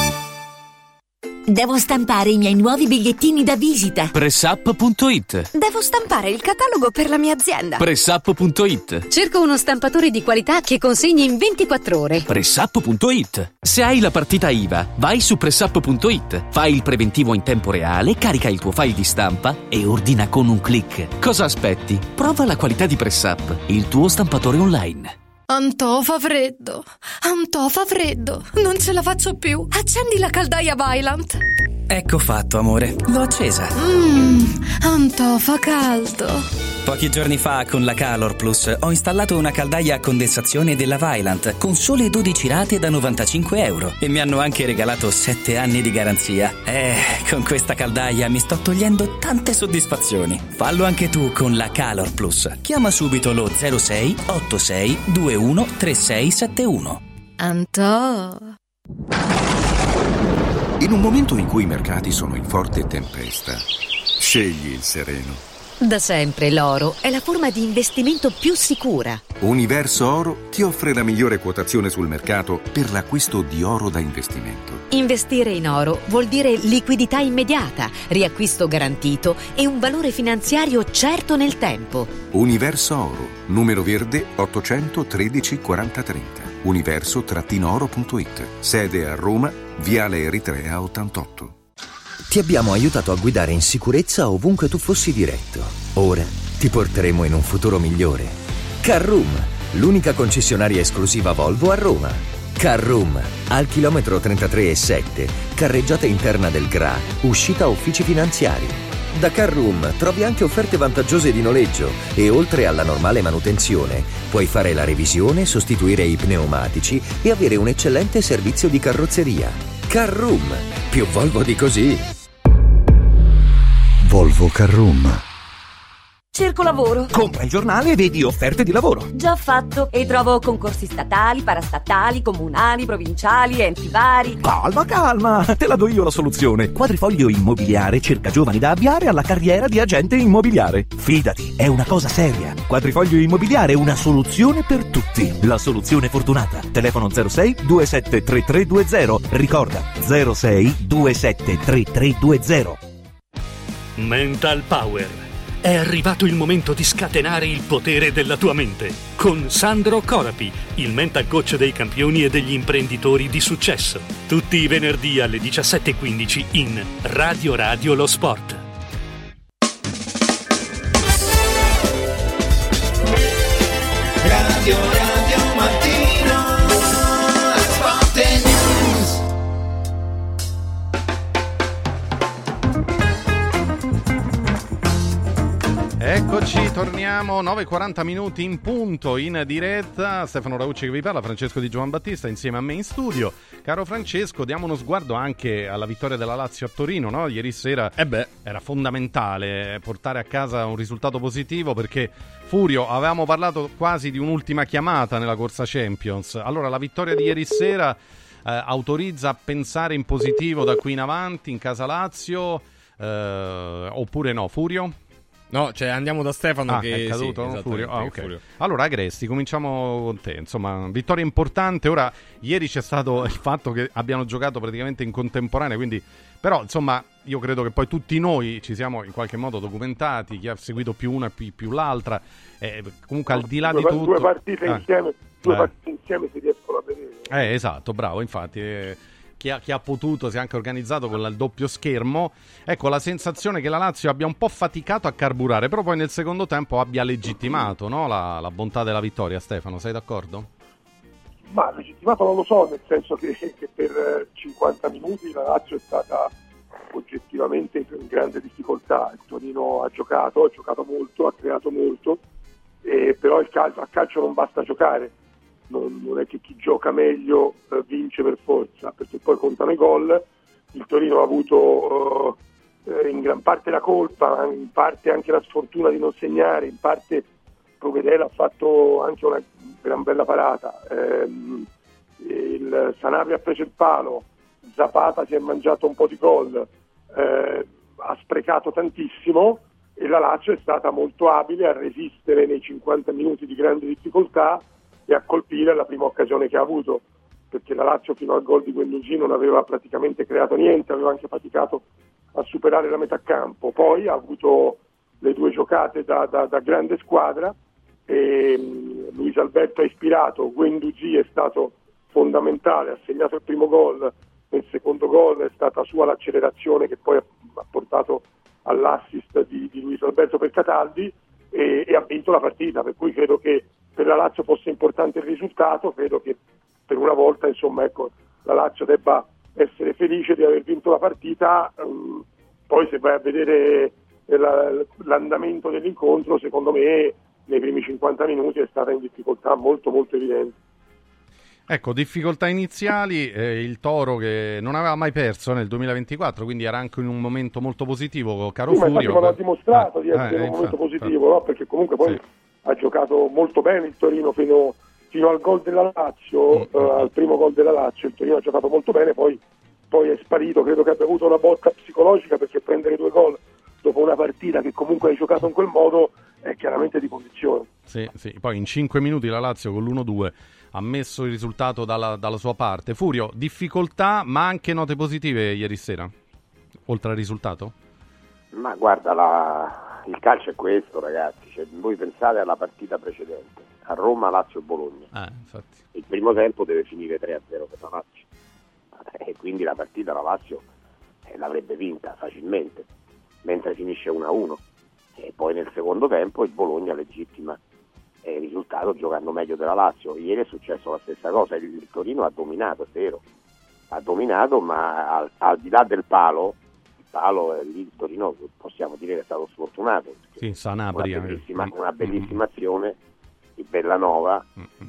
Devo stampare i miei nuovi bigliettini da visita. Pressup punto i t. Devo stampare il catalogo per la mia azienda. Pressup punto i t. Cerco uno stampatore di qualità che consegni in ventiquattro ore. Pressup punto i t. Se hai la partita I V A, vai su Pressup punto i t. Fai il preventivo in tempo reale, carica il tuo file di stampa e ordina con un click. Cosa aspetti? Prova la qualità di Pressup, il tuo stampatore online. Antò fa freddo, Antò fa freddo, non ce la faccio più. Accendi la caldaia Vaillant. Ecco fatto, amore, l'ho accesa. Mmm, Antò fa caldo. Pochi giorni fa con la Calor Plus ho installato una caldaia a condensazione della Vaillant con sole dodici rate da novantacinque euro e mi hanno anche regalato sette anni di garanzia. Eh, con questa caldaia mi sto togliendo tante soddisfazioni. Fallo anche tu con la Calor Plus. Chiama subito lo zero sei otto sei due uno tre sei sette uno. Antò. In un momento in cui i mercati sono in forte tempesta, scegli il sereno. Da sempre l'oro è la forma di investimento più sicura. Universo Oro ti offre la migliore quotazione sul mercato per l'acquisto di oro da investimento. Investire in oro vuol dire liquidità immediata, riacquisto garantito e un valore finanziario certo nel tempo. Universo Oro, numero verde ottocentotredici quaranta trenta. universo oro punto i t. Sede a Roma, Viale Eritrea ottantotto. Ti abbiamo aiutato a guidare in sicurezza ovunque tu fossi diretto. Ora ti porteremo in un futuro migliore. Carroom, l'unica concessionaria esclusiva Volvo a Roma. Carroom, al chilometro trentatré e sette, carreggiata interna del G R A, uscita uffici finanziari. Da Carroom trovi anche offerte vantaggiose di noleggio e oltre alla normale manutenzione puoi fare la revisione, sostituire i pneumatici e avere un eccellente servizio di carrozzeria. Carroom, più Volvo di così. Volvo Carroom. Cerco lavoro. Compra il giornale e vedi offerte di lavoro. Già fatto. E trovo concorsi statali, parastatali, comunali, provinciali, enti vari. Calma, calma. Te la do io la soluzione. Quadrifoglio Immobiliare cerca giovani da avviare alla carriera di agente immobiliare. Fidati, è una cosa seria. Quadrifoglio Immobiliare è una soluzione per tutti. La soluzione fortunata. Telefono zero sei due sette tre tre due zero. Ricorda zero sei due sette tre tre due zero. Mental Power. È arrivato il momento di scatenare il potere della tua mente con Sandro Corapi, il mental coach dei campioni e degli imprenditori di successo. Tutti i venerdì alle diciassette e quindici in Radio Radio Lo Sport. Radio Radio Mattino, Sport e News. Eccoci, torniamo, nove e quaranta minuti in punto in diretta. Stefano Raucci che vi parla, Francesco Di Giovanbattista insieme a me in studio. Caro Francesco, diamo uno sguardo anche alla vittoria della Lazio a Torino, no? Ieri sera eh beh. era fondamentale portare a casa un risultato positivo, perché Furio, avevamo parlato quasi di un'ultima chiamata nella corsa Champions. Allora la vittoria di ieri sera eh, autorizza a pensare in positivo da qui in avanti in casa Lazio eh, oppure no, Furio? No, cioè andiamo da Stefano ah, che è caduto, sì, Furio. Ah, okay. Furio. Allora Agresti, cominciamo con te. Insomma, vittoria importante. Ora, ieri c'è stato il fatto che abbiano giocato praticamente in contemporanea, quindi però insomma io credo che poi tutti noi ci siamo in qualche modo documentati, chi ha seguito più una e più, più l'altra, eh, comunque al di là due, di tutto due partite ah. insieme due eh. partite insieme si riescono a vedere. Eh, esatto, bravo, infatti eh, Chi ha, chi ha potuto si è anche organizzato con il doppio schermo. Ecco, la sensazione che la Lazio abbia un po' faticato a carburare, però poi nel secondo tempo abbia legittimato, no? la, la bontà della vittoria. Stefano, sei d'accordo? Ma legittimato non lo so, nel senso che, che per cinquanta minuti la Lazio è stata oggettivamente in grande difficoltà. Il Torino ha giocato, ha giocato molto, ha creato molto, eh, però il calcio, a calcio non basta giocare. Non, non è che chi gioca meglio eh, vince per forza, perché poi contano i gol. Il Torino ha avuto eh, in gran parte la colpa, in parte anche la sfortuna di non segnare, in parte Provedela ha fatto anche una gran bella parata. Eh, il Sanabria ha preso il palo, Zapata si è mangiato un po' di gol, eh, ha sprecato tantissimo e la Lazio è stata molto abile a resistere nei cinquanta minuti di grande difficoltà e a colpire alla prima occasione che ha avuto, perché la Lazio fino al gol di Guendouzi non aveva praticamente creato niente, aveva anche faticato a superare la metà campo. Poi ha avuto le due giocate da, da, da grande squadra e um, Luis Alberto ha ispirato, Guendouzi è stato fondamentale, ha segnato il primo gol, nel secondo gol è stata sua l'accelerazione che poi ha, ha portato all'assist di, di Luis Alberto per Cataldi e, e ha vinto la partita, per cui credo che per la Lazio fosse importante il risultato. Credo che per una volta insomma ecco la Lazio debba essere felice di aver vinto la partita. Um, poi se vai a vedere la, l'andamento dell'incontro, secondo me nei primi cinquanta minuti è stata in difficoltà molto molto evidente. Ecco, difficoltà iniziali, eh, il Toro che non aveva mai perso nel duemilaventiquattro, quindi era anche in un momento molto positivo, caro sì, Furio. Ma ha dimostrato ah, di essere eh, in un infatti, momento positivo, no? Perché comunque poi sì. ha giocato molto bene il Torino fino, fino al gol della Lazio, mm. uh, al primo gol della Lazio il Torino ha giocato molto bene, poi, poi è sparito. Credo che abbia avuto una botta psicologica, perché prendere due gol dopo una partita che comunque hai giocato in quel modo è chiaramente di condizione. Sì, sì. Poi in cinque minuti la Lazio con l'uno due ha messo il risultato dalla, dalla sua parte. Furio, difficoltà ma anche note positive ieri sera, oltre al risultato? Ma guarda, la... il calcio è questo, ragazzi, cioè, voi pensate alla partita precedente, a Roma, Lazio e Bologna. Ah, infatti. Il primo tempo deve finire tre a zero per la Lazio e quindi la partita la Lazio eh, l'avrebbe vinta facilmente, mentre finisce uno a uno e poi nel secondo tempo il Bologna legittima il risultato giocando meglio della Lazio. Ieri è successo la stessa cosa, il, il Torino ha dominato, è vero, ha dominato, ma al, al di là del palo, il palo eh, lì il Torino possiamo dire che è stato sfortunato. Sì, Sanabria. Una bellissima, una bellissima azione di Bellanova mm-hmm.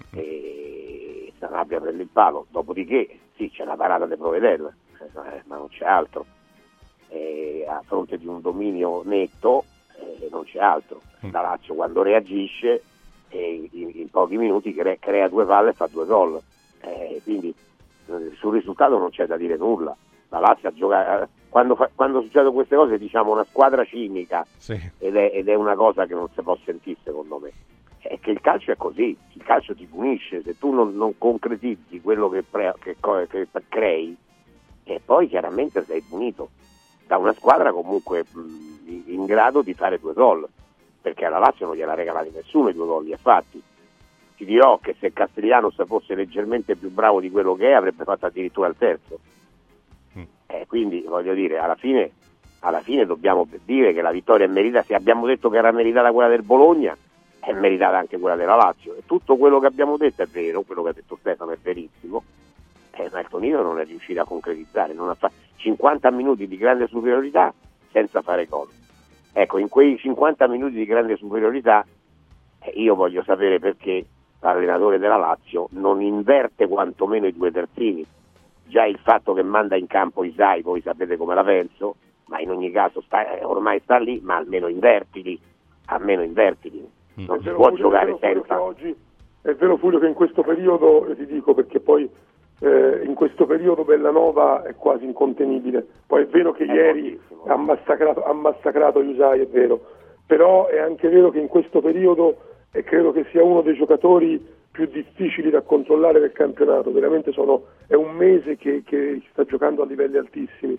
e Sanabria prende il palo, dopodiché sì c'è la parata di Provedel, eh, ma non c'è altro. E a fronte di un dominio netto eh, non c'è altro. La Lazio quando reagisce eh, in, in pochi minuti cre- crea due palle e fa due gol, eh, quindi eh, sul risultato non c'è da dire nulla. La Lazio gioca, quando, fa, quando succedono queste cose diciamo una squadra cinica, sì. ed, è, ed è una cosa che non si può sentire secondo me, è che il calcio è così, il calcio ti punisce se tu non, non concretizzi quello che, pre, che, che crei, e poi chiaramente sei punito da una squadra comunque mh, in grado di fare due gol, perché alla Lazio non gliela regalati nessuno i due gol li ha fatti. Ti dirò che se Castellanos fosse leggermente più bravo di quello che è avrebbe fatto addirittura il terzo. mm. eh, quindi voglio dire, alla fine alla fine dobbiamo dire che la vittoria è meritata. Se abbiamo detto che era meritata quella del Bologna, è meritata anche quella della Lazio, e tutto quello che abbiamo detto è vero, quello che ha detto Stefano è verissimo, eh, ma il Torino non è riuscito a concretizzare, non ha fatto cinquanta minuti di grande superiorità senza fare gol. Ecco, in quei cinquanta minuti di grande superiorità eh, io voglio sapere perché l'allenatore della Lazio non inverte quantomeno i due terzini. Già il fatto che manda in campo Isai, voi sapete come la penso, ma in ogni caso sta, eh, ormai sta lì, ma almeno invertili, almeno invertili. Non si può Fulvio, giocare è vero, senza. Oggi, è vero Fulvio che in questo periodo, eh, ti dico perché poi eh, in questo periodo Bellanova è quasi incontenibile. Poi è vero che è ieri ha massacrato, ha massacrato Usai, è vero, però è anche vero che in questo periodo e credo che sia uno dei giocatori più difficili da controllare del campionato. Veramente sono, è un mese che, che sta giocando a livelli altissimi.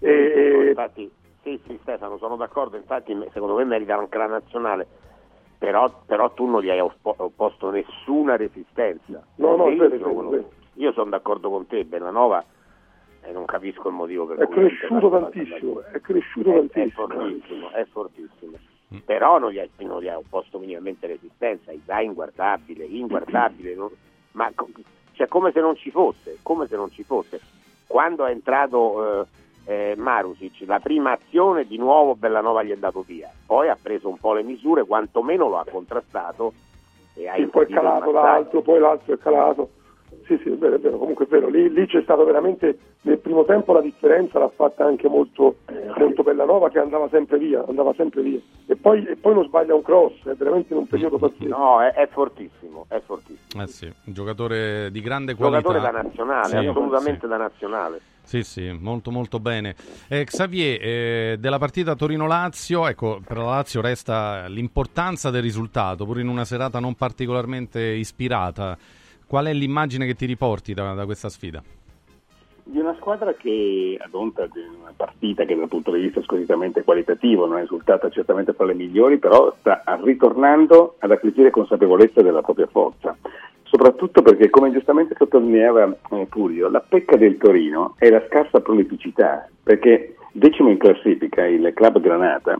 E, infatti, sì, sì, Stefano, sono d'accordo, infatti secondo me merita anche la nazionale. Però, però tu non gli hai opposto nessuna resistenza. No, no, io, vero, sono, vero. io sono d'accordo con te, Bellanova, e eh, non capisco il motivo per è cui cresciuto tantissimo, è cresciuto è, tantissimo. È fortissimo, è fortissimo. Mm. Però non gli, hai, non gli hai opposto minimamente resistenza, Isai inguardabile, inguardabile, non, ma cioè, come se non ci fosse, come se non ci fosse. Quando è entrato eh, Eh, Marusic, la prima azione di nuovo Bellanova gli è dato via, poi ha preso un po' le misure, quantomeno lo ha contrastato e ha sì, poi è calato l'altro, poi l'altro è calato. Sì, sì, è vero, è vero, comunque è vero, lì, lì c'è stato veramente, nel primo tempo la differenza l'ha fatta anche molto, molto Bellanova, che andava sempre via, andava sempre via. E poi, e poi non sbaglia un cross, è veramente in un periodo pazzesco. No, è, è fortissimo, è fortissimo. Eh sì, un giocatore di grande qualità. Giocatore da nazionale, sì, assolutamente sì. da nazionale. Sì, sì, molto molto bene. Eh, Xavier, eh, della partita Torino-Lazio, ecco, per la Lazio resta l'importanza del risultato, pur in una serata non particolarmente ispirata. Qual è l'immagine che ti riporti da, da questa sfida? Di una squadra che, ad onta di una partita che dal punto di vista squisitamente qualitativo non è risultata certamente fra le migliori, però sta ritornando ad acquisire consapevolezza della propria forza. Soprattutto perché, come giustamente sottolineava eh, Purio, la pecca del Torino è la scarsa prolificità, perché decimo in classifica il club Granata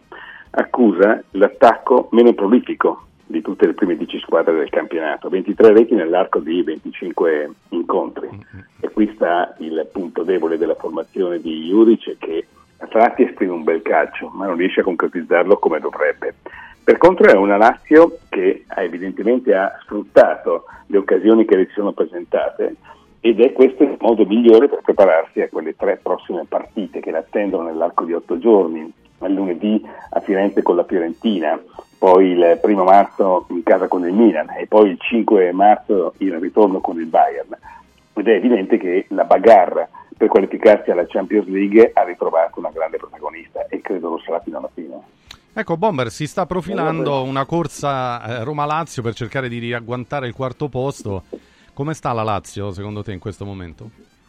accusa l'attacco meno prolifico di tutte le prime dieci squadre del campionato, ventitré reti nell'arco di venticinque incontri. E qui sta il punto debole della formazione di Juric, che a tratti esprime un bel calcio, ma non riesce a concretizzarlo come dovrebbe. Per contro è una Lazio che ha, evidentemente ha sfruttato le occasioni che le si sono presentate, ed è questo il modo migliore per prepararsi a quelle tre prossime partite che l'attendono nell'arco di otto giorni, il lunedì a Firenze con la Fiorentina, poi il primo marzo in casa con il Milan e poi il cinque marzo il ritorno con il Bayern. Ed è evidente che la bagarre per qualificarsi alla Champions League ha ritrovato una grande protagonista e credo lo sarà fino alla fine. Ecco, Bomber, si sta profilando una corsa eh, Roma-Lazio per cercare di riagguantare il quarto posto. Come sta la Lazio secondo te in questo momento?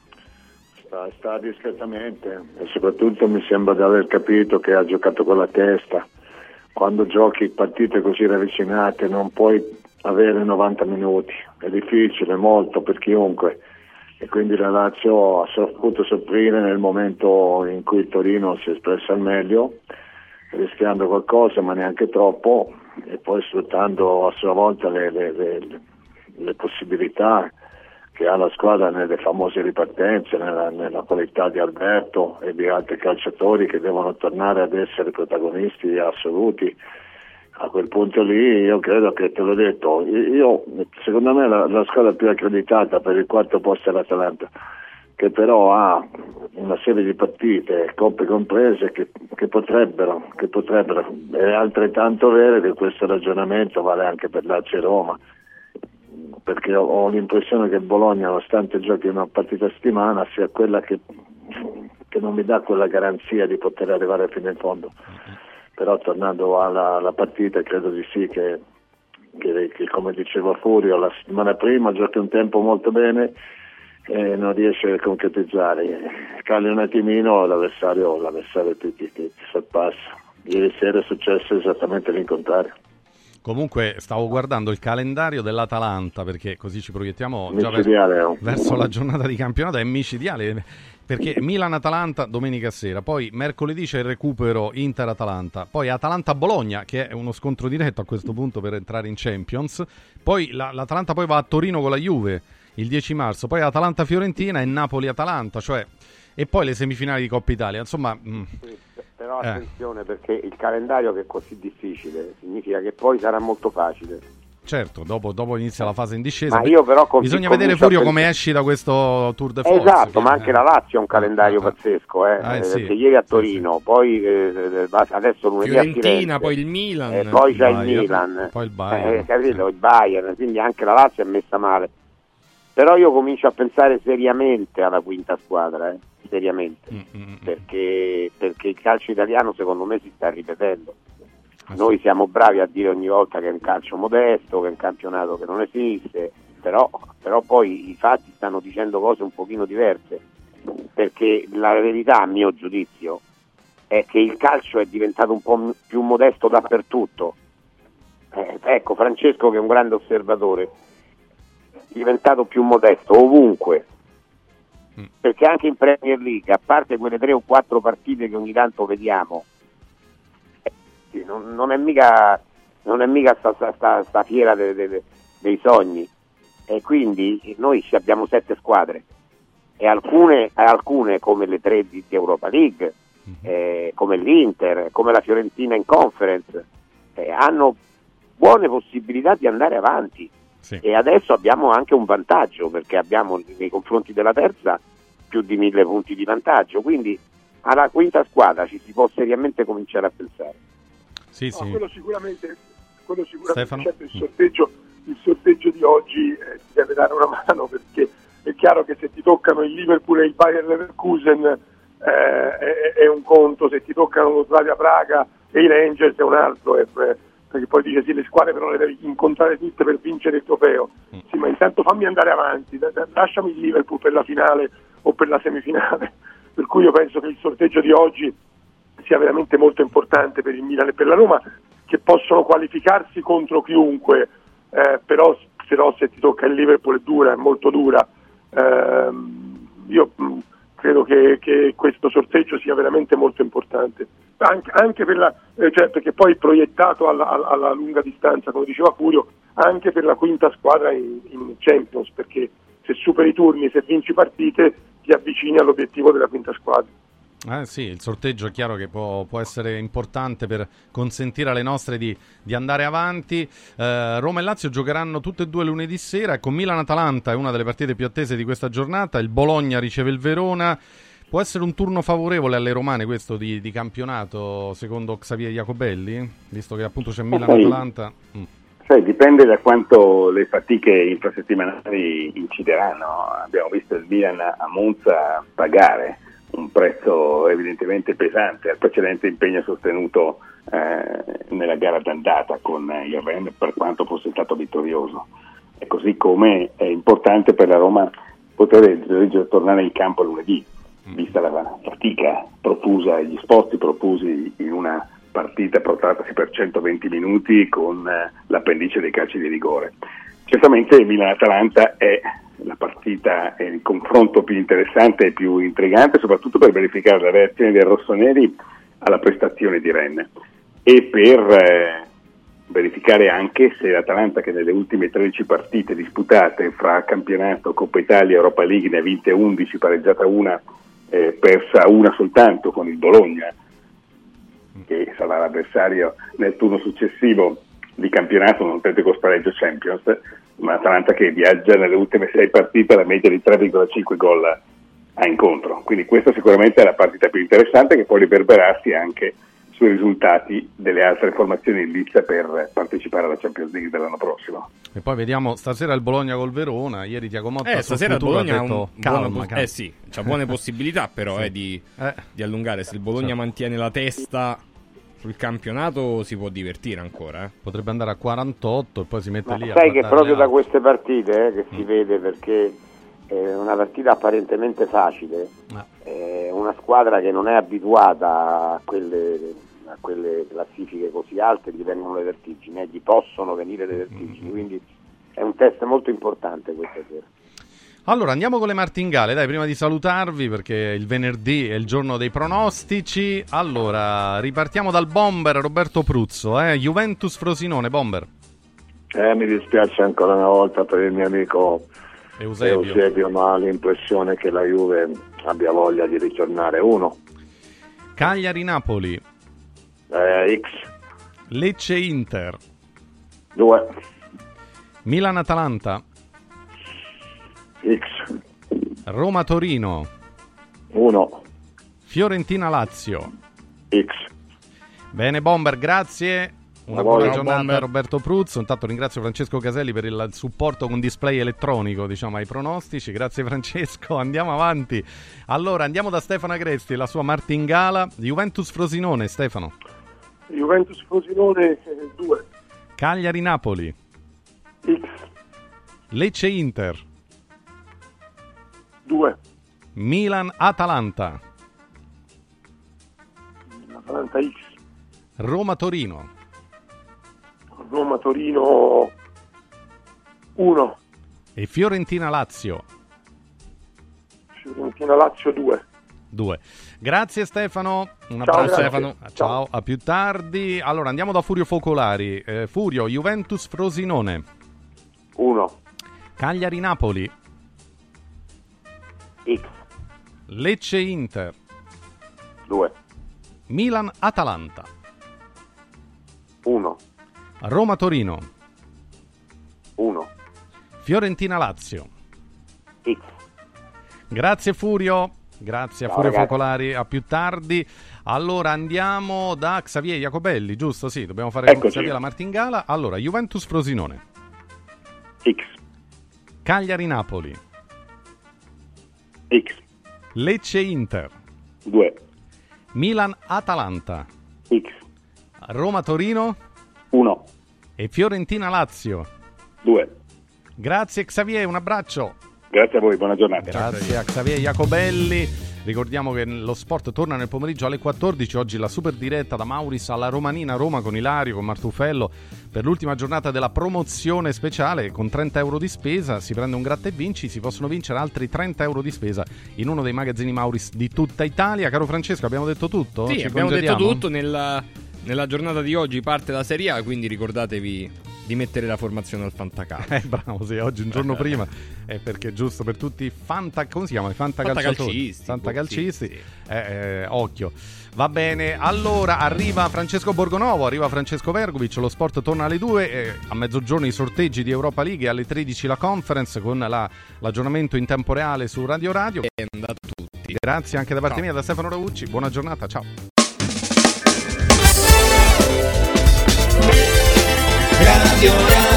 Sta, sta discretamente e soprattutto mi sembra di aver capito che ha giocato con la testa. Quando giochi partite così ravvicinate non puoi avere novanta minuti, è difficile molto per chiunque, e quindi la Lazio ha saputo soffrire nel momento in cui il Torino si è espresso al meglio, rischiando qualcosa ma neanche troppo, e poi sfruttando a sua volta le, le, le, le possibilità che ha la squadra nelle famose ripartenze, nella, nella qualità di Alberto e di altri calciatori che devono tornare ad essere protagonisti assoluti. A quel punto lì io credo che, te l'ho detto, io, secondo me la, la squadra più accreditata per il quarto posto è l'Atalanta, che però ha una serie di partite, coppe comprese, che, che potrebbero, che potrebbero, è altrettanto vero che questo ragionamento vale anche per Lazio e Roma, perché ho, ho l'impressione che Bologna, nonostante giochi una partita a settimana, sia quella che, che non mi dà quella garanzia di poter arrivare fino in fondo. Però tornando alla, alla partita, credo di sì che, che, che come diceva Furio, la settimana prima giochi un tempo molto bene e non riesce a concretizzare, cali un attimino, l'avversario, l'avversario ti, ti, ti sorpassa. Ieri sera è successo esattamente l'incontrario. Comunque stavo guardando il calendario dell'Atalanta, perché così ci proiettiamo già micidiale, verso, oh. verso la giornata di campionato, è micidiale, perché Milan-Atalanta domenica sera, poi mercoledì c'è il recupero Inter-Atalanta, poi Atalanta-Bologna, che è uno scontro diretto a questo punto per entrare in Champions, poi la, l'Atalanta poi va a Torino con la Juve il dieci marzo, poi Atalanta-Fiorentina e Napoli-Atalanta, cioè, e poi le semifinali di Coppa Italia, insomma... Mh. Però attenzione, eh. perché il calendario che è così difficile significa che poi sarà molto facile. Certo, dopo, dopo inizia la fase in discesa. Ma io però bisogna vedere, Furio, come esci da questo Tour de Force. Esatto, ma che, anche eh. la Lazio ha un calendario ah, pazzesco, eh, ah, eh, perché sì. ieri a Torino, sì, poi eh, adesso lunedì a Fiorentina, poi il Milan, e poi c'è il Bayern, Milan, poi il Bayern, eh, capito, sì. il Bayern, quindi anche la Lazio è messa male. Però io comincio a pensare seriamente alla quinta squadra, eh, seriamente, Mm-mm. perché, perché il calcio italiano secondo me si sta ripetendo. Noi siamo bravi a dire ogni volta che è un calcio modesto, che è un campionato che non esiste, però, però poi i fatti stanno dicendo cose un pochino diverse, perché la verità, a mio giudizio, è che il calcio è diventato un po' più modesto dappertutto. Eh, ecco, Francesco, che è un grande osservatore, è diventato più modesto ovunque, perché anche in Premier League, a parte quelle tre o quattro partite che ogni tanto vediamo, eh, non, non è mica non è mica sta, sta, sta, sta fiera de, de, de, dei sogni, e quindi noi abbiamo sette squadre e alcune, alcune come le tre di, di Europa League, eh, come l'Inter, come la Fiorentina in Conference, eh, hanno buone possibilità di andare avanti. Sì. E adesso abbiamo anche un vantaggio, perché abbiamo nei confronti della terza più di mille punti di vantaggio, quindi alla quinta squadra ci si può seriamente cominciare a pensare. Sì, no, sì. Quello sicuramente, quello sicuramente Stefano? certo, il sorteggio, il sorteggio di oggi eh, ti deve dare una mano, perché è chiaro che se ti toccano il Liverpool e il Bayer Leverkusen eh, è, è un conto, se ti toccano lo Slavia Praga e i Rangers è un altro, è, perché poi dice sì, le squadre però le devi incontrare tutte per vincere il trofeo. Mm. Sì, ma intanto fammi andare avanti, lasciami il Liverpool per la finale o per la semifinale. Per cui io penso che il sorteggio di oggi sia veramente molto importante per il Milan e per la Roma, che possono qualificarsi contro chiunque, eh, però, però se ti tocca il Liverpool è dura, è molto dura. Eh, io mh, credo che, che questo sorteggio sia veramente molto importante, anche, anche per la, eh, cioè, perché poi proiettato alla, alla, alla lunga distanza, come diceva Furio, anche per la quinta squadra in, in Champions, perché se superi i turni, se vinci partite, ti avvicini all'obiettivo della quinta squadra. Eh sì, il sorteggio è chiaro che può, può essere importante per consentire alle nostre di, di andare avanti. eh, Roma e Lazio giocheranno tutte e due lunedì sera, ecco, Milan-Atalanta è una delle partite più attese di questa giornata, il Bologna riceve il Verona. Può essere un turno favorevole alle romane questo di, di campionato, secondo Xavier Jacobelli, visto che appunto c'è Milan-Atalanta? Mm. Sai, dipende da quanto le fatiche infrasettimanali incideranno. Abbiamo visto il Milan a Monza pagare un prezzo evidentemente pesante al precedente impegno sostenuto eh, nella gara d'andata con il Rennes, per quanto fosse stato vittorioso. E così come è importante per la Roma poter tornare in campo lunedì, vista la fatica profusa e gli sforzi profusi in una partita portatasi per centoventi minuti con eh, l'appendice dei calci di rigore. Certamente il Milan-Atalanta è la partita, è il confronto più interessante e più intrigante, soprattutto per verificare la reazione dei rossoneri alla prestazione di Rennes e per eh, verificare anche se l'Atalanta, che nelle ultime tredici partite disputate fra campionato, Coppa Italia e Europa League ne ha vinte undici, pareggiata una, eh, persa una soltanto con il Bologna, che sarà l'avversario nel turno successivo di campionato, non tende con spareggio Champions, ma Atalanta che viaggia nelle ultime sei partite alla media di tre virgola cinque gol a incontro. Quindi questa sicuramente è la partita più interessante, che può riverberarsi anche sui risultati delle altre formazioni in lista per partecipare alla Champions League dell'anno prossimo. E poi vediamo stasera il Bologna col Verona. Ieri Tiago Motta eh, stasera il Bologna ha un calma, buona, calma. Eh sì, c'ha buone possibilità però sì. eh, di, eh. di allungare. Se il Bologna sì. mantiene la testa sul campionato si può divertire ancora. Eh. Potrebbe andare a quarantotto e poi si mette Ma lì a sai che proprio da altri. queste partite eh, che si mm. vede, perché è una partita apparentemente facile, ah. è una squadra che non è abituata a quelle, a quelle classifiche così alte, gli vengono le vertigini, eh, gli possono venire le vertigini, mm. quindi è un test molto importante questa sera. Allora andiamo con le martingale, dai, prima di salutarvi, perché il venerdì è il giorno dei pronostici. Allora ripartiamo dal bomber Roberto Pruzzo, eh? Juventus Frosinone. Bomber. Eh, mi dispiace ancora una volta per il mio amico Eusebio, Eusebio, ma ho l'impressione che la Juve abbia voglia di ritornare. Uno. Cagliari-Napoli. Eh, X. Lecce-Inter. Due. Milan-Atalanta. X. Roma-Torino. Uno. Fiorentina-Lazio. X. Bene Bomber, grazie. Una A buona voi. giornata Bomber. Roberto Pruzzo. Intanto ringrazio Francesco Caselli per il supporto con display elettronico, diciamo, ai pronostici. Grazie Francesco, andiamo avanti. Allora andiamo da Stefano Agresti, la sua martingala. Juventus Frosinone. Stefano. Juventus Frosinone due. Cagliari-Napoli. X. Lecce-Inter. due. Milan-Atalanta. Atalanta X. Roma-Torino. Roma-Torino uno. E Fiorentina-Lazio. Fiorentina-Lazio due. due. Grazie Stefano, un Ciao, abbraccio. Stefano. Ciao. Ciao. A più tardi. Allora andiamo da Furio Focolari. eh, Furio, Juventus Frosinone. uno. Cagliari-Napoli. X. Lecce-Inter. due. Milan-Atalanta. uno. Roma-Torino. uno. Fiorentina-Lazio. X. Grazie Furio. Grazie a Ciao, Furio ragazzi. Focolari, a più tardi. Allora andiamo da Xavier Jacobelli, giusto? Sì, dobbiamo fare con Eccoci. Xavier la martingala. Allora, Juventus Frosinone. X. Cagliari-Napoli. X. Lecce-Inter. due. Milan-Atalanta. X. Roma-Torino. uno. E Fiorentina-Lazio. due. Grazie Xavier, un abbraccio. Grazie a voi, buona giornata. Grazie a Xavier Jacobelli. Ricordiamo che lo sport torna nel pomeriggio alle quattordici. Oggi la super diretta da Mauris alla Romanina Roma con Ilario, con Martufello, per l'ultima giornata della promozione speciale. Con trenta euro di spesa si prende un gratta e vinci. Si possono vincere altri trenta euro di spesa in uno dei magazzini Mauris di tutta Italia. Caro Francesco, abbiamo detto tutto? Sì, Ci abbiamo congediamo? detto tutto. Nella, nella giornata di oggi parte la Serie A, quindi ricordatevi di mettere la formazione al Fantacalcio. Eh, bravo, sì, oggi un giorno prima è perché è giusto per tutti i fanta, come si chiama? I fantacalciatori, Fantacalcisti, fantacalcisti. sì, sì. Eh, eh, occhio. Va bene, allora arriva Francesco Borgonovo, arriva Francesco Vergovic, lo sport torna alle due, eh, a mezzogiorno i sorteggi di Europa League e alle tredici la conference con la, l'aggiornamento in tempo reale su Radio Radio. È andato tutti. Grazie anche da parte Ciao. mia, da Stefano Raucci, buona giornata, ciao. Radio Radio